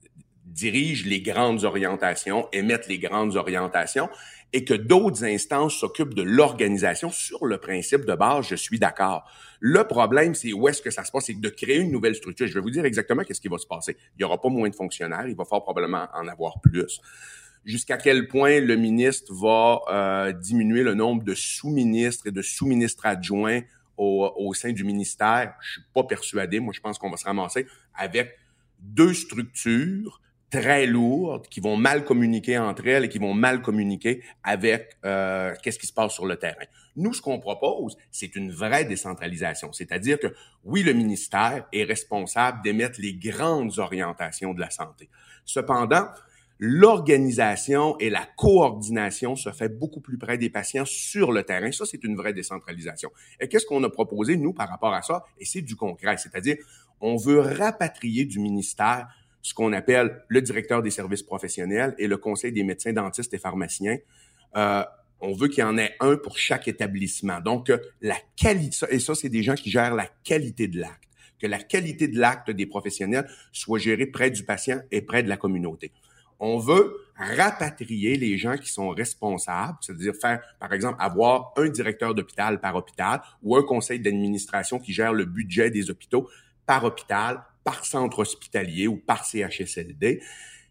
dirigent les grandes orientations, émettent les grandes orientations, et que d'autres instances s'occupent de l'organisation. Sur le principe de base, je suis d'accord. Le problème, c'est où est-ce que ça se passe, c'est de créer une nouvelle structure. Je vais vous dire exactement qu'est-ce qui va se passer. Il n'y aura pas moins de fonctionnaires, il va fort probablement en avoir plus. Jusqu'à quel point le ministre va euh, diminuer le nombre de sous-ministres et de sous-ministres adjoints au, au sein du ministère, je suis pas persuadé. Moi, je pense qu'on va se ramasser avec deux structures très lourdes, qui vont mal communiquer entre elles et qui vont mal communiquer avec euh, qu'est-ce qui se passe sur le terrain. Nous, ce qu'on propose, c'est une vraie décentralisation. C'est-à-dire que, oui, le ministère est responsable d'émettre les grandes orientations de la santé. Cependant, l'organisation et la coordination se fait beaucoup plus près des patients sur le terrain. Ça, c'est une vraie décentralisation. Et qu'est-ce qu'on a proposé, nous, par rapport à ça? Et c'est du concret. C'est-à-dire, on veut rapatrier du ministère ce qu'on appelle le directeur des services professionnels et le conseil des médecins, dentistes et pharmaciens. Euh, on veut qu'il y en ait un pour chaque établissement. Donc, la qualité, et ça, c'est des gens qui gèrent la qualité de l'acte, que la qualité de l'acte des professionnels soit gérée près du patient et près de la communauté. On veut rapatrier les gens qui sont responsables, c'est-à-dire faire, par exemple, avoir un directeur d'hôpital par hôpital ou un conseil d'administration qui gère le budget des hôpitaux par hôpital, par centre hospitalier ou par C H S L D.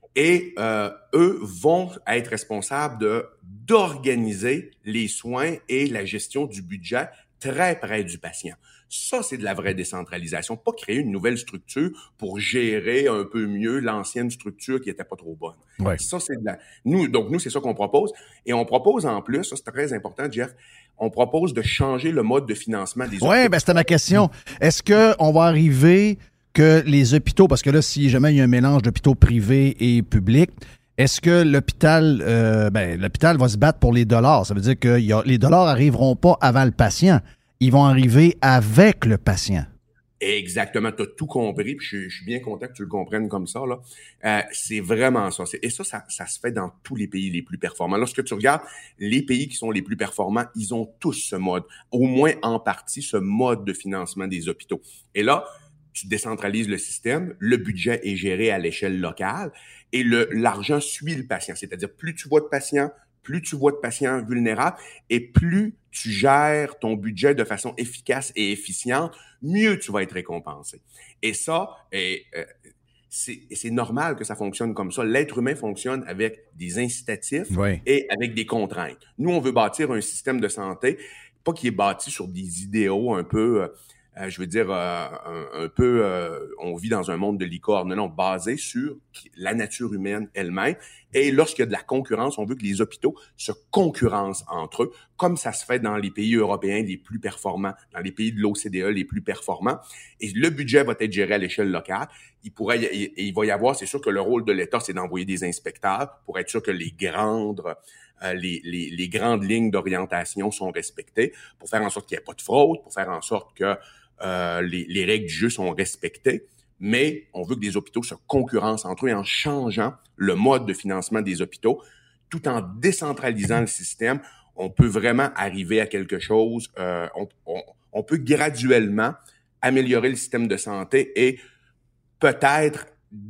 Et euh, eux vont être responsables de d'organiser les soins et la gestion du budget très près du patient. Ça, c'est de la vraie décentralisation. Pas créer une nouvelle structure pour gérer un peu mieux l'ancienne structure qui était pas trop bonne. Ouais. Ça, c'est de la... Nous, donc, nous, c'est ça qu'on propose. Et on propose en plus, ça, c'est très important, Jeff, on propose de changer le mode de financement des hôpitaux. Oui, ben c'était ma question. Est-ce qu'on va arriver que les hôpitaux, parce que là, si jamais il y a un mélange d'hôpitaux privés et publics, est-ce que l'hôpital euh, ben, l'hôpital va se battre pour les dollars? Ça veut dire que y a, les dollars n'arriveront pas avant le patient. Ils vont arriver avec le patient. Exactement, tu as tout compris, puis je, je suis bien content que tu le comprennes comme ça, là. Euh, c'est vraiment ça. C'est, et ça, ça, ça se fait dans tous les pays les plus performants. Lorsque tu regardes les pays qui sont les plus performants, ils ont tous ce mode, au moins en partie, ce mode de financement des hôpitaux. Et là, tu décentralises le système, le budget est géré à l'échelle locale et le, l'argent suit le patient. C'est-à-dire, plus tu vois de patients, plus tu vois de patients vulnérables et plus tu gères ton budget de façon efficace et efficiente, mieux tu vas être récompensé. Et ça, et, euh, c'est, c'est normal que ça fonctionne comme ça. L'être humain fonctionne avec des incitatifs oui. et avec des contraintes. Nous, on veut bâtir un système de santé, pas qui est bâti sur des idéaux un peu... Euh, Euh, je veux dire, euh, un, un peu, euh, on vit dans un monde de licorne, non, non, basé sur la nature humaine elle-même. Et lorsqu'il y a de la concurrence, on veut que les hôpitaux se concurrencent entre eux, comme ça se fait dans les pays européens les plus performants, dans les pays de l'O C D E les plus performants. Et le budget va être géré à l'échelle locale. Il pourrait, et il va y avoir, c'est sûr que le rôle de l'État, c'est d'envoyer des inspecteurs pour être sûr que les grandes Euh, les, les, les grandes lignes d'orientation sont respectées, pour faire en sorte qu'il n'y ait pas de fraude, pour faire en sorte que euh, les, les règles du jeu sont respectées. Mais on veut que les hôpitaux se concurrencent entre eux en changeant le mode de financement des hôpitaux, tout en décentralisant le système. On peut vraiment arriver à quelque chose. Euh, on, on, on peut graduellement améliorer le système de santé et peut-être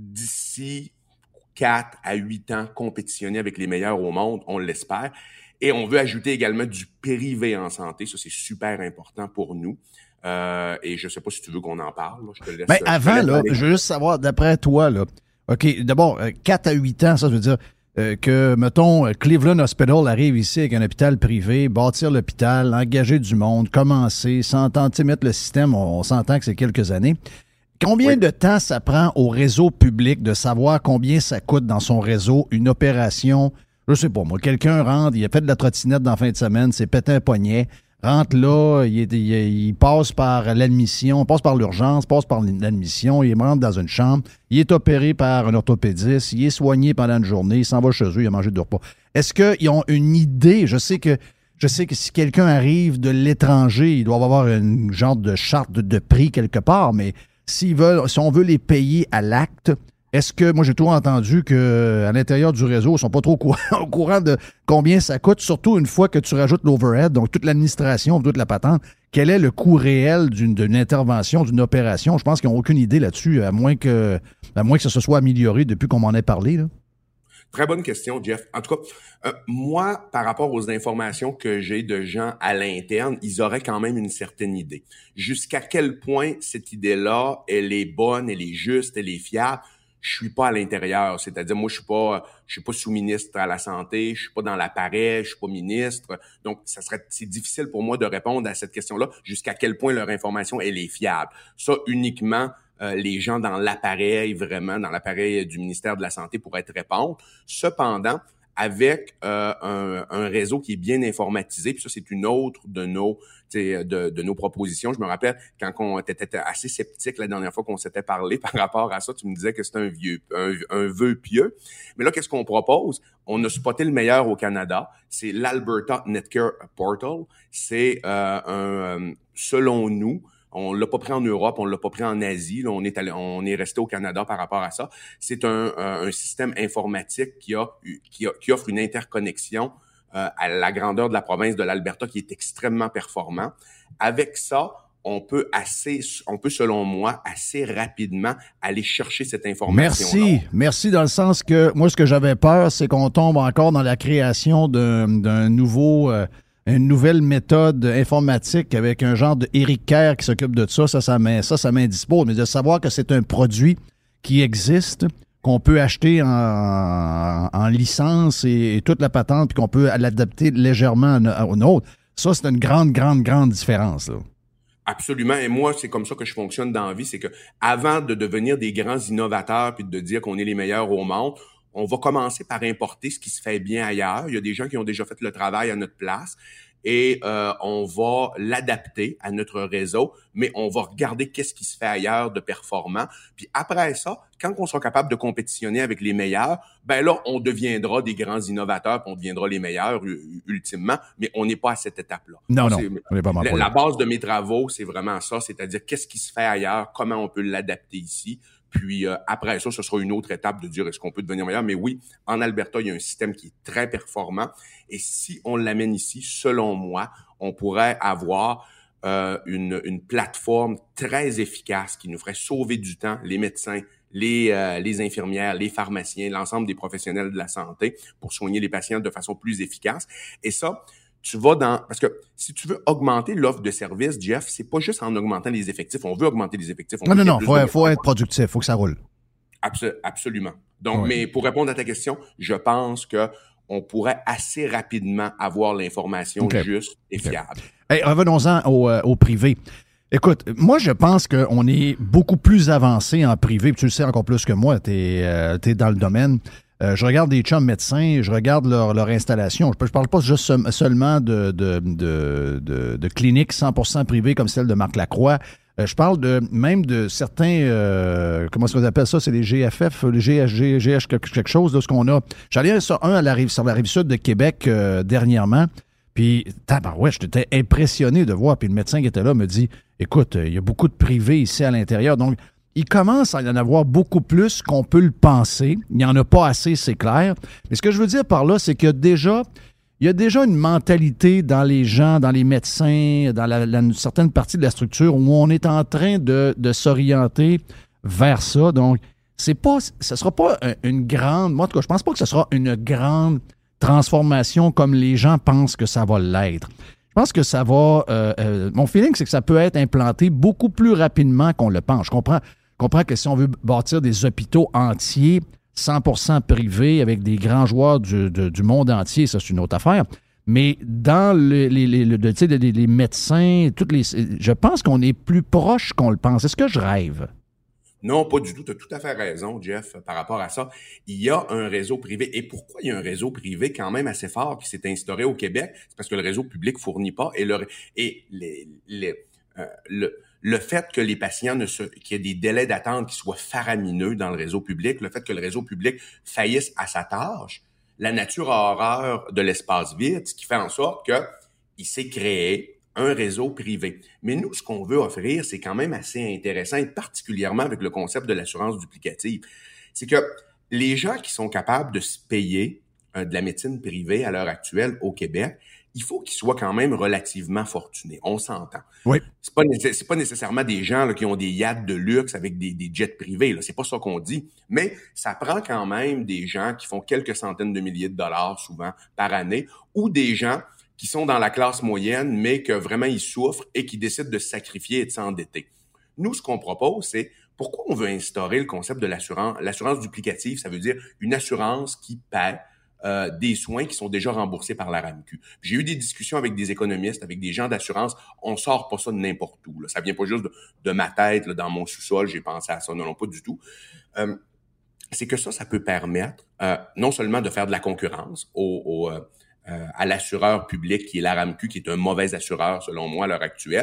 d'ici quatre à huit ans, compétitionner avec les meilleurs au monde, on l'espère. Et on veut ajouter également du privé en santé. Ça, c'est super important pour nous. Euh, et je ne sais pas si tu veux qu'on en parle. Là. Je te laisse. Ben, avant, là, je veux juste savoir, d'après toi, là, OK, d'abord, quatre à huit ans, ça, je veux dire euh, que, mettons, Cleveland Hospital arrive ici avec un hôpital privé, bâtir l'hôpital, engager du monde, commencer, s'entendre, mettre le système, on, on s'entend que c'est quelques années. Combien oui. de temps ça prend au réseau public de savoir combien ça coûte dans son réseau une opération? Je sais pas, moi, quelqu'un rentre, il a fait de la trottinette dans la fin de semaine, s'est pété un poignet, rentre là, il, est, il, il passe par l'admission, passe par l'urgence, passe par l'admission, il rentre dans une chambre, il est opéré par un orthopédiste, il est soigné pendant une journée, il s'en va chez eux, il a mangé de repas. Est-ce qu'ils ont une idée? Je sais que je sais que si quelqu'un arrive de l'étranger, il doit avoir une genre de charte de, de prix quelque part, mais s'ils veulent, si on veut les payer à l'acte, est-ce que, moi j'ai toujours entendu qu'à l'intérieur du réseau, ils ne sont pas trop au courant, au courant de combien ça coûte, surtout une fois que tu rajoutes l'overhead, donc toute l'administration, toute la patente, quel est le coût réel d'une, d'une intervention, d'une opération? Je pense qu'ils n'ont aucune idée là-dessus, à moins que, à moins que ça se soit amélioré depuis qu'on m'en ait parlé, là. Très bonne question, Jeff. En tout cas, euh, moi, par rapport aux informations que j'ai de gens à l'interne, ils auraient quand même une certaine idée. Jusqu'à quel point cette idée-là, elle est bonne, elle est juste, elle est fiable, je suis pas à l'intérieur. C'est-à-dire, moi, je suis pas, je suis pas sous-ministre à la santé, je suis pas dans l'appareil, je suis pas ministre. Donc, ça serait, c'est difficile pour moi de répondre à cette question-là. Jusqu'à quel point leur information, elle est fiable. Ça, uniquement, Euh, les gens dans l'appareil, vraiment, dans l'appareil du ministère de la Santé pourraient te répondre. Cependant, avec euh, un, un réseau qui est bien informatisé, puis ça, c'est une autre de nos de, de nos propositions. Je me rappelle, quand on était assez sceptique la dernière fois qu'on s'était parlé par rapport à ça, tu me disais que c'était un vieux, un, un vœu pieux. Mais là, qu'est-ce qu'on propose? On a spoté le meilleur au Canada. C'est l'Alberta Netcare Portal. C'est euh, un, selon nous, on l'a pas pris en Europe, on l'a pas pris en Asie. Là, on est allé, on est resté au Canada par rapport à ça. C'est un, un, un système informatique qui a, qui a, qui offre une interconnexion euh, à la grandeur de la province de l'Alberta qui est extrêmement performant. Avec ça, on peut assez, on peut selon moi assez rapidement aller chercher cette information. Merci, merci dans le sens que moi ce que j'avais peur, c'est qu'on tombe encore dans la création d'un, d'un nouveau. Euh, une nouvelle méthode informatique avec un genre de Eric Kerr qui s'occupe de ça, ça, ça, ça, ça m'indispose. Mais de savoir que c'est un produit qui existe, qu'on peut acheter en, en, en licence et, et toute la patente, puis qu'on peut l'adapter légèrement au nôtre, ça, c'est une grande, grande, grande différence, là. Absolument. Et moi, c'est comme ça que je fonctionne dans la vie. C'est que avant de devenir des grands innovateurs puis de dire qu'on est les meilleurs au monde, on va commencer par importer ce qui se fait bien ailleurs. Il y a des gens qui ont déjà fait le travail à notre place et euh, on va l'adapter à notre réseau, mais on va regarder qu'est-ce qui se fait ailleurs de performant. Puis après ça, quand on sera capable de compétitionner avec les meilleurs, ben là, on deviendra des grands innovateurs, puis on deviendra les meilleurs ultimement, mais on n'est pas à cette étape-là. Non, ça, non, on n'est pas mal. La, la base de mes travaux, c'est vraiment ça, c'est-à-dire qu'est-ce qui se fait ailleurs, comment on peut l'adapter ici. Puis euh, après ça, ce sera une autre étape de dire est-ce qu'on peut devenir meilleur. Mais oui, en Alberta, il y a un système qui est très performant. Et si on l'amène ici, selon moi, on pourrait avoir euh, une, une plateforme très efficace qui nous ferait sauver du temps, les médecins, les, euh, les infirmières, les pharmaciens, l'ensemble des professionnels de la santé pour soigner les patients de façon plus efficace. Et ça, tu vas dans... Parce que si tu veux augmenter l'offre de services, Jeff, c'est pas juste en augmentant les effectifs. On veut augmenter les effectifs. On non, non, non. Il faut, faut être productif. Il faut que ça roule. Absol- absolument. Donc, oui. Mais pour répondre à ta question, je pense que on pourrait assez rapidement avoir l'information okay. juste et fiable. Okay. Hey, revenons-en au, euh, au privé. Écoute, moi, je pense qu'on est beaucoup plus avancé en privé. Puis tu le sais encore plus que moi. Tu es euh, dans le domaine. Euh, je regarde des chums médecins, je regarde leur, leur installation. Je ne parle pas juste se, seulement de, de, de, de, de cliniques cent pour cent privées comme celle de Marc Lacroix. Euh, je parle de même de certains, euh, comment est-ce qu'on appelle ça? C'est les G F F, les G H G, G H quelque chose de ce qu'on a. J'allais sur un à la rive, sur la rive sud de Québec euh, dernièrement. Puis, tabarouette, j'étais impressionné de voir. Puis le médecin qui était là me dit, écoute, il y a beaucoup de privés ici à l'intérieur. Donc, il commence à y en avoir beaucoup plus qu'on peut le penser. Il n'y en a pas assez, c'est clair. Mais ce que je veux dire par là, c'est qu'il y a déjà, il y a déjà une mentalité dans les gens, dans les médecins, dans la, la, une certaine partie de la structure où on est en train de, de s'orienter vers ça. Donc, c'est pas, ce ne sera pas une grande... Moi, en tout cas, je pense pas que ce sera une grande transformation comme les gens pensent que ça va l'être. Je pense que ça va... Euh, euh, mon feeling, c'est que ça peut être implanté beaucoup plus rapidement qu'on le pense. Je comprends... Je comprends que si on veut bâtir des hôpitaux entiers, cent pour cent privés, avec des grands joueurs du, de, du monde entier, ça, c'est une autre affaire. Mais dans le, les, les, le, tu sais, les, les médecins, toutes les, je pense qu'on est plus proche qu'on le pense. Est-ce que je rêve? Non, pas du tout. Tu as tout à fait raison, Jeff, par rapport à ça. Il y a un réseau privé. Et pourquoi il y a un réseau privé quand même assez fort qui s'est instauré au Québec? C'est parce que le réseau public fournit pas. Et le, et les, les, euh, le, le fait que les patients ne se, qu'il y ait des délais d'attente qui soient faramineux dans le réseau public, le fait que le réseau public faillisse à sa tâche, la nature a horreur de l'espace vide, ce qui fait en sorte que il s'est créé un réseau privé. Mais nous, ce qu'on veut offrir, c'est quand même assez intéressant, et particulièrement avec le concept de l'assurance duplicative. C'est que les gens qui sont capables de se payer euh, de la médecine privée à l'heure actuelle au Québec, il faut qu'ils soient quand même relativement fortunés. On s'entend. Oui. C'est pas, c'est pas nécessairement des gens là, qui ont des yachts de luxe avec des, des jets privés. Là. C'est pas ça qu'on dit. Mais ça prend quand même des gens qui font quelques centaines de milliers de dollars souvent par année, ou des gens qui sont dans la classe moyenne, mais que vraiment ils souffrent et qui décident de se sacrifier et de s'endetter. Nous, ce qu'on propose, c'est pourquoi on veut instaurer le concept de l'assurance. L'assurance duplicative, ça veut dire une assurance qui paie euh, des soins qui sont déjà remboursés par la RAMQ. J'ai eu des discussions avec des économistes, avec des gens d'assurance. On sort pas ça de n'importe où. Là. Ça vient pas juste de, de ma tête, là, dans mon sous-sol, j'ai pensé à ça. Non, non, pas du tout. Euh, c'est que ça, ça peut permettre euh, non seulement de faire de la concurrence au... au euh, Euh, à l'assureur public qui est la RAMQ, qui est un mauvais assureur selon moi à l'heure actuelle.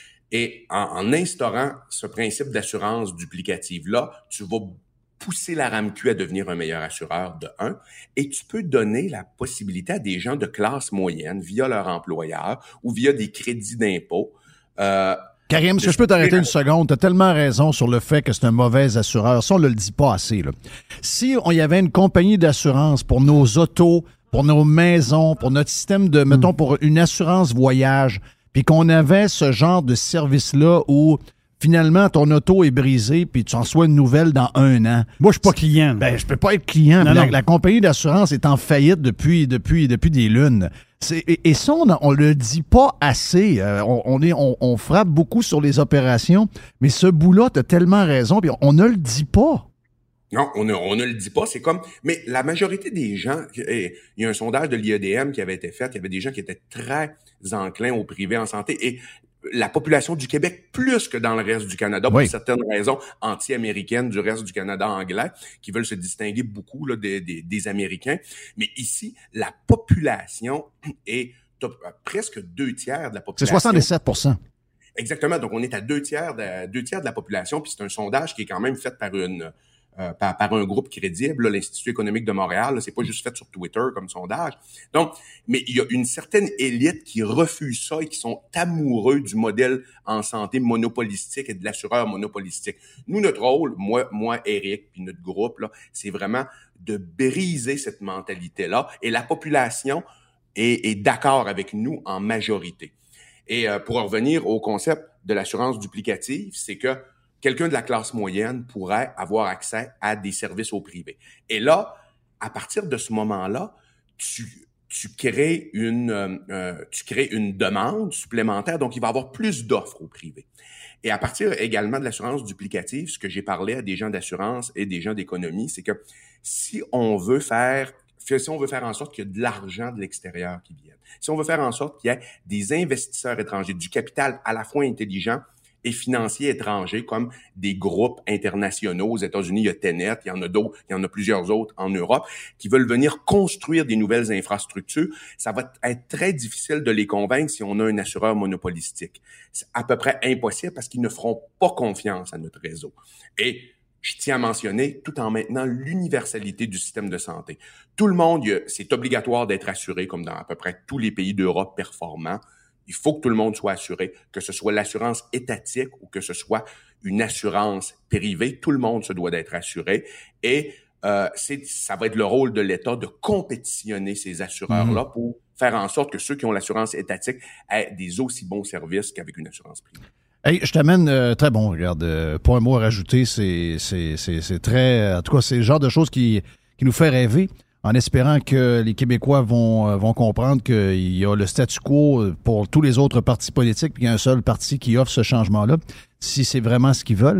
Et en, en instaurant ce principe d'assurance duplicative-là, tu vas pousser la RAMQ à devenir un meilleur assureur de un, et tu peux donner la possibilité à des gens de classe moyenne via leur employeur ou via des crédits d'impôt. Euh, Karim, est-ce que je peux t'arrêter une seconde? Tu as tellement raison sur le fait que c'est un mauvais assureur. Ça, on ne le dit pas assez. Là. Si on y avait une compagnie d'assurance pour nos autos, pour nos maisons, pour notre système de, mettons, pour une assurance voyage, puis qu'on avait ce genre de service-là où, finalement, ton auto est brisée, puis tu en reçois une nouvelle dans un an. Moi, je suis pas client. Ben, je peux pas être client. Non, la, non. la compagnie d'assurance est en faillite depuis, depuis, depuis des lunes. C'est, et, et ça, on, on le dit pas assez. Euh, on, on, est, on, on frappe beaucoup sur les opérations, mais ce bout-là, tu as tellement raison, puis on, on ne le dit pas. Non, on ne, on ne le dit pas, c'est comme... Mais la majorité des gens... Il y a un sondage de l'I E D M qui avait été fait, il y avait des gens qui étaient très enclins au privé en santé, et la population du Québec, plus que dans le reste du Canada, oui. pour certaines raisons anti-américaines du reste du Canada anglais, qui veulent se distinguer beaucoup là, des, des, des Américains. Mais ici, la population est presque deux tiers de la population. C'est soixante-dix-sept pour cent. Exactement, donc on est à deux tiers de, deux tiers de la population, puis c'est un sondage qui est quand même fait par une... Euh, par, par un groupe crédible, là, l'Institut économique de Montréal. Là, c'est pas juste fait sur Twitter comme sondage. Donc, mais il y a une certaine élite qui refuse ça et qui sont amoureux du modèle en santé monopolistique et de l'assureur monopolistique. Nous, notre rôle, moi, moi, Eric, puis notre groupe, là, c'est vraiment de briser cette mentalité-là. Et la population est, est d'accord avec nous en majorité. Et euh, pour en revenir au concept de l'assurance duplicative, c'est que quelqu'un de la classe moyenne pourrait avoir accès à des services au privé. Et là, à partir de ce moment-là, tu, tu crées une, euh, tu crées une demande supplémentaire, donc il va y avoir plus d'offres au privé. Et à partir également de l'assurance duplicative, ce que j'ai parlé à des gens d'assurance et des gens d'économie, c'est que si on veut faire, si on veut faire en sorte qu'il y ait de l'argent de l'extérieur qui vienne, si on veut faire en sorte qu'il y ait des investisseurs étrangers, du capital à la fois intelligent et financiers étrangers, comme des groupes internationaux. Aux États-Unis, il y a Tenet, il y en a d'autres, il y en a plusieurs autres en Europe, qui veulent venir construire des nouvelles infrastructures. Ça va être très difficile de les convaincre si on a un assureur monopolistique. C'est à peu près impossible parce qu'ils ne feront pas confiance à notre réseau. Et je tiens à mentionner, tout en maintenant l'universalité du système de santé. Tout le monde, c'est obligatoire d'être assuré, comme dans à peu près tous les pays d'Europe performants. Il faut que tout le monde soit assuré, que ce soit l'assurance étatique ou que ce soit une assurance privée. Tout le monde se doit d'être assuré. Et euh, c'est, ça va être le rôle de l'État de compétitionner ces assureurs-là mmh. pour faire en sorte que ceux qui ont l'assurance étatique aient des aussi bons services qu'avec une assurance privée. Hey, je t'amène euh, très bon, regarde, euh, pas un mot à rajouter, c'est, c'est, c'est, c'est très... En tout cas, c'est le genre de choses qui, qui nous fait rêver, en espérant que les Québécois vont, vont comprendre qu'il y a le statu quo pour tous les autres partis politiques, puis qu'il y a un seul parti qui offre ce changement-là, si c'est vraiment ce qu'ils veulent.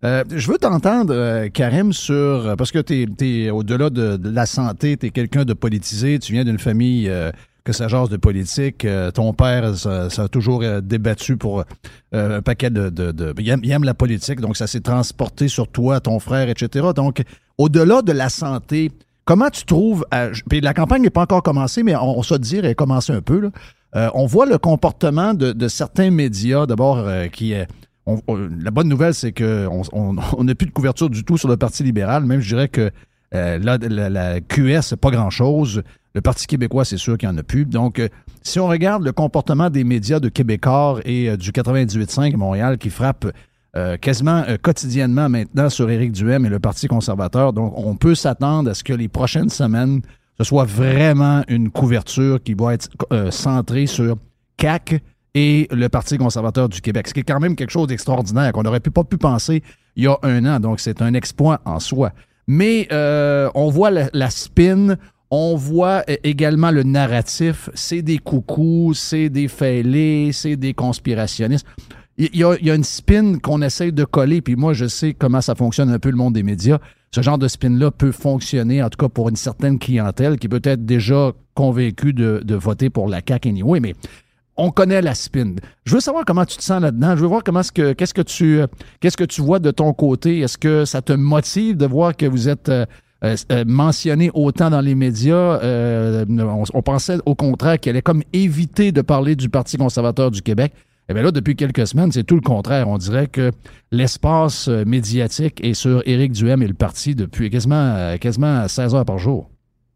Euh, je veux t'entendre, euh, Karim, sur... Parce que t'es, t'es au-delà de, de la santé, t'es quelqu'un de politisé, tu viens d'une famille euh, que ça jase de politique. Euh, ton père, ça, ça a toujours euh, débattu pour euh, un paquet de... de, de il, aime, il aime la politique, donc ça s'est transporté sur toi, ton frère, et cetera. Donc, au-delà de la santé, comment tu trouves... Euh, puis la campagne n'est pas encore commencée, mais on, on se dire, elle a commencé un peu, là. Euh, on voit le comportement de, de certains médias, d'abord, euh, qui est... On, on, la bonne nouvelle, c'est qu'on on, on n'a plus de couverture du tout sur le Parti libéral. Même, je dirais que euh, là, la, la Q S, c'est pas grand-chose. Le Parti québécois, c'est sûr qu'il n'y en a plus. Donc, euh, si on regarde le comportement des médias de Québécois et euh, du quatre-vingt-dix-huit virgule cinq Montréal qui frappe euh, quasiment euh, quotidiennement maintenant sur Éric Duhaime et le Parti conservateur, donc on peut s'attendre à ce que les prochaines semaines, ce soit vraiment une couverture qui va être euh, centrée sur C A Q et le Parti conservateur du Québec. Ce qui est quand même quelque chose d'extraordinaire qu'on n'aurait pu, pas pu penser il y a un an. Donc, c'est un exploit en soi. Mais euh, on voit la, la spin, on voit également le narratif. C'est des coucous, c'est des fêlés, c'est des conspirationnistes. Il y a, il y a une spin qu'on essaie de coller, puis moi, je sais comment ça fonctionne un peu le monde des médias. Ce genre de spin-là peut fonctionner, en tout cas pour une certaine clientèle qui peut être déjà convaincue de, de voter pour la C A Q anyway, mais on connaît la spin. Je veux savoir comment tu te sens là-dedans. Je veux voir comment est-ce que qu'est-ce que tu qu'est-ce que tu vois de ton côté. Est-ce que ça te motive de voir que vous êtes euh, euh, mentionné autant dans les médias? Euh, on, on pensait au contraire qu'elle allait comme éviter de parler du Parti conservateur du Québec. Eh bien là, depuis quelques semaines, c'est tout le contraire. On dirait que l'espace médiatique est sur Éric Duhaime et le parti depuis quasiment, quasiment seize heures par jour.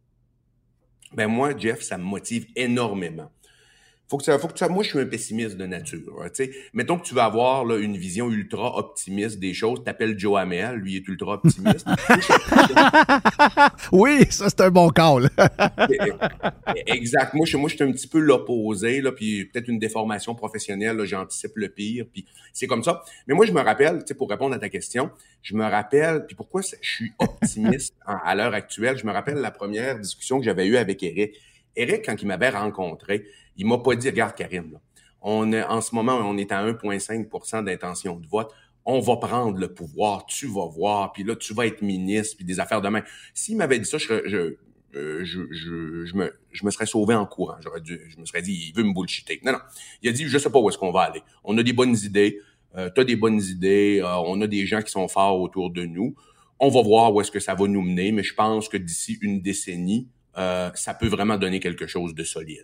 Ben moi, Jeff, ça me motive énormément. Faut que ça, faut que ça, moi, je suis un pessimiste de nature. Hein, tu sais, mettons que tu vas avoir là, une vision ultra optimiste des choses. T'appelles Joe Hamel, lui il est ultra optimiste. Oui, ça c'est un bon call. Exact. Moi, je, moi, je suis un petit peu l'opposé, là, puis peut-être une déformation professionnelle. Là, j'anticipe le pire, puis c'est comme ça. Mais moi, je me rappelle, tu sais, pour répondre à ta question, je me rappelle, puis pourquoi je suis optimiste en, à l'heure actuelle. Je me rappelle la première discussion que j'avais eue avec Éric. Éric, quand il m'avait rencontré, il m'a pas dit, regarde Karim, là, on est, en ce moment, on est à un virgule cinq pour cent d'intention de vote. On va prendre le pouvoir, tu vas voir, puis là, tu vas être ministre, puis des affaires de main. S'il m'avait dit ça, je, je, je, je, je, je, me, je me serais sauvé en courant. J'aurais dû, je me serais dit, il veut me bullshiter. Non, non. Il a dit, je sais pas où est-ce qu'on va aller. On a des bonnes idées, euh, t'as des bonnes idées, euh, on a des gens qui sont forts autour de nous. On va voir où est-ce que ça va nous mener, mais je pense que d'ici une décennie, euh, ça peut vraiment donner quelque chose de solide.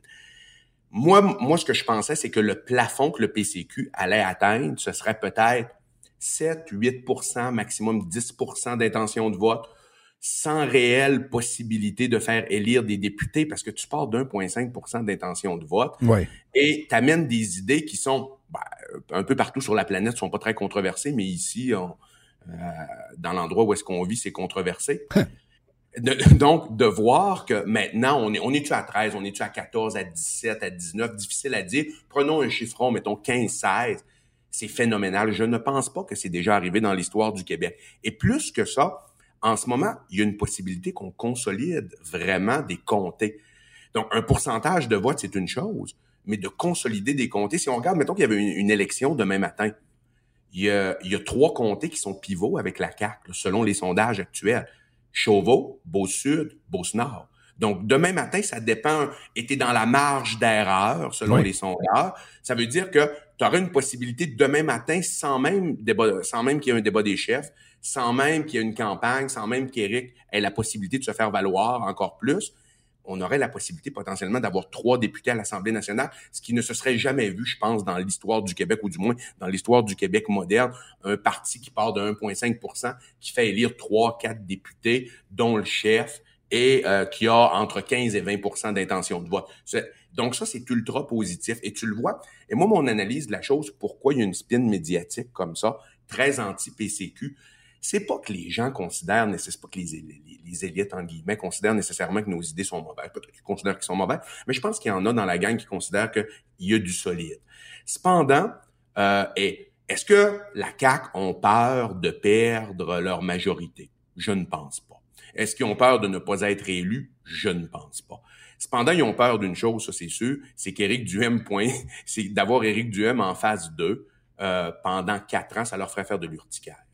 Moi, moi, ce que je pensais, c'est que le plafond que le P C Q allait atteindre, ce serait peut-être sept, huit pour cent, maximum dix pour cent d'intention de vote, sans réelle possibilité de faire élire des députés, parce que tu pars d'un virgule cinq pour cent d'intention de vote, ouais. Et tu amènes des idées qui sont, ben, un peu partout sur la planète, sont pas très controversées, mais ici, on, euh, dans l'endroit où est-ce qu'on vit, c'est controversé. De, donc, de voir que maintenant, on est, on est-tu à treize, on est-tu à quatorze, à dix-sept, à dix-neuf, difficile à dire. Prenons un chiffron, mettons quinze, seize. C'est phénoménal. Je ne pense pas que c'est déjà arrivé dans l'histoire du Québec. Et plus que ça, en ce moment, il y a une possibilité qu'on consolide vraiment des comtés. Donc, un pourcentage de vote, c'est une chose, mais de consolider des comtés. Si on regarde, mettons qu'il y avait une, une élection demain matin, il y a, il y a trois comtés qui sont pivots avec la C A Q, selon les sondages actuels. Chauveau, Beau-Sud, Beauce-Nord. Donc, demain matin, ça dépend, et t'es dans la marge d'erreur, selon oui. les sondages. Ça veut dire que tu auras une possibilité demain matin, sans même débat, sans même qu'il y ait un débat des chefs, sans même qu'il y ait une campagne, sans même qu'Éric ait la possibilité de se faire valoir encore plus. On aurait la possibilité potentiellement d'avoir trois députés à l'Assemblée nationale, ce qui ne se serait jamais vu, je pense, dans l'histoire du Québec, ou du moins dans l'histoire du Québec moderne. Un parti qui part de un virgule cinq pour cent, qui fait élire trois, quatre députés, dont le chef, et euh, qui a entre quinze et vingt pour cent d'intention de vote. C'est, donc ça, c'est ultra positif. Et tu le vois. Et moi, mon analyse de la chose, pourquoi il y a une spin médiatique comme ça, très anti-P C Q, c'est pas que les gens considèrent, c'est pas que les, les, les élites, en guillemets, considèrent nécessairement que nos idées sont mauvaises. Peut-être qu'ils considèrent qu'ils sont mauvaises, mais je pense qu'il y en a dans la gang qui considèrent qu'il y a du solide. Cependant, euh, et, est-ce que la C A Q ont peur de perdre leur majorité? Je ne pense pas. Est-ce qu'ils ont peur de ne pas être élus? Je ne pense pas. Cependant, ils ont peur d'une chose, ça c'est sûr, c'est qu'Éric Duhaime, point, c'est d'avoir Éric Duhaime en phase deux euh, pendant quatre ans, ça leur ferait faire de l'urticaire.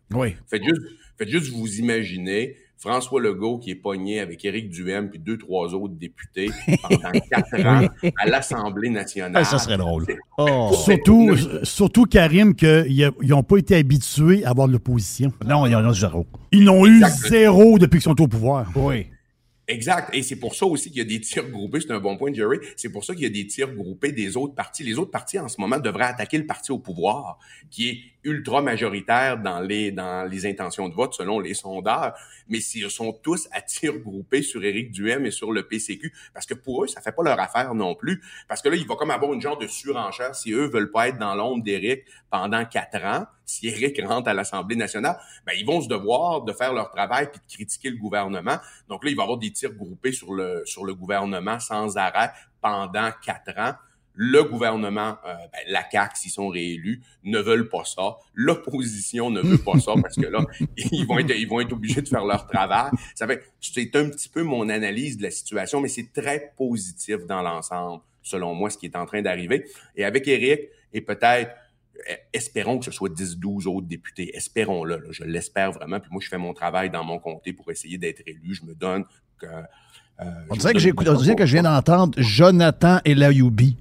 Oui. Faites juste, faites juste vous imaginer François Legault qui est pogné avec Éric Duhaime puis deux, trois autres députés pendant quatre ans à l'Assemblée nationale. Ah, ça serait drôle. Oh. Surtout, surtout, Karim, qu'ils n'ont pas été habitués à avoir de l'opposition. Non, ils en ont zéro. Ils n'ont eu zéro depuis qu'ils sont au pouvoir. Oui. Exact. Et c'est pour ça aussi qu'il y a des tirs groupés. C'est un bon point, Jerry. C'est pour ça qu'il y a des tirs groupés des autres partis. Les autres partis, en ce moment, devraient attaquer le parti au pouvoir, qui est ultra majoritaire dans les dans les intentions de vote selon les sondeurs. Mais ils sont tous à tirs groupés sur Éric Duhaime et sur le P C Q. Parce que pour eux, ça fait pas leur affaire non plus. Parce que là, il va comme avoir une genre de surenchère si eux veulent pas être dans l'ombre d'Éric pendant quatre ans. Si Éric rentre à l'Assemblée nationale, ben ils vont se devoir de faire leur travail puis de critiquer le gouvernement. Donc là, il va y avoir des tirs groupés sur le sur le gouvernement sans arrêt pendant quatre ans. Le gouvernement, euh, ben, la C A Q, s'ils sont réélus, ne veulent pas ça. L'opposition ne veut pas ça parce que là, ils vont être, ils vont être obligés de faire leur travail. Ça fait, c'est un petit peu mon analyse de la situation, mais c'est très positif dans l'ensemble, selon moi, ce qui est en train d'arriver. Et avec Éric, et peut-être, espérons que ce soit dix douze autres députés. Espérons-le. Là, je l'espère vraiment. Puis moi, je fais mon travail dans mon comté pour essayer d'être élu. Je me donne que... Euh, on dirait que, j'ai, on dirait que je viens d'entendre Jonathan Elayoubi.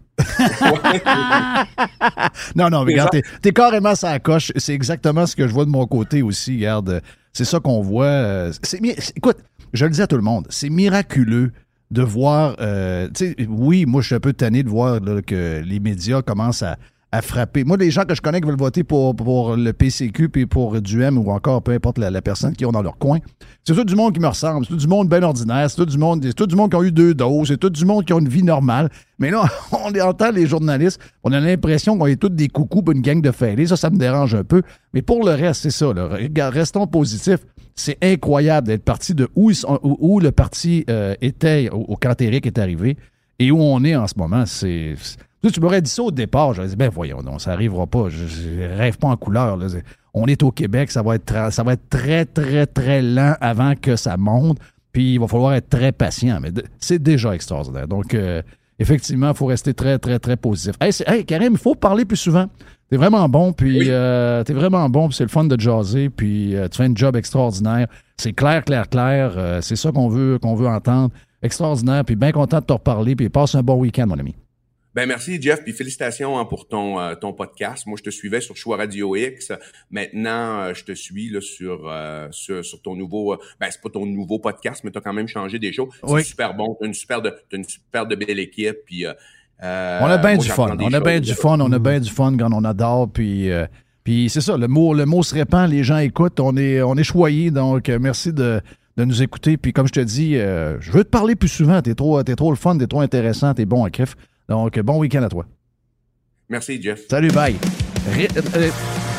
non, non, mais regarde, t'es, t'es carrément sur la coche. C'est exactement ce que je vois de mon côté aussi. Regarde, c'est ça qu'on voit. C'est, c'est, écoute, je le dis à tout le monde, c'est miraculeux de voir... Euh, tu sais, oui, moi, je suis un peu tanné de voir là, que les médias commencent à... à frapper. Moi, les gens que je connais qui veulent voter pour, pour le P C Q puis pour Duhaime ou encore peu importe la, la personne qu'ils ont dans leur coin, c'est tout du monde qui me ressemble. C'est tout du monde bien ordinaire. C'est tout du monde, c'est tout du monde qui a eu deux doses. C'est tout du monde qui a une vie normale. Mais là, on entend les journalistes. On a l'impression qu'on est tous des coucous pour une gang de fêlés. Ça, ça me dérange un peu. Mais pour le reste, c'est ça. Là. Restons positifs. C'est incroyable d'être parti de où, où, où le parti euh, était au, quand Éric est arrivé et où on est en ce moment. C'est... c'est Tu m'aurais dit ça au départ, j'aurais dit, ben voyons, non, ça n'arrivera pas, je, je rêve pas en couleur. Là. On est au Québec, ça va être tra- ça va être très, très, très lent avant que ça monte, puis il va falloir être très patient, mais de- c'est déjà extraordinaire. Donc, euh, effectivement, il faut rester très, très, très positif. Hey, c'est, hey Karim, il faut parler plus souvent. T'es vraiment bon, puis oui. euh, t'es vraiment bon, puis c'est le fun de jaser, puis euh, tu fais un job extraordinaire. C'est clair, clair, clair, euh, c'est ça qu'on veut, qu'on veut entendre. Extraordinaire, puis bien content de te reparler, puis passe un bon week-end, mon ami. Ben merci Jeff, puis félicitations hein, pour ton euh, ton podcast. Moi je te suivais sur Choix Radio X. Maintenant euh, je te suis là sur euh, sur, sur ton nouveau euh, ben c'est pas ton nouveau podcast mais tu as quand même changé des choses. C'est oui. super bon, tu as une super de t'as une super de belle équipe puis euh, on a bien du fun, on a bien du fun, on a bien du fun quand on adore puis euh, puis c'est ça, le mot le mot se répand, les gens écoutent, on est on est choyés donc euh, merci de de nous écouter puis comme je te dis, euh, je veux te parler plus souvent, t'es trop t'es trop le fun, t'es trop intéressant, t'es bon à crif. Donc, bon week-end à toi. Merci, Jeff. Salut, bye. Ré- euh,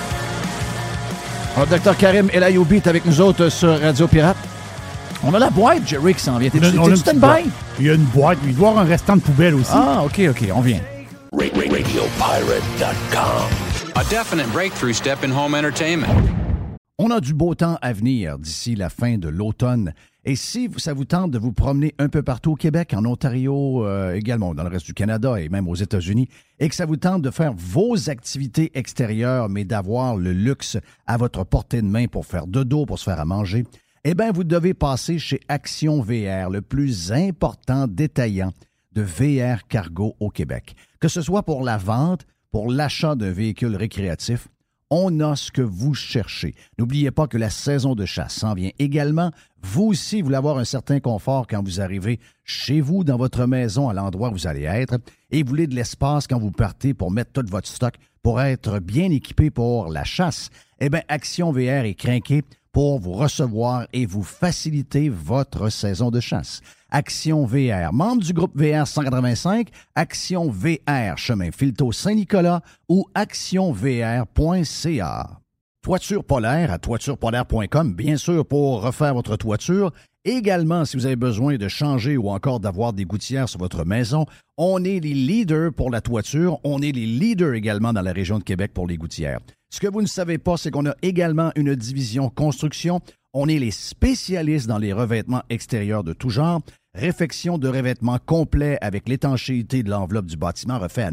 Alors, docteur Karim Elayoubi est avec nous autres sur Radio Pirate. On a la boîte, Jerry, qui s'en vient. T'es-tu stand-by? Il y a une boîte. Il doit y avoir un restant de poubelle aussi. Ah, OK, OK, on vient. radio pirate dot com. A definite breakthrough step in home entertainment. On a du beau temps à venir d'ici la fin de l'automne. Et si ça vous tente de vous promener un peu partout au Québec, en Ontario, euh, également dans le reste du Canada et même aux États-Unis, et que ça vous tente de faire vos activités extérieures, mais d'avoir le luxe à votre portée de main pour faire dodo, pour se faire à manger, eh bien, vous devez passer chez Action V R, le plus important détaillant de V R cargo au Québec. Que ce soit pour la vente, pour l'achat d'un véhicule récréatif, on a ce que vous cherchez. N'oubliez pas que la saison de chasse s'en vient également. Vous aussi, vous voulez avoir un certain confort quand vous arrivez chez vous, dans votre maison, à l'endroit où vous allez être, et vous voulez de l'espace quand vous partez pour mettre tout votre stock, pour être bien équipé pour la chasse. Eh bien, Action V R est crinqué pour vous recevoir et vous faciliter votre saison de chasse. Action V R, membre du groupe V R cent quatre-vingt-cinq, Action V R, chemin Filteau Saint-Nicolas ou action v r point c a. Toiture polaire à toiture polaire point com, bien sûr, pour refaire votre toiture. Également, si vous avez besoin de changer ou encore d'avoir des gouttières sur votre maison, on est les leaders pour la toiture. On est les leaders également dans la région de Québec pour les gouttières. Ce que vous ne savez pas, c'est qu'on a également une division construction. On est les spécialistes dans les revêtements extérieurs de tout genre. Réfection de revêtements complet avec l'étanchéité de l'enveloppe du bâtiment refait à neuf.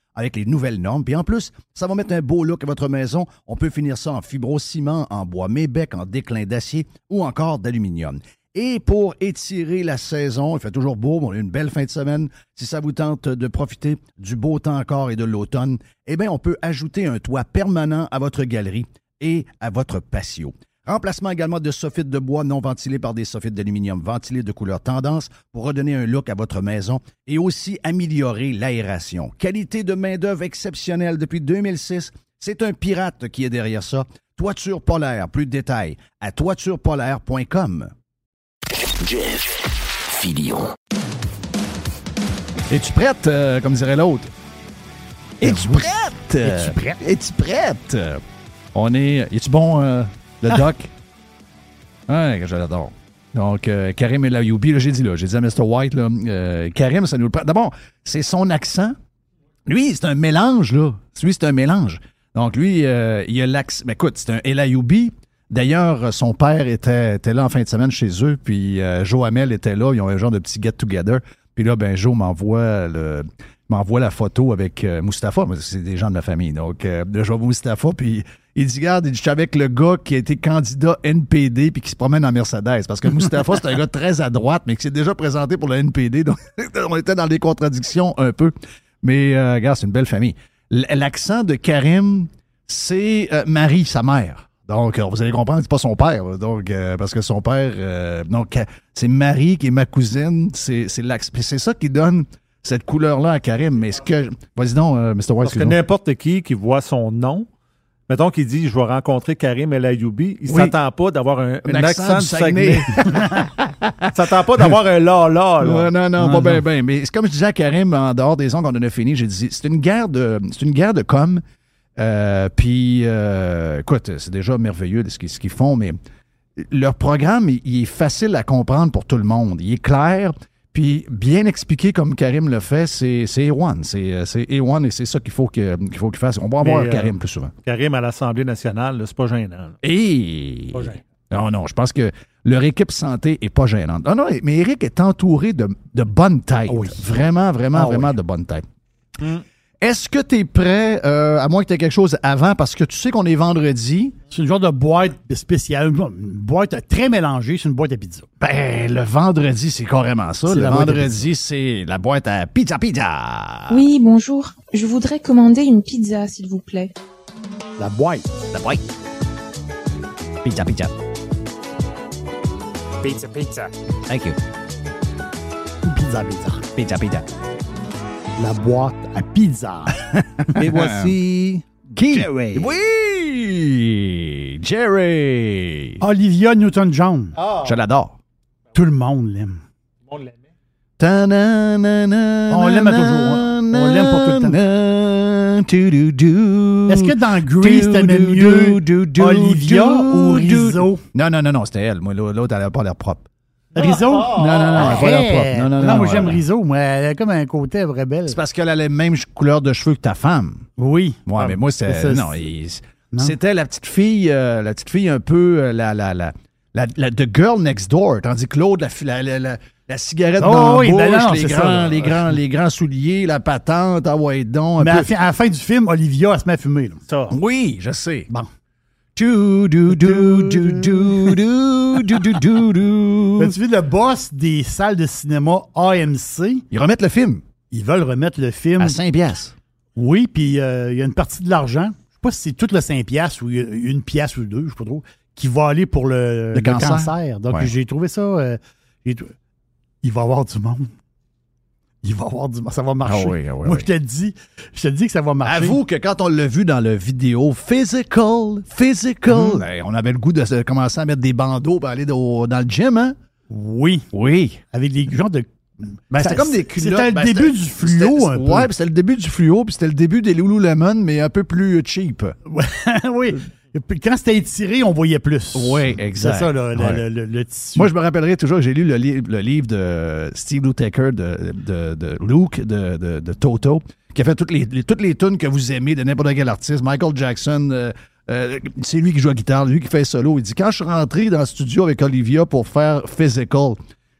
avec les nouvelles normes. Puis en plus, ça va mettre un beau look à votre maison. On peut finir ça en fibrociment, en bois Mébec, en déclin d'acier ou encore d'aluminium. Et pour étirer la saison, il fait toujours beau, on a une belle fin de semaine. Si ça vous tente de profiter du beau temps encore et de l'automne, eh bien, on peut ajouter un toit permanent à votre galerie et à votre patio. Remplacement également de soffites de bois non ventilés par des soffites d'aluminium ventilés de couleur tendance pour redonner un look à votre maison et aussi améliorer l'aération. Qualité de main-d'œuvre exceptionnelle depuis deux mille six. C'est un pirate qui est derrière ça. Toiture polaire, plus de détails à toiture polaire point com. Jeff Fillion. Es-tu prête, euh, comme dirait l'autre? Es-tu oui. prête? Es-tu prête? Es-tu prête? On est... Es-tu bon, euh, le doc? Ouais, je l'adore. Donc, euh, Karim El Ayoubi, là, j'ai dit là, j'ai dit à mister White, là, euh, Karim, ça nous le prend. D'abord, c'est son accent. Lui, c'est un mélange, là. Lui, c'est un mélange. Donc, lui, euh, il a l'accent... Mais écoute, c'est un El Ayoubi. D'ailleurs, son père était, était là en fin de semaine chez eux, puis euh, Joe Hamel était là, ils ont un genre de petit get-together. Puis là, ben Joe m'envoie le m'envoie la photo avec euh, Mustapha, c'est des gens de la famille. Donc, euh, je vois Mustapha, puis il dit, regarde, je suis avec le gars qui a été candidat N P D puis qui se promène en Mercedes. Parce que Mustapha, c'est un gars très à droite, mais qui s'est déjà présenté pour le N P D. Donc, on était dans des contradictions un peu. Mais, euh, regarde, c'est une belle famille. L'accent de Karim, c'est euh, Marie, sa mère. Donc, vous allez comprendre, c'est pas son père. Donc, euh, parce que son père, euh, donc, c'est Marie qui est ma cousine. C'est, c'est, c'est ça qui donne cette couleur-là à Karim. Mais ce que. Vas-y donc, euh, mister White. Parce que n'importe qui qui voit son nom, mettons qu'il dit je vais rencontrer Karim El Ayoubi, il oui. s'attend pas d'avoir un, un, un accent, accent du Saguenay. Il s'attend pas d'avoir un là-là. Là. Ouais, non, non, non, pas bien, bien. Mais c'est comme je disais à Karim, en dehors des ondes qu'on en a fini, j'ai dit c'est une guerre de. C'est une guerre de com'. Euh, puis, euh, écoute, c'est déjà merveilleux de ce qu'ils, ce qu'ils font, mais leur programme, il, il est facile à comprendre pour tout le monde. Il est clair, puis bien expliqué comme Karim le fait, c'est, c'est A un. C'est, c'est A un et c'est ça qu'il faut, que, qu'il faut qu'il fasse. On va avoir mais, Karim euh, plus souvent. Karim à l'Assemblée nationale, là, c'est pas gênant. Là. Et... C'est pas gênant. Non, non, je pense que leur équipe santé est pas gênante. Non, non, mais Éric est entouré de, de bonnes têtes. Oui. Vraiment, vraiment, ah, vraiment oui. de bonnes têtes. Mm. Est-ce que tu es prêt, euh, à moins que tu aies quelque chose avant, parce que tu sais qu'on est vendredi? C'est une genre de boîte spéciale, une boîte très mélangée, c'est une boîte à pizza. Ben, le vendredi, c'est carrément ça. C'est le vendredi, c'est la boîte à pizza pizza. Oui, bonjour. Je voudrais commander une pizza, s'il vous plaît. La boîte. La boîte. Pizza pizza. Pizza pizza. Thank you. Pizza pizza. Pizza pizza. La boîte à pizza. Et voici qui? Jerry. Oui! Jerry! Olivia Newton-John. Oh. Je l'adore. Tout le monde l'aime. Tout le monde l'aimait. Ta-na-na-na, on l'aime à toujours. On l'aime pour tout le temps. Est-ce que dans Grease, t'aimais mieux Olivia ou Rizzo? Non, non, non, non, c'était elle. Moi, l'autre, elle n'a pas l'air propre. Rizzo? Oh, non, non, non, elle n'a pas l'air propre. Non, non, non, non, moi, j'aime ouais. Rizzo. Moi, elle a comme un côté vraie belle. C'est parce qu'elle a la même couleur de cheveux que ta femme. Oui. Ouais, ah, mais moi, c'est... c'est non, il, non, c'était la petite fille, euh, la petite fille un peu, euh, la, la, la, la, la The Girl Next Door, tandis que l'autre, la, la, la, la cigarette oh, dans oui, la bouche, ben non, les, grands, ça, les, grands, les grands souliers, la patente, ah ouais, donc... Mais à, peu... à la fin du film, Olivia, elle se met à fumer. Là. Ça. Oui, je sais. Bon. Du, du, du, du, du, du, du, du, du, du. Tu vois, le boss des salles de cinéma A M C... Ils remettent le film. Ils veulent remettre le film... À cinq piastres. Oui, puis euh, il y a une partie de l'argent, je ne sais pas si c'est tout le cinq piastres ou une pièce ou deux, je ne sais pas trop, qui va aller pour le, le, le cancer. cancer. Donc, ouais. j'ai trouvé ça... Euh, j'ai t... Il va y avoir du monde. Il va y avoir du monde. Ça va marcher. Ah oui, ah oui, Moi, oui. je te le dis. Je te dis que ça va marcher. Avoue que quand on l'a vu dans la vidéo Physical, Physical, mm-hmm. ben, on avait le goût de commencer à mettre des bandeaux pour aller dans, dans le gym, hein? Oui. Oui. Avec des genres de... Ben, c'était comme des culottes. C'était le ben, début du fluo, un peu. Ouais, puis c'était le début du fluo, puis c'était le début des Lululemon, mais un peu plus cheap. Oui. Quand c'était étiré, on voyait plus. Oui, exact. C'est ça, le, ouais. le, le, le tissu. Moi, je me rappellerai toujours que j'ai lu le, li- le livre de Steve Lukather, de, de, de Luke, de, de, de Toto, qui a fait toutes les, les, toutes les tunes que vous aimez de n'importe quel artiste. Michael Jackson, euh, euh, c'est lui qui joue à la guitare, lui qui fait solo. Il dit, quand je suis rentré dans le studio avec Olivia pour faire Physical,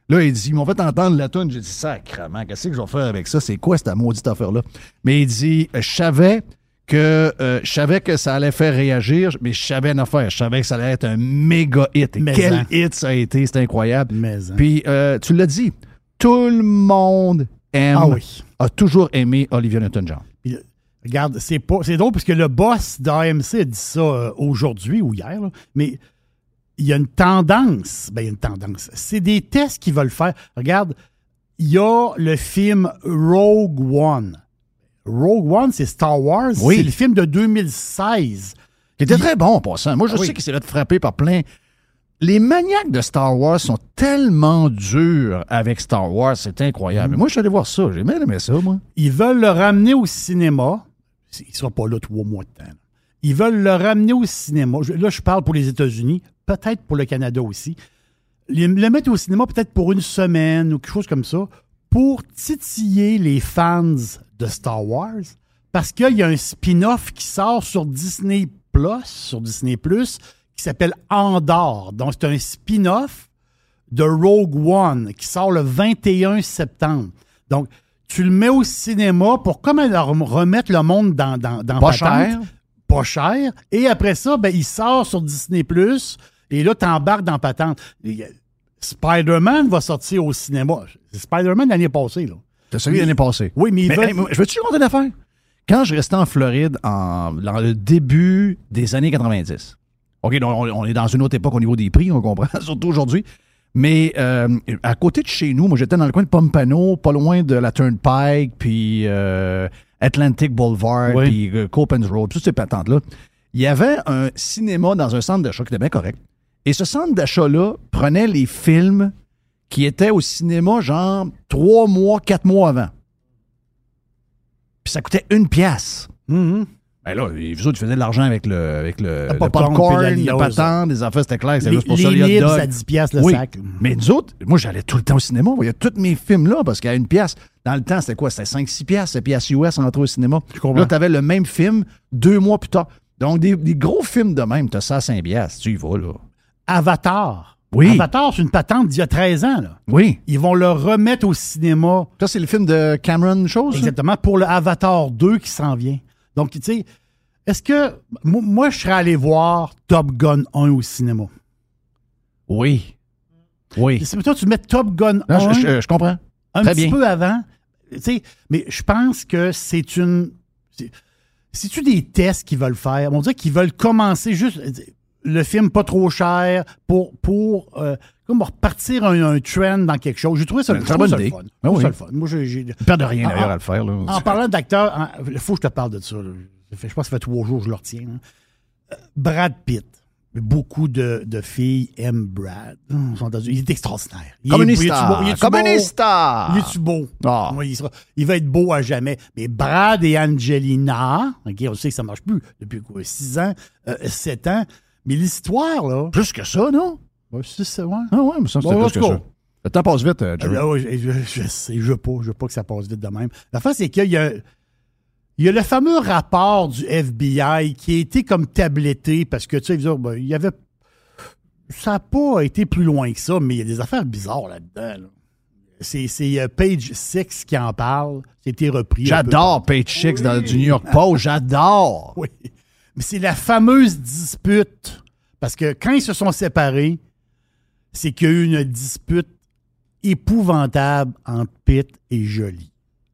Là, il dit, ils m'ont fait entendre la toune. J'ai dit, sacrement, qu'est-ce que je vais faire avec ça? C'est quoi cette maudite affaire-là? Mais il dit, je savais que euh, je savais que ça allait faire réagir, mais je savais une affaire. Je savais que ça allait être un méga hit. Et quel hein. hit ça a été, c'est incroyable. Mais hein. Puis, euh, tu l'as dit, tout le monde aime, ah oui. a toujours aimé Olivia Newton-John. Puis, regarde, c'est pas, c'est drôle parce que le boss d'A M C a dit ça euh, aujourd'hui ou hier, là, mais il y a une tendance. Ben, il y a une tendance. C'est des tests qu'ils veulent faire. Regarde, il y a le film Rogue One. Rogue One, c'est Star Wars. Oui. C'est le film de deux mille seize. Qui était très bon en passant. Moi, je Ah sais oui. qu'il s'est fait frapper par plein. Les maniaques de Star Wars sont tellement durs avec Star Wars, c'est incroyable. Mm. Moi, je suis allé voir ça. J'ai bien aimé ça, moi. Ils veulent le ramener au cinéma. Il ne sera pas là trois mois de temps. Ils veulent le ramener au cinéma. Je- Là, je parle pour les États-Unis, peut-être pour le Canada aussi. Le le mettre au cinéma peut-être pour une semaine ou quelque chose comme ça, pour titiller les fans de Star Wars, parce qu'il y a un spin-off qui sort sur Disney Plus, sur Disney Plus, qui s'appelle Andor. Donc, c'est un spin-off de Rogue One qui sort le vingt et un septembre. Donc, tu le mets au cinéma pour comme leur remettre le monde dans, dans, dans Pas patente. cher. Pas cher. Et après ça, ben, il sort sur Disney Plus et là, tu embarques dans patente. Et, euh, Spider-Man va sortir au cinéma. C'est Spider-Man l'année passée, là. C'est celui de l'année passée. Oui, mais, ils Mais, veulent- hey, moi, je veux-tu te conter une affaire? Quand je restais en Floride en, dans le début des années quatre-vingt-dix, OK, donc on, on est dans une autre époque au niveau des prix, on comprend, surtout aujourd'hui. Mais euh, à côté de chez nous, moi, j'étais dans le coin de Pompano, pas loin de la Turnpike, puis euh, Atlantic Boulevard, Oui. puis euh, Coppens Road, toutes ces patentes-là. Il y avait un cinéma dans un centre d'achat qui était bien correct. Et ce centre d'achat-là prenait les films qui étaient au cinéma genre trois mois, quatre mois avant. Puis ça coûtait une pièce. Mhm. Ben là, les autres, ils faisaient de l'argent avec le, avec le, Le le popcorn, popcorn, puis la le liose. patin, des affaires, c'était clair. C'était Les, juste pour les ça, les hot libres, dogs. à dix piastres le Oui. sac. Mais nous autres, moi, j'allais tout le temps au cinéma. Il y a tous mes films là, parce qu'à une pièce, dans le temps, c'était quoi? C'était cinq six piastres, sept piastres U S en entrée au cinéma. comprends. Là, tu avais le même film deux mois plus tard. Donc, des, des gros films de même, tu as ça à cinq piastres. Tu y vas, là. Avatar. Oui. Avatar, c'est une patente d'il y a treize ans, là. Oui. Ils vont le remettre au cinéma. Ça, c'est le film de Cameron Chose? Exactement, pour le Avatar deux qui s'en vient. Donc, tu sais, est-ce que. Moi, moi, je serais allé voir Top Gun un au cinéma. Oui. Oui. C'est toi, tu mets Top Gun Non, un je, je- je comprends. un Très petit bien. peu avant. Tu sais, mais je pense que c'est une. c'est- C'est-tu des tests qu'ils veulent faire? On dirait qu'ils veulent commencer juste le film pas trop cher pour, pour euh, comme repartir un, un trend dans quelque chose. J'ai trouvé ça, C'est je une trouve bonne ça le idée. fun. Je Ah trouve oui. ça le fun. Moi, j'ai, j'ai- Ils perdent rien, d'ailleurs, En- à le faire. Là. En parlant d'acteurs, il faut que je te parle de ça. là. Ça fait- Je pense que ça fait trois jours que je le retiens. là. Euh, Brad Pitt. Beaucoup de, de filles aiment Brad. Hum, sont entendues. Il est extraordinaire. Il Comme est- une il est-tu star. beau? Il est-tu Comme une beau? star. Il est-tu beau? Ah. Oui, il, sera- il va être beau à jamais. Mais Brad et Angelina, OK, on sait que ça marche plus depuis quoi, six ans, euh, sept ans. Mais l'histoire, là. Plus que ça, non? Ouais, c'est ça, ouais. Ah ouais, mais ça, c'était Bon, plus que let's go. ça. Le temps passe vite, euh, Jerry. Ah, ouais, je, je- je sais, je veux pas. Je veux pas que ça passe vite de même. La fin, c'est qu'il y a. Il y a le fameux rapport du F B I qui a été comme tabletté parce que, tu sais, je veux dire, ben, il y avait. Ça n'a pas été plus loin que ça, mais il y a des affaires bizarres là-dedans. là. C'est, c'est euh, Page six qui en parle. C'était repris. un J'adore peu. Page Six dans du New York Post. J'adore. Oui. Mais c'est la fameuse dispute. Parce que quand ils se sont séparés, c'est qu'il y a eu une dispute épouvantable entre Pitt et Jolie.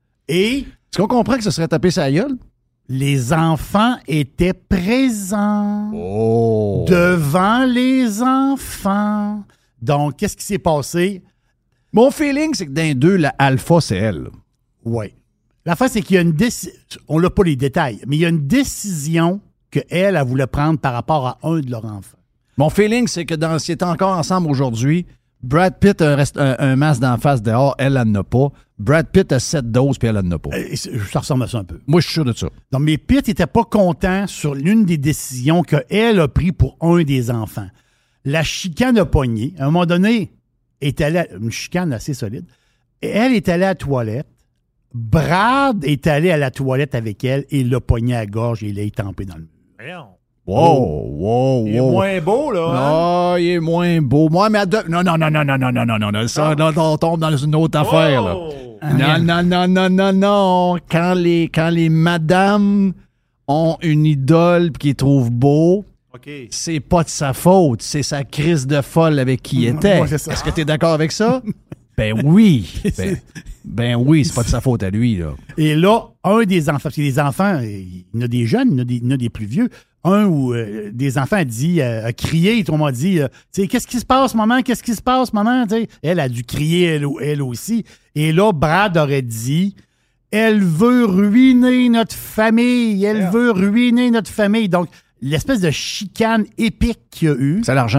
Et Est-ce qu'on comprend que ce serait taper sa gueule? les enfants étaient présents Oh. devant les enfants. Donc, qu'est-ce qui s'est passé? Mon feeling, c'est que dans les deux, la alpha, c'est elle. Oui. La fin, c'est qu'il y a une décision. On n'a pas les détails, mais il y a une décision qu'elle, elle voulait prendre par rapport à un de leurs enfants. Mon feeling, c'est que dans s'ils étaient encore ensemble aujourd'hui, Brad Pitt a un, rest- un, un masque d'en face dehors, elle, elle n'en a pas. Brad Pitt a sept doses, puis elle, elle n'en a pas. Euh, c'est- Ça ressemble à ça un peu. Moi, je suis sûr de ça. Donc, mais Pitt n'était pas content sur l'une des décisions qu'elle a prises pour un des enfants. La chicane a pogné. À un moment donné, est allée à- une chicane assez solide. Et elle est allée à la toilette. Brad est allé à la toilette avec elle et l'a pogné à la gorge et l'a étampé dans le mur. Wow, wow, wow. Il est moins beau, là. Hein? Ah, il est moins beau. Moi, mais à deux... Non, non, non, non, non, non, non, non, non, non. Ça, là, on tombe dans une autre affaire, là. Non, non, non, non, non, non. Quand les, quand les madames ont une idole qui les trouve beau, okay. c'est pas de sa faute. C'est sa crise de folle avec qui il était. Ouais, c'est Est-ce que tu es d'accord avec ça? Ben oui. Ben, ben oui, c'est pas de sa faute à lui, là. Et là, un des enfants, parce que les enfants, il y en a des jeunes, il y en a des, il y en a des plus vieux, un où euh, des enfants a dit, euh, a crié, tout le monde a dit, euh, tu sais, qu'est-ce qui se passe, maman, qu'est-ce qui se passe, maman, tu sais, elle a dû crier, elle, elle aussi. Et là, Brad aurait dit, elle veut ruiner notre famille, elle yeah. veut ruiner notre famille. Donc, l'espèce de chicane épique qu'il y a eu. C'est l'argent.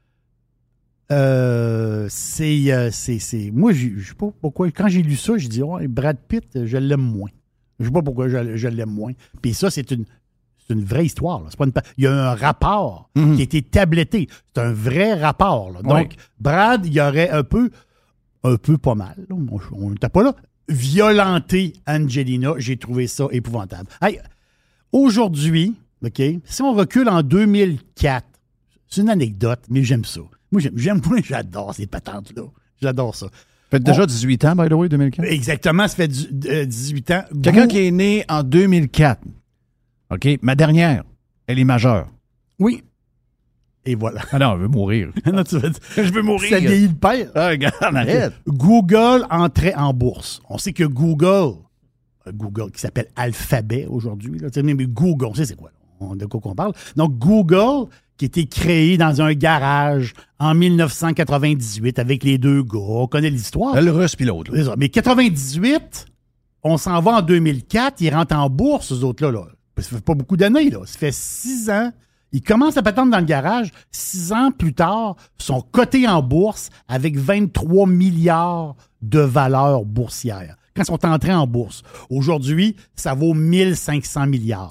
Euh, c'est, euh, c'est, c'est. Moi, je sais pas pourquoi. Quand j'ai lu ça, j'ai dit, ouais, Brad Pitt, je l'aime moins. Je sais pas pourquoi je, je l'aime moins. Puis ça, c'est une, c'est une vraie histoire. Là. C'est pas une, il y a un rapport mm-hmm. qui a été tabletté. C'est un vrai rapport. Là. Donc, oui. Brad, il y aurait un peu, un peu pas mal. Là. On n'était pas là. Violenté Angelina. J'ai trouvé ça épouvantable. Hey, aujourd'hui, OK, si on recule en deux mille quatre, c'est une anecdote, mais j'aime ça. Moi, j'aime, j'aime, moi, j'adore ces patentes-là. J'adore ça. Ça fait déjà on... dix-huit ans, by the way, deux mille quatre? Exactement, ça fait du, euh, dix-huit ans. Quelqu'un Go... qui est né en deux mille quatre. OK? Ma dernière, elle est majeure. Oui. Et voilà. Ah non, elle veut mourir. non, tu veux dire, je veux mourir. Ça vieillit le père. Ah, regarde, arrête. Google entrait en bourse. On sait que Google, Google qui s'appelle Alphabet aujourd'hui, là, mais Google, on sait c'est quoi, là, de quoi qu'on parle. Donc, Google, qui a été créé dans un garage en dix-neuf cent quatre-vingt-dix-huit avec les deux gars. On connaît l'histoire. Le russe puis l'autre. Là. Mais quatre-vingt-dix-huit, on s'en va en deux mille quatre, ils rentrent en bourse, ces autres-là. Là. Ça fait pas beaucoup d'années. Là. Ça fait six ans. Ils commencent à patenter dans le garage. Six ans plus tard, sont cotés en bourse avec vingt-trois milliards de valeur boursière. Quand ils sont entrés en bourse. Aujourd'hui, ça vaut mille cinq cents milliards.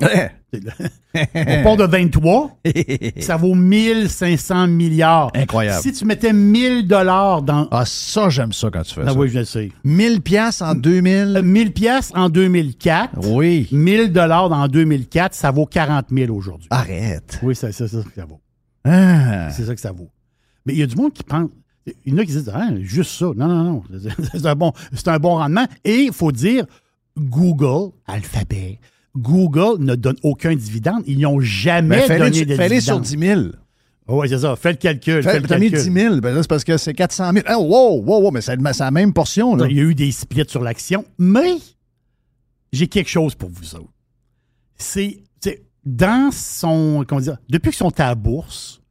On part de vingt-trois, ça vaut mille cinq cents milliards. Incroyable. Si tu mettais mille dollars dans... Ah, ça, j'aime ça quand tu fais ah, ça. Oui, je le sais. mille piastres en deux mille. Euh, mille piastres en deux mille quatre. Oui. mille dollars en deux mille quatre, ça vaut quarante mille aujourd'hui. Arrête. Oui, c'est, c'est ça que ça vaut. Ah. C'est ça que ça vaut. Mais il y a du monde qui pense... Il y en a qui disent, ah, juste ça. Non, non, non. C'est un bon, c'est un bon rendement. Et il faut dire, Google, Alphabet, Google ne donne aucun dividende. Ils n'ont jamais ben, donné de dividende. Fais-les sur dix mille. Oui, c'est ça. Fais le calcul. Fais, fais le t'as calcul. mis dix mille. Ben là, c'est parce que c'est quatre cent mille. Oh, wow, wow, wow, mais c'est, c'est la même portion. Là. Il y a eu des splits sur l'action. Mais j'ai quelque chose pour vous autres. C'est, c'est dans son... Comment dire? Depuis qu'ils sont à la bourse,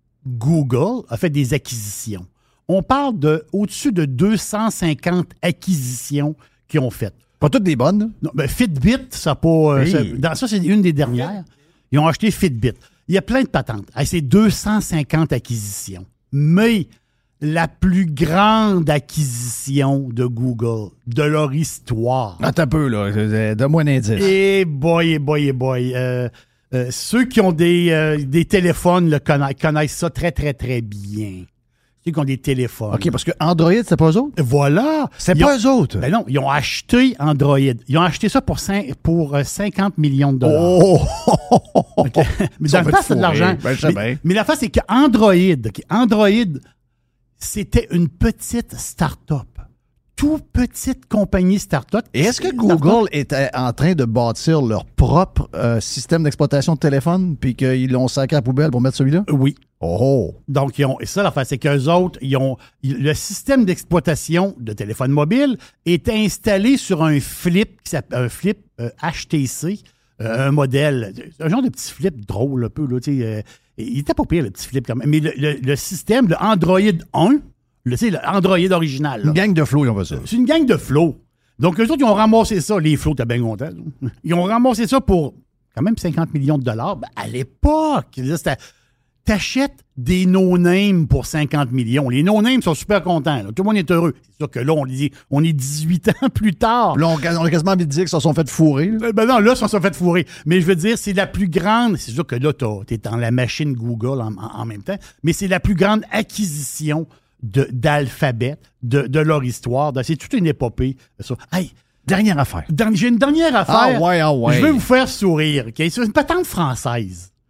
Google a fait des acquisitions. On parle de au-dessus de deux cent cinquante acquisitions qu'ils ont faites. Pas toutes des bonnes. Non, ben Fitbit, ça pas. Hey. Ça, dans ça, c'est une des dernières. Ils ont acheté Fitbit. Il y a plein de patentes. Hey, c'est deux cent cinquante acquisitions. Mais la plus grande acquisition de Google, de leur histoire. Attends un peu, là. Donne-moi un indice. Eh boy, eh boy, eh boy. Euh, euh, ceux qui ont des, euh, des téléphones le connaissent, connaissent ça très, très, très bien. Ceux qui ont des téléphones. OK, parce que Android, c'est pas eux autres? Voilà. C'est ils pas ont, eux autres. Ben non, ils ont acheté Android. Ils ont acheté ça pour, cinq, pour cinquante millions de dollars. Oh! Okay. Mais dans le temps, c'est de l'argent. Ben, mais, mais la face, c'est qu'Android, okay, Android, c'était une petite start-up. Toute petite compagnie start-up. Et est-ce que Google était en train de bâtir leur propre euh, système d'exploitation de téléphone puis qu'ils l'ont sacré à la poubelle pour mettre celui-là? Oui. Oh! Donc, ils ont, et ça, l'affaire, c'est qu'eux autres, ils ont, le système d'exploitation de téléphone mobile est installé sur un flip, qui s'appelle, un flip euh, H T C, euh, un modèle, un genre de petit flip drôle un peu, là, tu sais. Euh, il était pas pire, le petit flip, quand même. Mais le, le, le système, le Android un, le, tu sais, le Android original. Là, une gang de flots, ils ont fait ça. C'est une gang de flots. Donc, eux autres, ils ont ramassé ça, les flots, t'as bien content. Ils ont ramassé ça pour quand même cinquante millions de dollars. Ben, à l'époque, c'était... T'achètes des no-names pour cinquante millions. Les no-names sont super contents. Là. Tout le monde est heureux. C'est sûr que là, on, dit, on est dix-huit ans plus tard. Là, on, on a quasiment envie de dire qu'ils se sont fait fourrer. Là. Ben non, là, ils se sont fait fourrer. Mais je veux dire, c'est la plus grande... C'est sûr que là, t'es dans la machine Google en, en, en même temps, mais c'est la plus grande acquisition de, d'Alphabet, de, de leur histoire. C'est toute une épopée. Ça. Hey, dernière affaire. Dans, j'ai une dernière affaire. Ah ouais, ah ouais. Je veux vous faire sourire. Okay? C'est une patente française.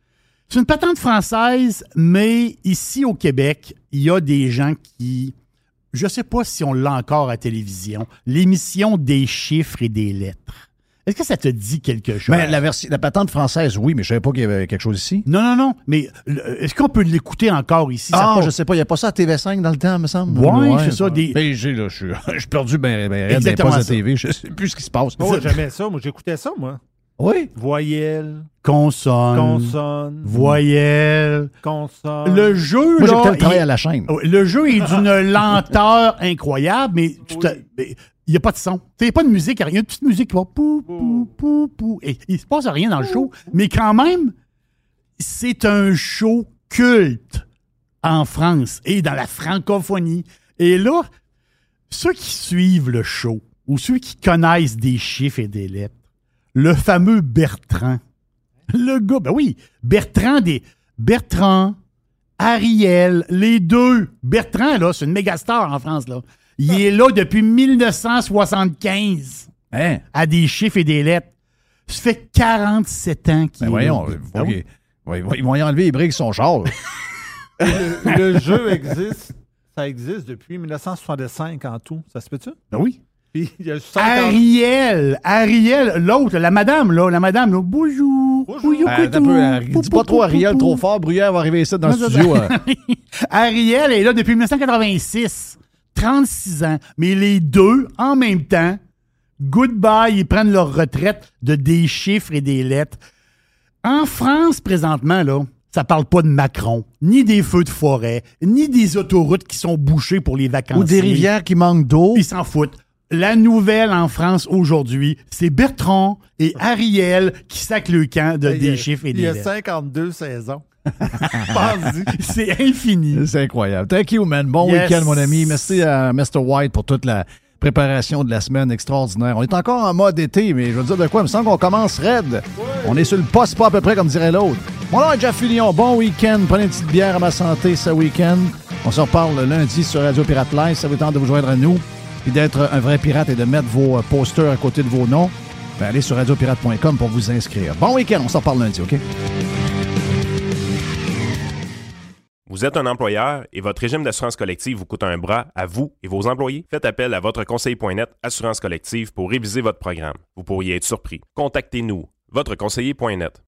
C'est une patente française, mais ici au Québec, il y a des gens qui... Je ne sais pas si on l'a encore à la télévision. L'émission des chiffres et des lettres. Est-ce que ça te dit quelque chose? Ben, la, versi- la patente française, oui, mais je ne savais pas qu'il y avait quelque chose ici. Non, non, non. Mais euh, est-ce qu'on peut l'écouter encore ici? Ah, ça je sais pas. Il n'y a pas ça à T V cinq dans le temps, me semble. Oui, ouais, c'est ça. Des... Ben, j'ai, là, je suis, je suis perdu ben, ben, des postes de T V. Je ne sais plus ce qui se passe. Oh, j'aimais ça. Moi, j'écoutais ça, moi. Oui. Voyelle. Consonne. Consonne. Voyelle. Consonne. Le jeu, moi, là... j'ai peut-être travaillé il... à la chaîne. Le jeu est d'une lenteur incroyable, mais... Tu te... mais... Il n'y a pas de son. Il n'y a pas de musique. Il y a une petite musique qui va pou, pou, pou, pou. Et il ne se passe rien dans le show. Mais quand même, c'est un show culte en France et dans la francophonie. Et là, ceux qui suivent le show ou ceux qui connaissent des chiffres et des lettres, le fameux Bertrand, le gars, ben oui, Bertrand des... Bertrand, Ariel, les deux. Bertrand, là, c'est une méga star en France, là. Il est là depuis dix-neuf cent soixante-quinze hein? À des chiffres et des lettres. Ça fait quarante-sept ans qu'il ben est voyons, là. Ah oui. Oui, ils vont y enlever les briques son char. le, le jeu existe. Ça existe depuis dix-neuf cent soixante-cinq en tout. Ça se peut-tu? Ben oui. Puis, il y a cinquante... Ariel, Ariel, l'autre, la madame, là, la madame, là, bonjour. Bonjour. Euh, peu, euh, dis pas trop Ariel, trop fort. Bruyère va arriver ici dans le studio. Euh. Ariel est là depuis dix-neuf cent quatre-vingt-six. trente-six ans. Mais les deux, en même temps, goodbye, ils prennent leur retraite de des chiffres et des lettres. En France, présentement, là, ça parle pas de Macron, ni des feux de forêt, ni des autoroutes qui sont bouchées pour les vacanciers. Ou des rivières qui manquent d'eau. Ils s'en foutent. La nouvelle en France aujourd'hui, c'est Bertrand et Ariel qui sacent le camp de il des a, chiffres et des Il y a lettres. cinquante-deux saisons. C'est infini. C'est incroyable. Thank you, man. Bon yes. week-end, mon ami. Merci à mister White pour toute la préparation de la semaine extraordinaire. On est encore en mode été, mais je veux dire de quoi? Il me semble qu'on commence raide. Oui. On est sur le poste, pas à peu près, comme dirait l'autre. Mon nom est Jeff Fillion. Bon week-end. Prenez une petite bière à ma santé ce week-end. On se reparle lundi sur Radio Pirate Live. Ça vous tente de vous joindre à nous et d'être un vrai pirate et de mettre vos posters à côté de vos noms. Ben, allez sur radio pirate point com pour vous inscrire. Bon week-end. On se reparle lundi, OK? Vous êtes un employeur et votre régime d'assurance collective vous coûte un bras à vous et vos employés? Faites appel à votre conseiller point net Assurance collective pour réviser votre programme. Vous pourriez être surpris. Contactez-nous, votre conseiller point net.